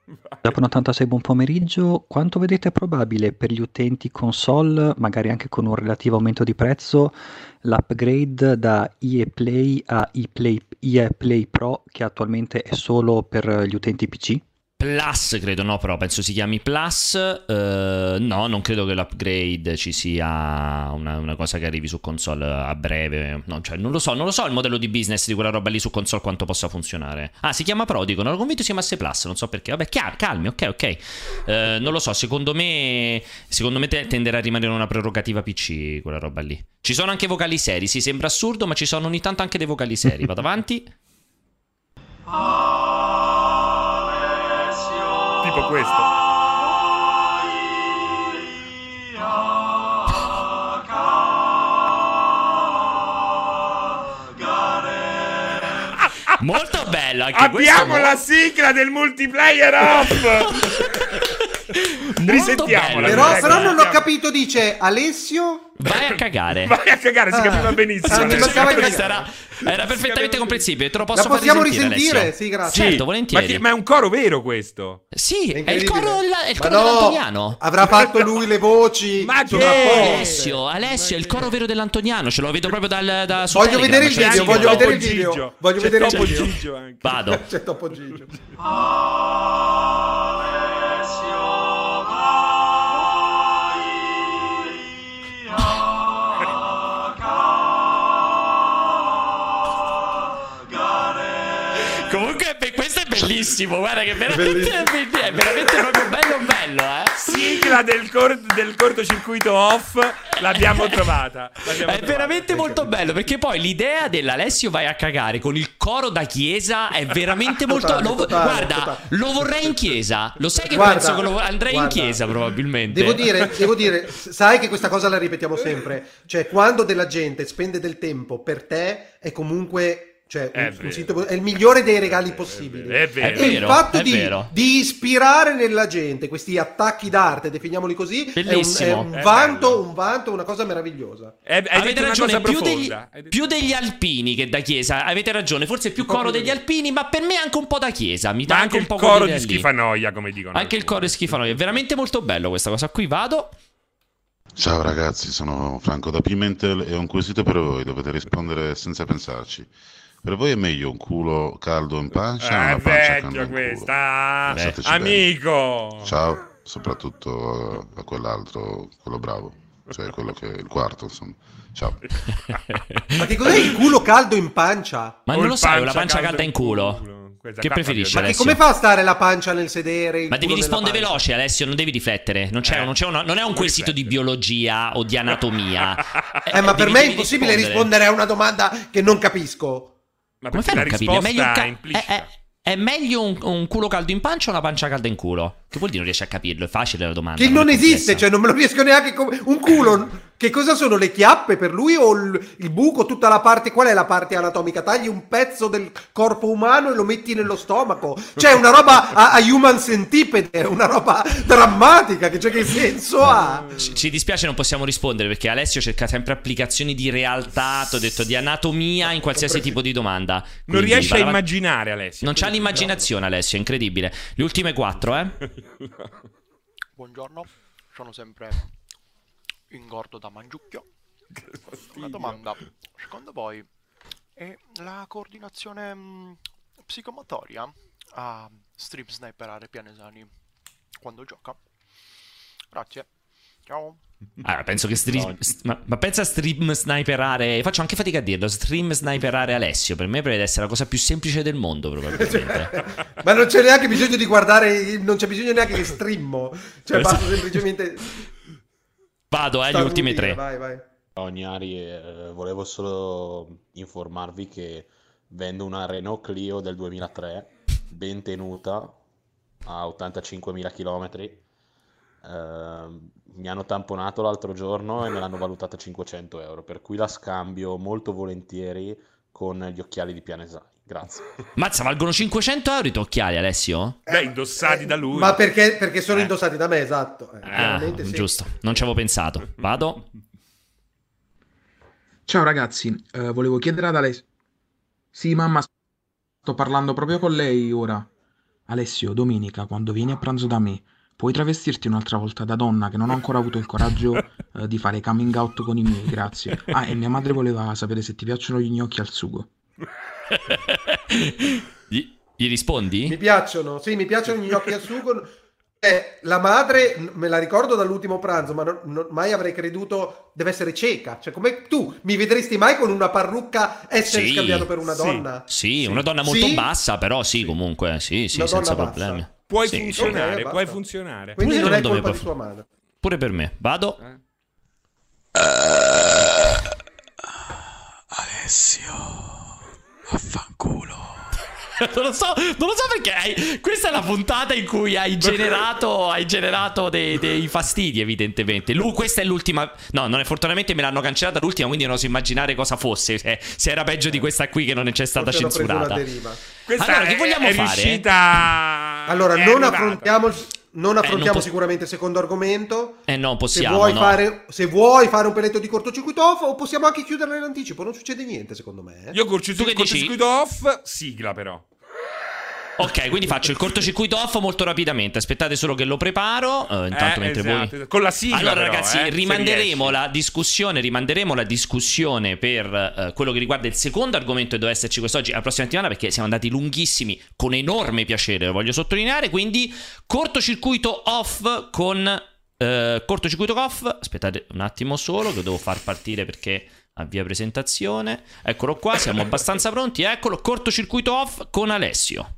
Speaker 10: nottantasei, buon pomeriggio. Quanto vedete probabile per gli utenti console, magari anche con un relativo aumento di prezzo, l'upgrade da E A Play a E A Play, E A Play Pro, che attualmente è solo per gli utenti P C?
Speaker 1: Plus, credo, no, però penso si chiami Plus. Uh, no, non credo che l'upgrade ci sia una, una cosa che arrivi su console a breve. No, cioè, non lo so, non lo so il modello di business di quella roba lì su console quanto possa funzionare. Ah, si chiama Pro, dicono. Ero convinto si chiamasse Plus, non so perché. Vabbè, chiar, calmi, ok, ok. Uh, non lo so, secondo me secondo me tenderà a rimanere una prerogativa P C quella roba lì. Ci sono anche vocali seri, sì, sembra assurdo, ma ci sono ogni tanto anche dei vocali seri. Vado avanti.
Speaker 3: Tipo questo.
Speaker 1: Molto bello anche
Speaker 3: Abbiamo
Speaker 1: questo,
Speaker 3: la sigla del multiplayer off. Risentiamola.
Speaker 2: Però, però non ho capito, dice Alessio.
Speaker 1: Vai a cagare.
Speaker 3: Vai a cagare, si capiva benissimo.
Speaker 2: Ah, mi mancava il cagare.
Speaker 1: Era, era perfettamente comprensibile. Te lo posso
Speaker 2: La
Speaker 1: far
Speaker 2: possiamo
Speaker 1: risentire,
Speaker 2: risentire?
Speaker 1: Alessio.
Speaker 2: Sì, grazie.
Speaker 1: Certo,
Speaker 3: Ma,
Speaker 1: volentieri.
Speaker 3: che- ma è un coro vero questo?
Speaker 1: Sì,
Speaker 2: È
Speaker 1: è il
Speaker 2: incredibile.
Speaker 1: coro, è il
Speaker 2: Ma
Speaker 1: coro
Speaker 2: no,
Speaker 1: dell'Antoniano.
Speaker 2: avrà fatto lui le voci.
Speaker 3: Ma
Speaker 2: sono
Speaker 3: che-
Speaker 2: apposta.
Speaker 1: Alessio, Alessio, è il coro vero dell'Antoniano. Ce lo vedo proprio dal, da su
Speaker 2: Voglio
Speaker 1: Telegram,
Speaker 2: vedere il
Speaker 1: cioè,
Speaker 2: video,
Speaker 1: sì,
Speaker 2: voglio
Speaker 1: no.
Speaker 2: vedere il
Speaker 3: Topo
Speaker 2: video.
Speaker 3: Gigio.
Speaker 2: Voglio
Speaker 3: C'è
Speaker 2: vedere il
Speaker 3: Topo
Speaker 2: video.
Speaker 3: Gigio anche.
Speaker 1: Vado.
Speaker 2: C'è Topo Gigio.
Speaker 1: Comunque beh, questo è bellissimo. Guarda che veramente è, be- è veramente proprio bello bello, eh.
Speaker 3: Sigla del, cor- del cortocircuito off. L'abbiamo trovata. L'abbiamo
Speaker 1: È
Speaker 3: trovata.
Speaker 1: veramente molto bello, perché poi l'idea dell'Alessio vai a cagare con il coro da chiesa è veramente molto
Speaker 2: Totale,
Speaker 1: lo-
Speaker 2: totale,
Speaker 1: guarda,
Speaker 2: totale.
Speaker 1: lo vorrei in chiesa. Lo sai che
Speaker 2: Guarda,
Speaker 1: penso che lo andrei
Speaker 2: guarda.
Speaker 1: in chiesa probabilmente.
Speaker 2: Devo dire, devo dire, sai che questa cosa la ripetiamo sempre. Cioè, quando della gente spende del tempo per te, è comunque. Cioè,
Speaker 3: È
Speaker 2: un-
Speaker 3: vero.
Speaker 2: un sito- è il migliore dei regali possibili.
Speaker 3: È vero.
Speaker 1: È
Speaker 2: E il
Speaker 1: vero,
Speaker 2: fatto
Speaker 1: è
Speaker 2: di,
Speaker 1: vero.
Speaker 2: di ispirare nella gente questi attacchi d'arte, definiamoli così, è un,
Speaker 1: Bellissimo.
Speaker 2: è un
Speaker 3: È
Speaker 2: vanto,
Speaker 3: bello.
Speaker 2: un vanto, una cosa meravigliosa.
Speaker 3: È- hai
Speaker 1: Avete
Speaker 3: detto una
Speaker 1: ragione,
Speaker 3: cosa
Speaker 1: più degli,
Speaker 3: profonda. Hai detto-
Speaker 1: più degli alpini che da chiesa. Avete ragione, forse più coro degli alpini, ma per me anche un po' da chiesa. Mi dà
Speaker 3: Ma
Speaker 1: anche
Speaker 3: anche
Speaker 1: un
Speaker 3: il
Speaker 1: po'
Speaker 3: coro di
Speaker 1: quell'idea lì.
Speaker 3: schifanoia, come dicono.
Speaker 1: Anche il coro è schifano. È veramente molto bello questa cosa qui. Vado.
Speaker 11: Ciao ragazzi, sono Franco da Pimentel e ho un quesito per voi, dovete rispondere senza pensarci. Per voi è meglio un culo caldo in pancia o
Speaker 3: È
Speaker 11: una pancia calda
Speaker 3: vecchio
Speaker 11: in culo?
Speaker 3: questa.
Speaker 11: Pensateci
Speaker 3: Amico.
Speaker 11: bene. Ciao, soprattutto a quell'altro, quello bravo, cioè quello che è il quarto, insomma. Ciao.
Speaker 2: Ma che cos'è il culo caldo in pancia?
Speaker 1: Ma
Speaker 3: O
Speaker 1: non
Speaker 3: il
Speaker 1: lo sai, una
Speaker 3: pancia
Speaker 1: pancia
Speaker 3: calda
Speaker 1: calda in
Speaker 3: in
Speaker 1: culo.
Speaker 3: culo. Questa
Speaker 1: Che
Speaker 3: qua
Speaker 1: preferisci,
Speaker 2: Ma che
Speaker 1: Alessio?
Speaker 2: come fa a stare la pancia nel sedere? il
Speaker 1: Ma devi
Speaker 2: culo nella
Speaker 1: rispondere
Speaker 2: pancia?
Speaker 1: veloce, Alessio, non devi riflettere. Non, c'è,
Speaker 3: Eh.
Speaker 1: non, c'è una- non è un
Speaker 3: Non
Speaker 1: quesito di
Speaker 3: riflettere.
Speaker 1: biologia o di anatomia.
Speaker 2: Eh, ma per
Speaker 1: devi-
Speaker 2: me è
Speaker 1: devi
Speaker 2: impossibile rispondere a una domanda che non capisco.
Speaker 3: Ma
Speaker 1: Come
Speaker 3: perché
Speaker 1: fai a
Speaker 3: la
Speaker 1: non capire? È meglio, un
Speaker 3: risposta
Speaker 1: ca-
Speaker 3: è implicita.
Speaker 1: è- è- è meglio un, un culo caldo in pancia o una pancia calda in culo? Che vuol dire non riesci a capirlo? È facile la domanda.
Speaker 2: Che non
Speaker 1: è
Speaker 2: esiste,
Speaker 1: complessa.
Speaker 2: cioè non me lo riesco neanche come un culo. Che cosa sono le chiappe per lui o il, il buco, tutta la parte, qual è la parte anatomica? Tagli un pezzo del corpo umano e lo metti nello stomaco. Cioè una roba a, a human centipede, una roba drammatica, che, cioè, che senso ha?
Speaker 1: Ci, ci dispiace, non possiamo rispondere perché Alessio cerca sempre applicazioni di realtà, t'ho detto, di anatomia in qualsiasi tipo di domanda.
Speaker 3: Non
Speaker 1: Quindi,
Speaker 3: riesce a
Speaker 1: vai avanti.
Speaker 3: immaginare, Alessio.
Speaker 1: Non c'ha l'immaginazione, Alessio, è incredibile. Le ultime quattro, eh?
Speaker 12: Buongiorno, sono sempre ingordo da Mangiucchio. Una domanda, secondo voi è la coordinazione mh, psicomotoria a stream sniperare Pianesani quando gioca? Grazie, ciao.
Speaker 1: Allora, penso che stream, st- ma, ma pensa a stream sniperare. Faccio anche fatica a dirlo. Stream sniperare Alessio. Per me deve essere la cosa più semplice del mondo, probabilmente.
Speaker 2: Ma non c'è neanche bisogno di guardare, non c'è bisogno neanche che streammo. Cioè basta semplicemente
Speaker 1: Vado, eh, gli
Speaker 2: starnutire,
Speaker 1: ultimi tre.
Speaker 2: Vai, vai.
Speaker 13: Ciao Gnari, eh, volevo solo informarvi che vendo una Renault Clio del duemilatré, ben tenuta, a ottantacinquemila chilometri. Eh, mi hanno tamponato l'altro giorno e me l'hanno valutata cinquecento euro, per cui la scambio molto volentieri con gli occhiali di Pianesani. Grazie.
Speaker 1: Mazza, valgono cinquecento euro i tuoi occhiali, Alessio?
Speaker 3: Beh, indossati da lui.
Speaker 2: Ma perché, perché sono
Speaker 3: Eh.
Speaker 2: indossati da me, esatto. Eh,
Speaker 1: Ah,
Speaker 2: chiaramente sì.
Speaker 1: giusto, non ci avevo pensato. Vado.
Speaker 14: Ciao ragazzi, eh, volevo chiedere ad Alessio. Sì, mamma, sto parlando proprio con lei ora. Alessio, domenica, quando vieni a pranzo da me, puoi travestirti un'altra volta da donna che non ho ancora avuto il coraggio eh, di fare coming out con i miei, grazie. Ah, e mia madre voleva sapere se ti piacciono gli gnocchi al sugo.
Speaker 1: Gli, gli rispondi?
Speaker 2: Mi piacciono, sì, mi piacciono gli gnocchi al sugo. Eh, la madre, me la ricordo dall'ultimo pranzo, ma non, non, mai avrei creduto deve essere cieca. Cioè, come tu mi vedresti mai con una parrucca essere
Speaker 1: Sì,
Speaker 2: scambiato per una
Speaker 1: sì,
Speaker 2: donna?
Speaker 1: Sì, una donna molto
Speaker 2: Sì?
Speaker 1: bassa, però sì, comunque, sì, sì,
Speaker 2: Una
Speaker 1: senza
Speaker 2: donna bassa.
Speaker 1: problemi.
Speaker 3: Puoi
Speaker 1: Sì,
Speaker 3: funzionare,
Speaker 2: sì.
Speaker 3: puoi
Speaker 2: basta.
Speaker 3: funzionare.
Speaker 2: Quindi
Speaker 1: Pure
Speaker 2: non è
Speaker 1: secondo me
Speaker 2: colpa di
Speaker 1: può-
Speaker 2: sua madre.
Speaker 1: Pure per me. Vado.
Speaker 14: Alessio, affanculo.
Speaker 1: Non lo so, non lo so perché hai- questa è la puntata in cui hai generato, hai generato dei, dei fastidi, evidentemente. Lui, questa è l'ultima. No, non è, fortunatamente me l'hanno cancellata l'ultima, quindi non oso immaginare cosa fosse. Se, se era peggio di questa qui che non c'è stata
Speaker 2: Forse hanno preso
Speaker 1: censurata.
Speaker 2: una deriva.
Speaker 3: Questa
Speaker 1: Allora, che
Speaker 3: è-
Speaker 1: vogliamo
Speaker 3: è
Speaker 1: fare?
Speaker 3: riuscita...
Speaker 2: Allora,
Speaker 3: è
Speaker 2: non
Speaker 3: arrivata.
Speaker 2: affrontiamo, il- non affrontiamo
Speaker 1: Eh, non po-
Speaker 2: sicuramente il secondo argomento.
Speaker 1: Eh no,
Speaker 2: Se
Speaker 1: possiamo,
Speaker 2: vuoi,
Speaker 1: no?
Speaker 2: fare, se vuoi fare un peletto di cortocircuito off, o possiamo anche chiuderla in anticipo, non succede niente secondo me. eh.
Speaker 3: Io corci-
Speaker 1: Tu che dici?
Speaker 3: cortocircuito off, sigla però.
Speaker 1: Ok, quindi faccio il cortocircuito off molto rapidamente. Aspettate solo che lo preparo. eh, intanto
Speaker 3: Eh,
Speaker 1: mentre
Speaker 3: esatto,
Speaker 1: voi.
Speaker 3: con la sigla
Speaker 1: Allora,
Speaker 3: però,
Speaker 1: ragazzi,
Speaker 3: eh, se
Speaker 1: rimanderemo
Speaker 3: riesci.
Speaker 1: la discussione. Rimanderemo la discussione per eh, quello che riguarda il secondo argomento che doveva esserci quest'oggi alla prossima settimana, perché siamo andati lunghissimi con enorme piacere, lo voglio sottolineare. Quindi, cortocircuito off con eh, cortocircuito off. Aspettate un attimo solo, che devo far partire perché avvia presentazione. Eccolo qua, siamo abbastanza pronti. Eccolo, cortocircuito off con Alessio.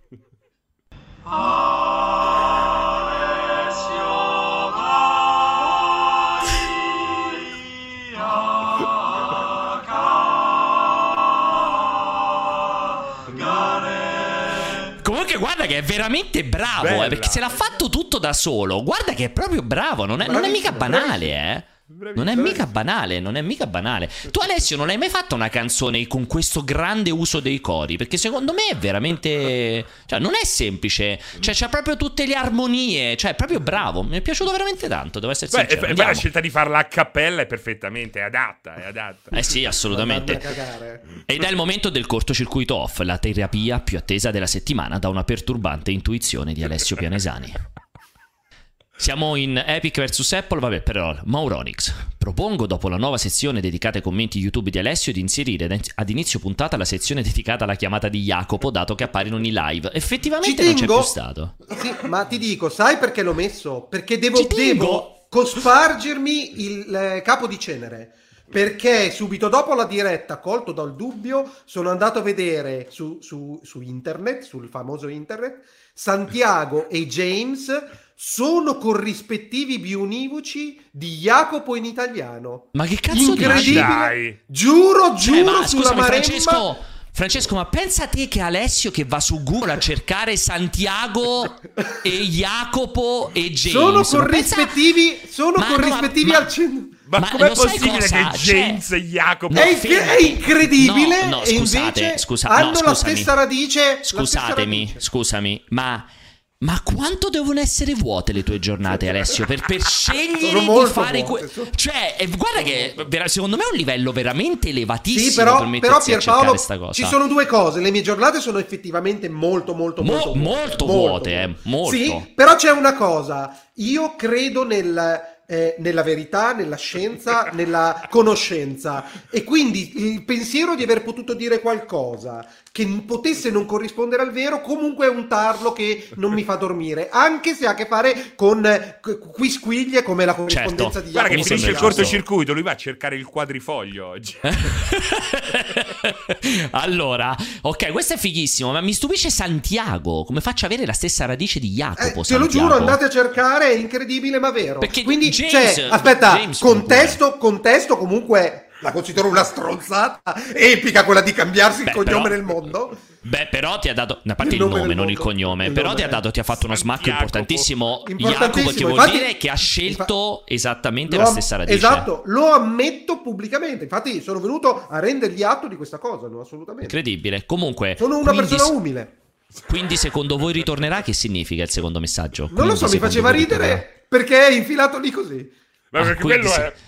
Speaker 1: Comunque guarda che è veramente bravo, eh,
Speaker 3: Bella.
Speaker 1: perché se l'ha fatto tutto da solo. Guarda che è proprio bravo, non è, non è mica
Speaker 2: Bravissimo,
Speaker 1: banale, eh. Non è mica banale, non è mica banale. Tu Alessio non hai mai fatto una canzone con questo grande uso dei cori? Perché secondo me è veramente... Cioè non è semplice. Cioè c'ha proprio tutte le armonie. Cioè è proprio bravo. Mi è piaciuto veramente tanto, devo essere
Speaker 3: Beh,
Speaker 1: sincero.
Speaker 3: e poi
Speaker 1: Andiamo.
Speaker 3: la scelta di farla a cappella è perfettamente, è adatta, è adatta.
Speaker 1: Eh sì, assolutamente.
Speaker 2: Mandate a cagare.
Speaker 1: Ed è il momento del cortocircuito off, la terapia più attesa della settimana da una perturbante intuizione di Alessio Pianesani. Siamo in Epic versus Apple, vabbè, però Mauronix. Propongo, dopo la nuova sezione dedicata ai commenti YouTube di Alessio, di inserire ad inizio puntata la sezione dedicata alla chiamata di Jacopo, dato che appare in ogni live. Effettivamente
Speaker 2: Ci
Speaker 1: non c'è
Speaker 2: tengo-
Speaker 1: più stato.
Speaker 2: Sì, ma ti dico, sai perché l'ho messo? Perché devo,
Speaker 1: Ci tengo.
Speaker 2: devo cospargermi il eh, capo di cenere. Perché subito dopo la diretta, colto dal dubbio, sono andato a vedere su, su, su internet, sul famoso internet, Santiago e James sono corrispettivi bionivoci di Jacopo in italiano.
Speaker 1: Ma che cazzo dici?
Speaker 2: Incredibile.
Speaker 3: Dai.
Speaker 2: Giuro,
Speaker 1: Cioè,
Speaker 2: giuro
Speaker 1: ma
Speaker 2: sulla
Speaker 1: scusami,
Speaker 2: maremma.
Speaker 1: Francesco, Francesco, ma pensa te che Alessio che va su Google a cercare Santiago e Jacopo e James.
Speaker 2: Sono
Speaker 1: ma pensa-
Speaker 2: corrispettivi, sono
Speaker 1: Ma no,
Speaker 2: corrispettivi
Speaker 1: ma-
Speaker 2: al centro.
Speaker 3: Ma,
Speaker 1: Ma
Speaker 3: com'è
Speaker 1: lo sai
Speaker 3: possibile
Speaker 1: cosa?
Speaker 3: che
Speaker 1: Cioè-
Speaker 3: James e Jacopo...
Speaker 1: No,
Speaker 2: È, inc-
Speaker 1: fermi.
Speaker 2: è incredibile
Speaker 1: No, no,
Speaker 2: e
Speaker 1: scusate,
Speaker 2: invece
Speaker 1: scusa- no,
Speaker 2: hanno la
Speaker 1: scusami.
Speaker 2: stessa radice. la stessa
Speaker 1: Scusatemi,
Speaker 2: radice.
Speaker 1: scusami, ma, ma quanto devono essere vuote le tue giornate, Alessio, per, per scegliere
Speaker 2: Sono
Speaker 1: di
Speaker 2: molto
Speaker 1: fare
Speaker 2: vuote,
Speaker 1: que-
Speaker 2: sono-
Speaker 1: Cioè, eh, guarda che vera- secondo me è un livello veramente elevatissimo
Speaker 2: Sì,
Speaker 1: per
Speaker 2: però, però
Speaker 1: mettersi a cercare
Speaker 2: Pierpaolo,
Speaker 1: sta cosa.
Speaker 2: ci sono due cose. Le mie giornate sono effettivamente molto, molto,
Speaker 1: Mo-
Speaker 2: molto,
Speaker 1: molto vuote, eh, molto.
Speaker 2: Sì, però c'è una cosa. Io credo nel, eh, nella verità, nella scienza, nella conoscenza. E quindi il pensiero di aver potuto dire qualcosa che potesse non corrispondere al vero, comunque è un tarlo che non mi fa dormire, anche se ha a che fare con eh, quisquiglie come la corrispondenza di
Speaker 3: Guarda che
Speaker 2: Jacopo.
Speaker 3: finisce il
Speaker 2: Jacopo.
Speaker 3: cortocircuito, lui va a cercare il quadrifoglio oggi.
Speaker 1: Allora, ok, questo è fighissimo, ma mi stupisce Santiago. Come faccio a avere la stessa radice di
Speaker 2: Eh,
Speaker 1: Jacopo?
Speaker 2: te lo
Speaker 1: Santiago?
Speaker 2: giuro, andate a cercare, è incredibile ma vero.
Speaker 1: Perché
Speaker 2: Quindi
Speaker 1: James-
Speaker 2: c'è, aspetta,
Speaker 1: James
Speaker 2: contesto, contesto comunque la considero una stronzata epica quella di cambiarsi
Speaker 1: Beh,
Speaker 2: il cognome
Speaker 1: però-
Speaker 2: nel mondo.
Speaker 1: Beh, però ti ha dato, a parte
Speaker 2: Il
Speaker 1: il
Speaker 2: nome
Speaker 1: nome,
Speaker 2: del
Speaker 1: non il
Speaker 2: mondo.
Speaker 1: cognome,
Speaker 2: Il
Speaker 1: però
Speaker 2: nome.
Speaker 1: ti ha dato, ti ha fatto uno smacco
Speaker 3: Santiago.
Speaker 1: importantissimo. Jacopo,
Speaker 2: Importantissimo,
Speaker 1: che vuol
Speaker 2: infatti-
Speaker 1: dire che ha scelto esattamente
Speaker 2: Lo
Speaker 1: la
Speaker 2: am-
Speaker 1: stessa radice.
Speaker 2: Esatto, lo ammetto pubblicamente. Infatti sono venuto a rendergli atto di questa cosa, no? Assolutamente.
Speaker 1: Incredibile. Comunque,
Speaker 2: Sono una
Speaker 1: quindi,
Speaker 2: persona umile.
Speaker 1: quindi secondo voi ritornerà? Che significa il secondo messaggio?
Speaker 2: Non
Speaker 1: Quindi
Speaker 2: lo so, mi
Speaker 1: secondo
Speaker 2: faceva
Speaker 1: voi
Speaker 2: ridere
Speaker 1: ritornerà?
Speaker 2: perché è infilato lì così.
Speaker 3: Ma
Speaker 1: Ah,
Speaker 3: perché
Speaker 1: quindi
Speaker 3: quello
Speaker 1: sì.
Speaker 3: è...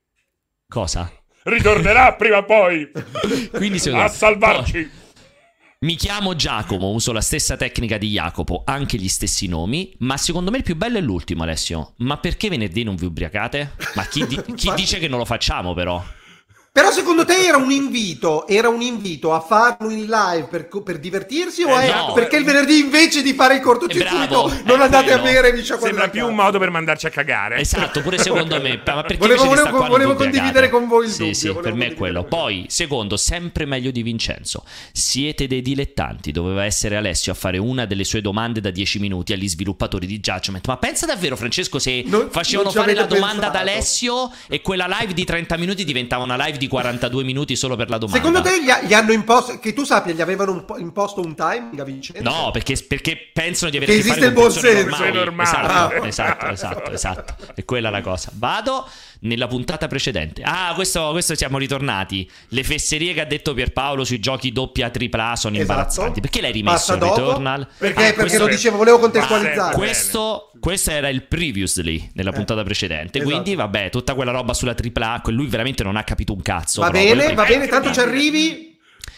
Speaker 1: Cosa?
Speaker 3: Ritornerà prima o poi
Speaker 1: Quindi
Speaker 3: a
Speaker 1: secondo
Speaker 3: salvarci.
Speaker 1: Mi chiamo Giacomo, uso la stessa tecnica di Jacopo, anche gli stessi nomi, ma secondo me il più bello è l'ultimo, Alessio. Ma perché venerdì non vi ubriacate? Ma chi, di- chi dice che non lo facciamo, però?
Speaker 2: Però secondo te era un invito, era un invito a farlo in live per, per divertirsi o
Speaker 3: Eh,
Speaker 2: è
Speaker 3: no.
Speaker 2: perché il venerdì invece di fare il cortocircuito
Speaker 1: Bravo,
Speaker 2: non
Speaker 1: è
Speaker 2: andate a
Speaker 1: quello.
Speaker 2: bere Vicia
Speaker 3: Sembra più un modo per mandarci a cagare.
Speaker 1: Esatto, pure secondo me. Ma perché
Speaker 2: Volevo-
Speaker 1: invece di sta
Speaker 2: volevo-
Speaker 1: qua non
Speaker 2: volevo
Speaker 1: vi ubriacate?
Speaker 2: condividere con voi il
Speaker 1: Sì,
Speaker 2: dubbio,
Speaker 1: sì,
Speaker 2: volevo
Speaker 1: per me è
Speaker 2: condividere
Speaker 1: quello. Poi, secondo, sempre meglio di Vincenzo. Siete dei dilettanti. Doveva essere Alessio a fare una delle sue domande da dieci minuti agli sviluppatori di Judgment. Ma pensa davvero, Francesco, se
Speaker 2: Non-
Speaker 1: facevano
Speaker 2: non ci
Speaker 1: fare la
Speaker 2: avete
Speaker 1: domanda ad
Speaker 2: pensato.
Speaker 1: Alessio e quella live di trenta minuti diventava una live di quarantadue minuti solo per la domanda.
Speaker 2: Secondo te gli, ha- gli hanno imposto, che tu sappia, gli avevano un po- imposto un timing a Vincenzo?
Speaker 1: No, perché, perché pensano di avere
Speaker 2: Che
Speaker 1: a che
Speaker 2: esiste
Speaker 1: fare con
Speaker 2: il buon
Speaker 1: persone
Speaker 2: senso.
Speaker 1: normali.
Speaker 2: Normali.
Speaker 1: Esatto,
Speaker 2: Ah.
Speaker 1: esatto, esatto, esatto. È quella la cosa. Vado nella puntata precedente. Ah, questo, questo siamo ritornati. Le fesserie che ha detto Pierpaolo sui giochi doppia tripla A sono
Speaker 2: Esatto.
Speaker 1: imbarazzanti. Perché l'hai rimesso
Speaker 2: Passa
Speaker 1: il
Speaker 2: dopo?
Speaker 1: Returnal?
Speaker 2: Perché,
Speaker 1: Ah,
Speaker 2: perché
Speaker 1: questo-
Speaker 2: lo dicevo, volevo contestualizzare.
Speaker 1: Questo, questo era il previously nella puntata precedente.
Speaker 2: esatto.
Speaker 1: Quindi, vabbè, tutta quella roba sulla tripla A, lui veramente non ha capito un cazzo.
Speaker 2: Va
Speaker 1: però,
Speaker 2: bene,
Speaker 1: quello-
Speaker 2: va bene, tanto ci arrivi.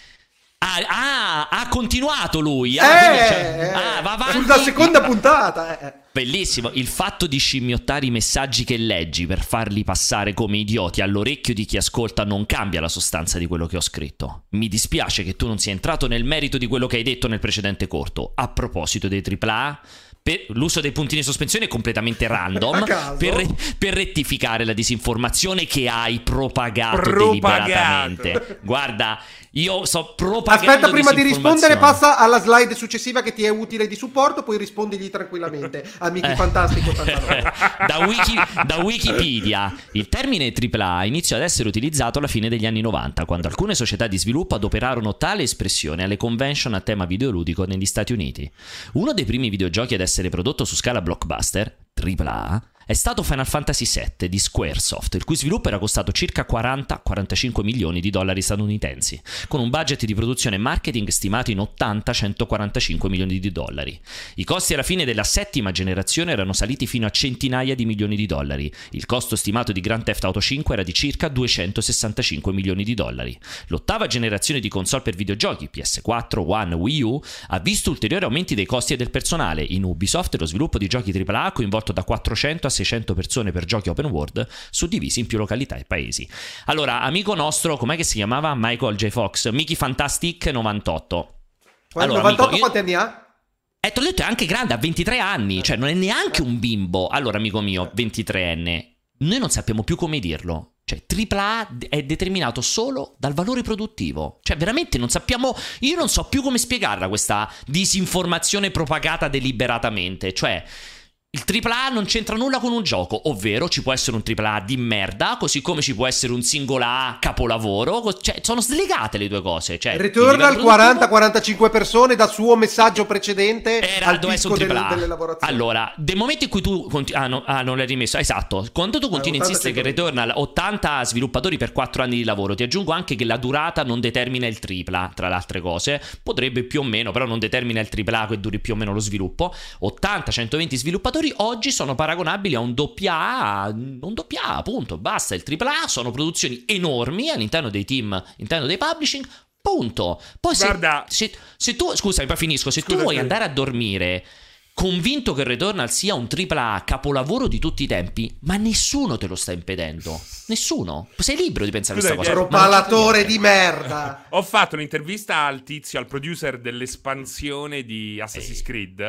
Speaker 1: Ah, ah, ha continuato lui.
Speaker 2: Eh,
Speaker 1: Ah, quindi c'è-
Speaker 2: eh,
Speaker 1: ah, va avanti.
Speaker 2: sulla seconda puntata. eh.
Speaker 1: Bellissimo, il fatto di scimmiottare i messaggi che leggi per farli passare come idioti all'orecchio di chi ascolta non cambia la sostanza di quello che ho scritto. Mi dispiace che tu non sia entrato nel merito di quello che hai detto nel precedente corto. A proposito dei tripla A, per- l'uso dei puntini di sospensione è completamente random
Speaker 2: A caso.
Speaker 1: per, re- per rettificare la disinformazione che hai propagato,
Speaker 3: Propagato.
Speaker 1: deliberatamente. Guarda, io sto propagando
Speaker 2: Aspetta, prima di rispondere,
Speaker 1: disinformazione.
Speaker 2: passa alla slide successiva che ti è utile di supporto, poi rispondigli tranquillamente. Amici
Speaker 1: Eh.
Speaker 2: fantastico ottantanove.
Speaker 1: da, Wiki, da Wikipedia, il termine tripla A iniziò ad essere utilizzato alla fine degli anni novanta, quando alcune società di sviluppo adoperarono tale espressione alle convention a tema videoludico negli Stati Uniti. Uno dei primi videogiochi ad essere prodotto su scala blockbuster, tripla A, è stato Final Fantasy sette di Squaresoft, il cui sviluppo era costato circa quaranta quarantacinque milioni di dollari statunitensi, con un budget di produzione e marketing stimato in ottanta centoquarantacinque milioni di dollari. I costi alla fine della settima generazione erano saliti fino a centinaia di milioni di dollari. Il costo stimato di Grand Theft Auto cinque era di circa duecentosessantacinque milioni di dollari. L'ottava generazione di console per videogiochi, P S quattro, One, Wii U, ha visto ulteriori aumenti dei costi e del personale. In Ubisoft lo sviluppo di giochi tripla A ha coinvolto da quattrocento a seicento persone per giochi open world, suddivisi in più località e paesi. Allora, amico nostro, com'è che si chiamava? Michael J. Fox, Mickey Fantastic novantotto. Allora,
Speaker 2: novantotto
Speaker 1: amico, io-
Speaker 2: quanti anni ha?
Speaker 1: Eh, te l'ho detto, è anche grande, ha ventitré anni, cioè non è neanche un bimbo. Allora, amico mio, ventitreenne, noi non sappiamo più come dirlo. Cioè, tripla A è determinato solo dal valore produttivo. Cioè, veramente non sappiamo... Io non so più come spiegarla questa disinformazione propagata deliberatamente. Cioè... Il tripla A non c'entra nulla con un gioco, ovvero ci può essere un tripla A di merda, così come ci può essere un singolo A capolavoro, co- cioè sono slegate le due cose. Cioè, il livello
Speaker 2: Returnal
Speaker 1: produttivo
Speaker 2: quaranta quarantacinque persone da suo messaggio precedente
Speaker 1: era
Speaker 2: al
Speaker 1: dove
Speaker 2: picco
Speaker 1: essere un
Speaker 2: del,
Speaker 1: tripla A.
Speaker 2: delle lavorazioni.
Speaker 1: Allora, del momento in cui tu conti- ah, no, ah, non l'hai rimesso, esatto, quando tu continui a
Speaker 2: ottanta
Speaker 1: insistere che Returnal ottanta sviluppatori per quattro anni di lavoro, ti aggiungo anche che la durata non determina il tripla, tra le altre cose, potrebbe più o meno, però non determina il tripla che duri più o meno lo sviluppo. ottanta centoventi sviluppatori oggi sono paragonabili a un doppia A, un doppia A, appunto, basta. Il tripla A sono produzioni enormi all'interno dei team, all'interno dei publishing, punto. Poi se,
Speaker 3: Guarda-
Speaker 1: se, se tu, scusami, poi finisco, se tu
Speaker 3: Scusa,
Speaker 1: vuoi
Speaker 3: sì.
Speaker 1: andare a dormire convinto che Returnal sia un tripla A capolavoro di tutti i tempi, ma nessuno te lo sta impedendo. Nessuno. Sei libero di pensare
Speaker 3: Scusa,
Speaker 1: questa cosa.
Speaker 3: Piero,
Speaker 1: ma non c'è
Speaker 2: Propalatore
Speaker 1: niente.
Speaker 2: di merda.
Speaker 3: Ho fatto un'intervista al tizio, al producer dell'espansione di Assassin's Creed.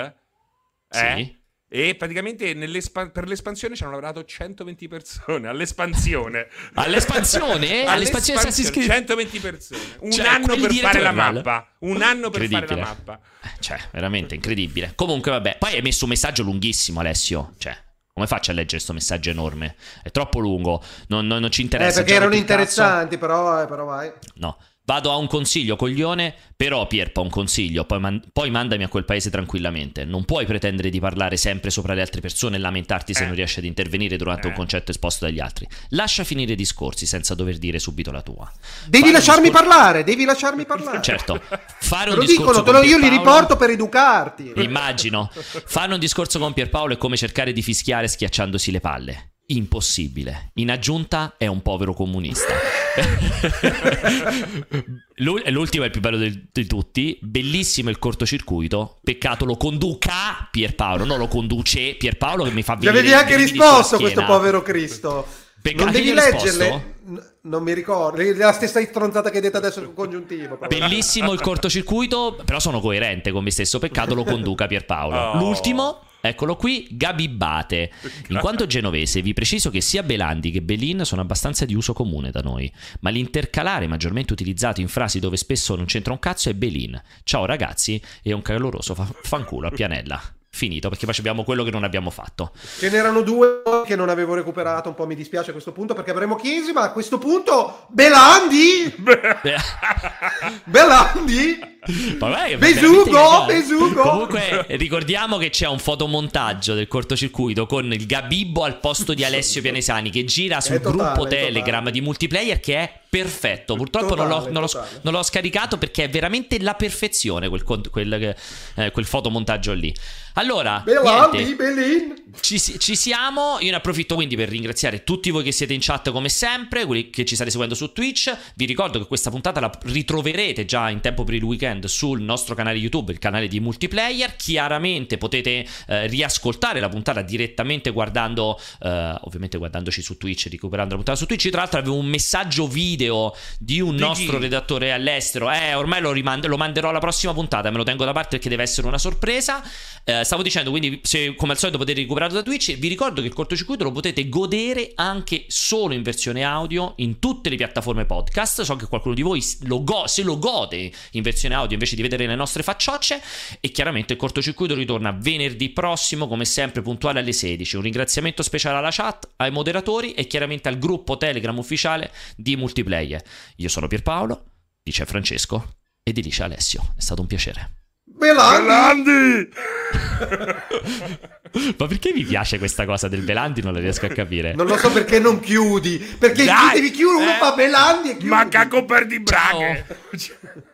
Speaker 3: Eh?
Speaker 1: Sì.
Speaker 3: E praticamente nell'espa- per l'espansione ci hanno lavorato centoventi persone. All'espansione.
Speaker 1: All'espansione? All'espansione di Assassin's Creed?
Speaker 3: centoventi persone. Un
Speaker 1: Cioè,
Speaker 3: anno
Speaker 1: quelli
Speaker 3: per
Speaker 1: di
Speaker 3: fare la
Speaker 1: Returnal?
Speaker 3: mappa. Un anno per fare la
Speaker 1: Incredibile.
Speaker 3: mappa.
Speaker 1: Cioè, veramente incredibile. Comunque, vabbè. Poi hai messo un messaggio lunghissimo, Alessio. Cioè, come faccio a leggere questo messaggio enorme? È troppo lungo. Non, non- non ci
Speaker 2: Eh,
Speaker 1: interessa.
Speaker 2: perché
Speaker 1: Gioco
Speaker 2: erano
Speaker 1: più cazzo.
Speaker 2: interessanti, però, eh, però vai.
Speaker 1: No. Vado a un consiglio, coglione. Però, Pierpa, un consiglio. Poi, man- poi mandami a quel paese tranquillamente. Non puoi pretendere di parlare sempre sopra le altre persone e lamentarti se
Speaker 3: Eh.
Speaker 1: non riesci ad intervenire durante
Speaker 3: Eh.
Speaker 1: un concetto esposto dagli altri. Lascia finire i discorsi senza dover dire subito la tua.
Speaker 2: Devi
Speaker 1: Fare un
Speaker 2: lasciarmi
Speaker 1: discor-
Speaker 2: parlare, devi lasciarmi parlare.
Speaker 1: Certo. Fare
Speaker 2: Te
Speaker 1: un
Speaker 2: lo
Speaker 1: discorso
Speaker 2: dicono, te
Speaker 1: con
Speaker 2: lo- io li
Speaker 1: Pierpaolo-
Speaker 2: riporto per educarti.
Speaker 1: Immagino. Fare un discorso con Pierpaolo è come cercare di fischiare schiacciandosi le palle. impossibile. In aggiunta è un povero comunista. L'ultimo è il più bello di, di tutti. Bellissimo il cortocircuito. Peccato lo conduca Pierpaolo, non lo conduce Pierpaolo, che mi fa
Speaker 2: Gli
Speaker 1: venire
Speaker 2: avevi anche
Speaker 1: brividi
Speaker 2: risposto
Speaker 1: sulla
Speaker 2: questo
Speaker 1: schiena.
Speaker 2: povero Cristo.
Speaker 1: Peccato,
Speaker 2: Non devi
Speaker 1: io ho risposto?
Speaker 2: leggerle. N- non mi ricordo. È la stessa stronzata che hai detto adesso sul congiuntivo. proprio.
Speaker 1: Bellissimo il cortocircuito, però sono coerente con me stesso. Peccato lo conduca Pierpaolo.
Speaker 3: Oh.
Speaker 1: L'ultimo, eccolo qui, Gabibate. In quanto genovese vi preciso che sia Belandi che Belin sono abbastanza di uso comune da noi, ma l'intercalare maggiormente utilizzato in frasi dove spesso non c'entra un cazzo è Belin. Ciao ragazzi e un caloroso fa- fanculo a Pianella. Finito, perché poi abbiamo quello che non abbiamo fatto.
Speaker 2: Ce n'erano due che non avevo recuperato, un po' mi dispiace a questo punto perché avremo Chiesi, ma a questo punto Belandi? Belandi?
Speaker 1: Vabbè,
Speaker 2: Besugo, Besugo.
Speaker 1: Comunque ricordiamo che c'è un fotomontaggio del cortocircuito con il Gabibbo al posto di Alessio Pianesani che gira sul
Speaker 2: È totale,
Speaker 1: gruppo
Speaker 2: è
Speaker 1: Telegram
Speaker 2: totale.
Speaker 1: di Multiplayer, che è perfetto. Purtroppo non, l'ho,
Speaker 2: Totale,
Speaker 1: non, l'ho,
Speaker 2: totale.
Speaker 1: non l'ho scaricato perché è veramente la perfezione quel, con- quel, eh, quel fotomontaggio lì. Allora,
Speaker 2: Belandi,
Speaker 1: niente,
Speaker 2: Belin.
Speaker 1: ci, si- ci siamo. Io ne approfitto quindi per ringraziare tutti voi che siete in chat come sempre, quelli che ci state seguendo su Twitch. Vi ricordo che questa puntata la ritroverete già in tempo per il weekend sul nostro canale YouTube, il canale di Multiplayer. Chiaramente potete eh, riascoltare la puntata direttamente guardando, eh, ovviamente guardandoci su Twitch, recuperando la puntata su Twitch. Tra l'altro avevo un messaggio video di un
Speaker 3: Di
Speaker 1: nostro
Speaker 3: chi?
Speaker 1: redattore all'estero. Eh, ormai lo, rimand- lo manderò alla prossima puntata, me lo tengo da parte perché deve essere una sorpresa. Eh, stavo dicendo, quindi se come al solito potete recuperarlo da Twitch. Vi ricordo che il cortocircuito lo potete godere anche solo in versione audio in tutte le piattaforme podcast. So che qualcuno di voi lo go- se lo gode in versione audio invece di vedere le nostre facciocce. E chiaramente il cortocircuito ritorna venerdì prossimo come sempre puntuale alle sedici. Un ringraziamento speciale alla chat, ai moderatori e chiaramente al gruppo Telegram ufficiale di Multiplayer. Io sono Pierpaolo, dice Francesco e di dice Alessio. È stato un piacere.
Speaker 2: Belandi.
Speaker 1: Ma perché mi piace questa cosa del Belandi? Non la riesco a capire.
Speaker 2: Non lo so perché non chiudi. Perché
Speaker 3: Dai,
Speaker 2: devi chiudere, uno
Speaker 3: eh.
Speaker 2: fa Belandi e chiudi.
Speaker 3: Manca coperti braghe.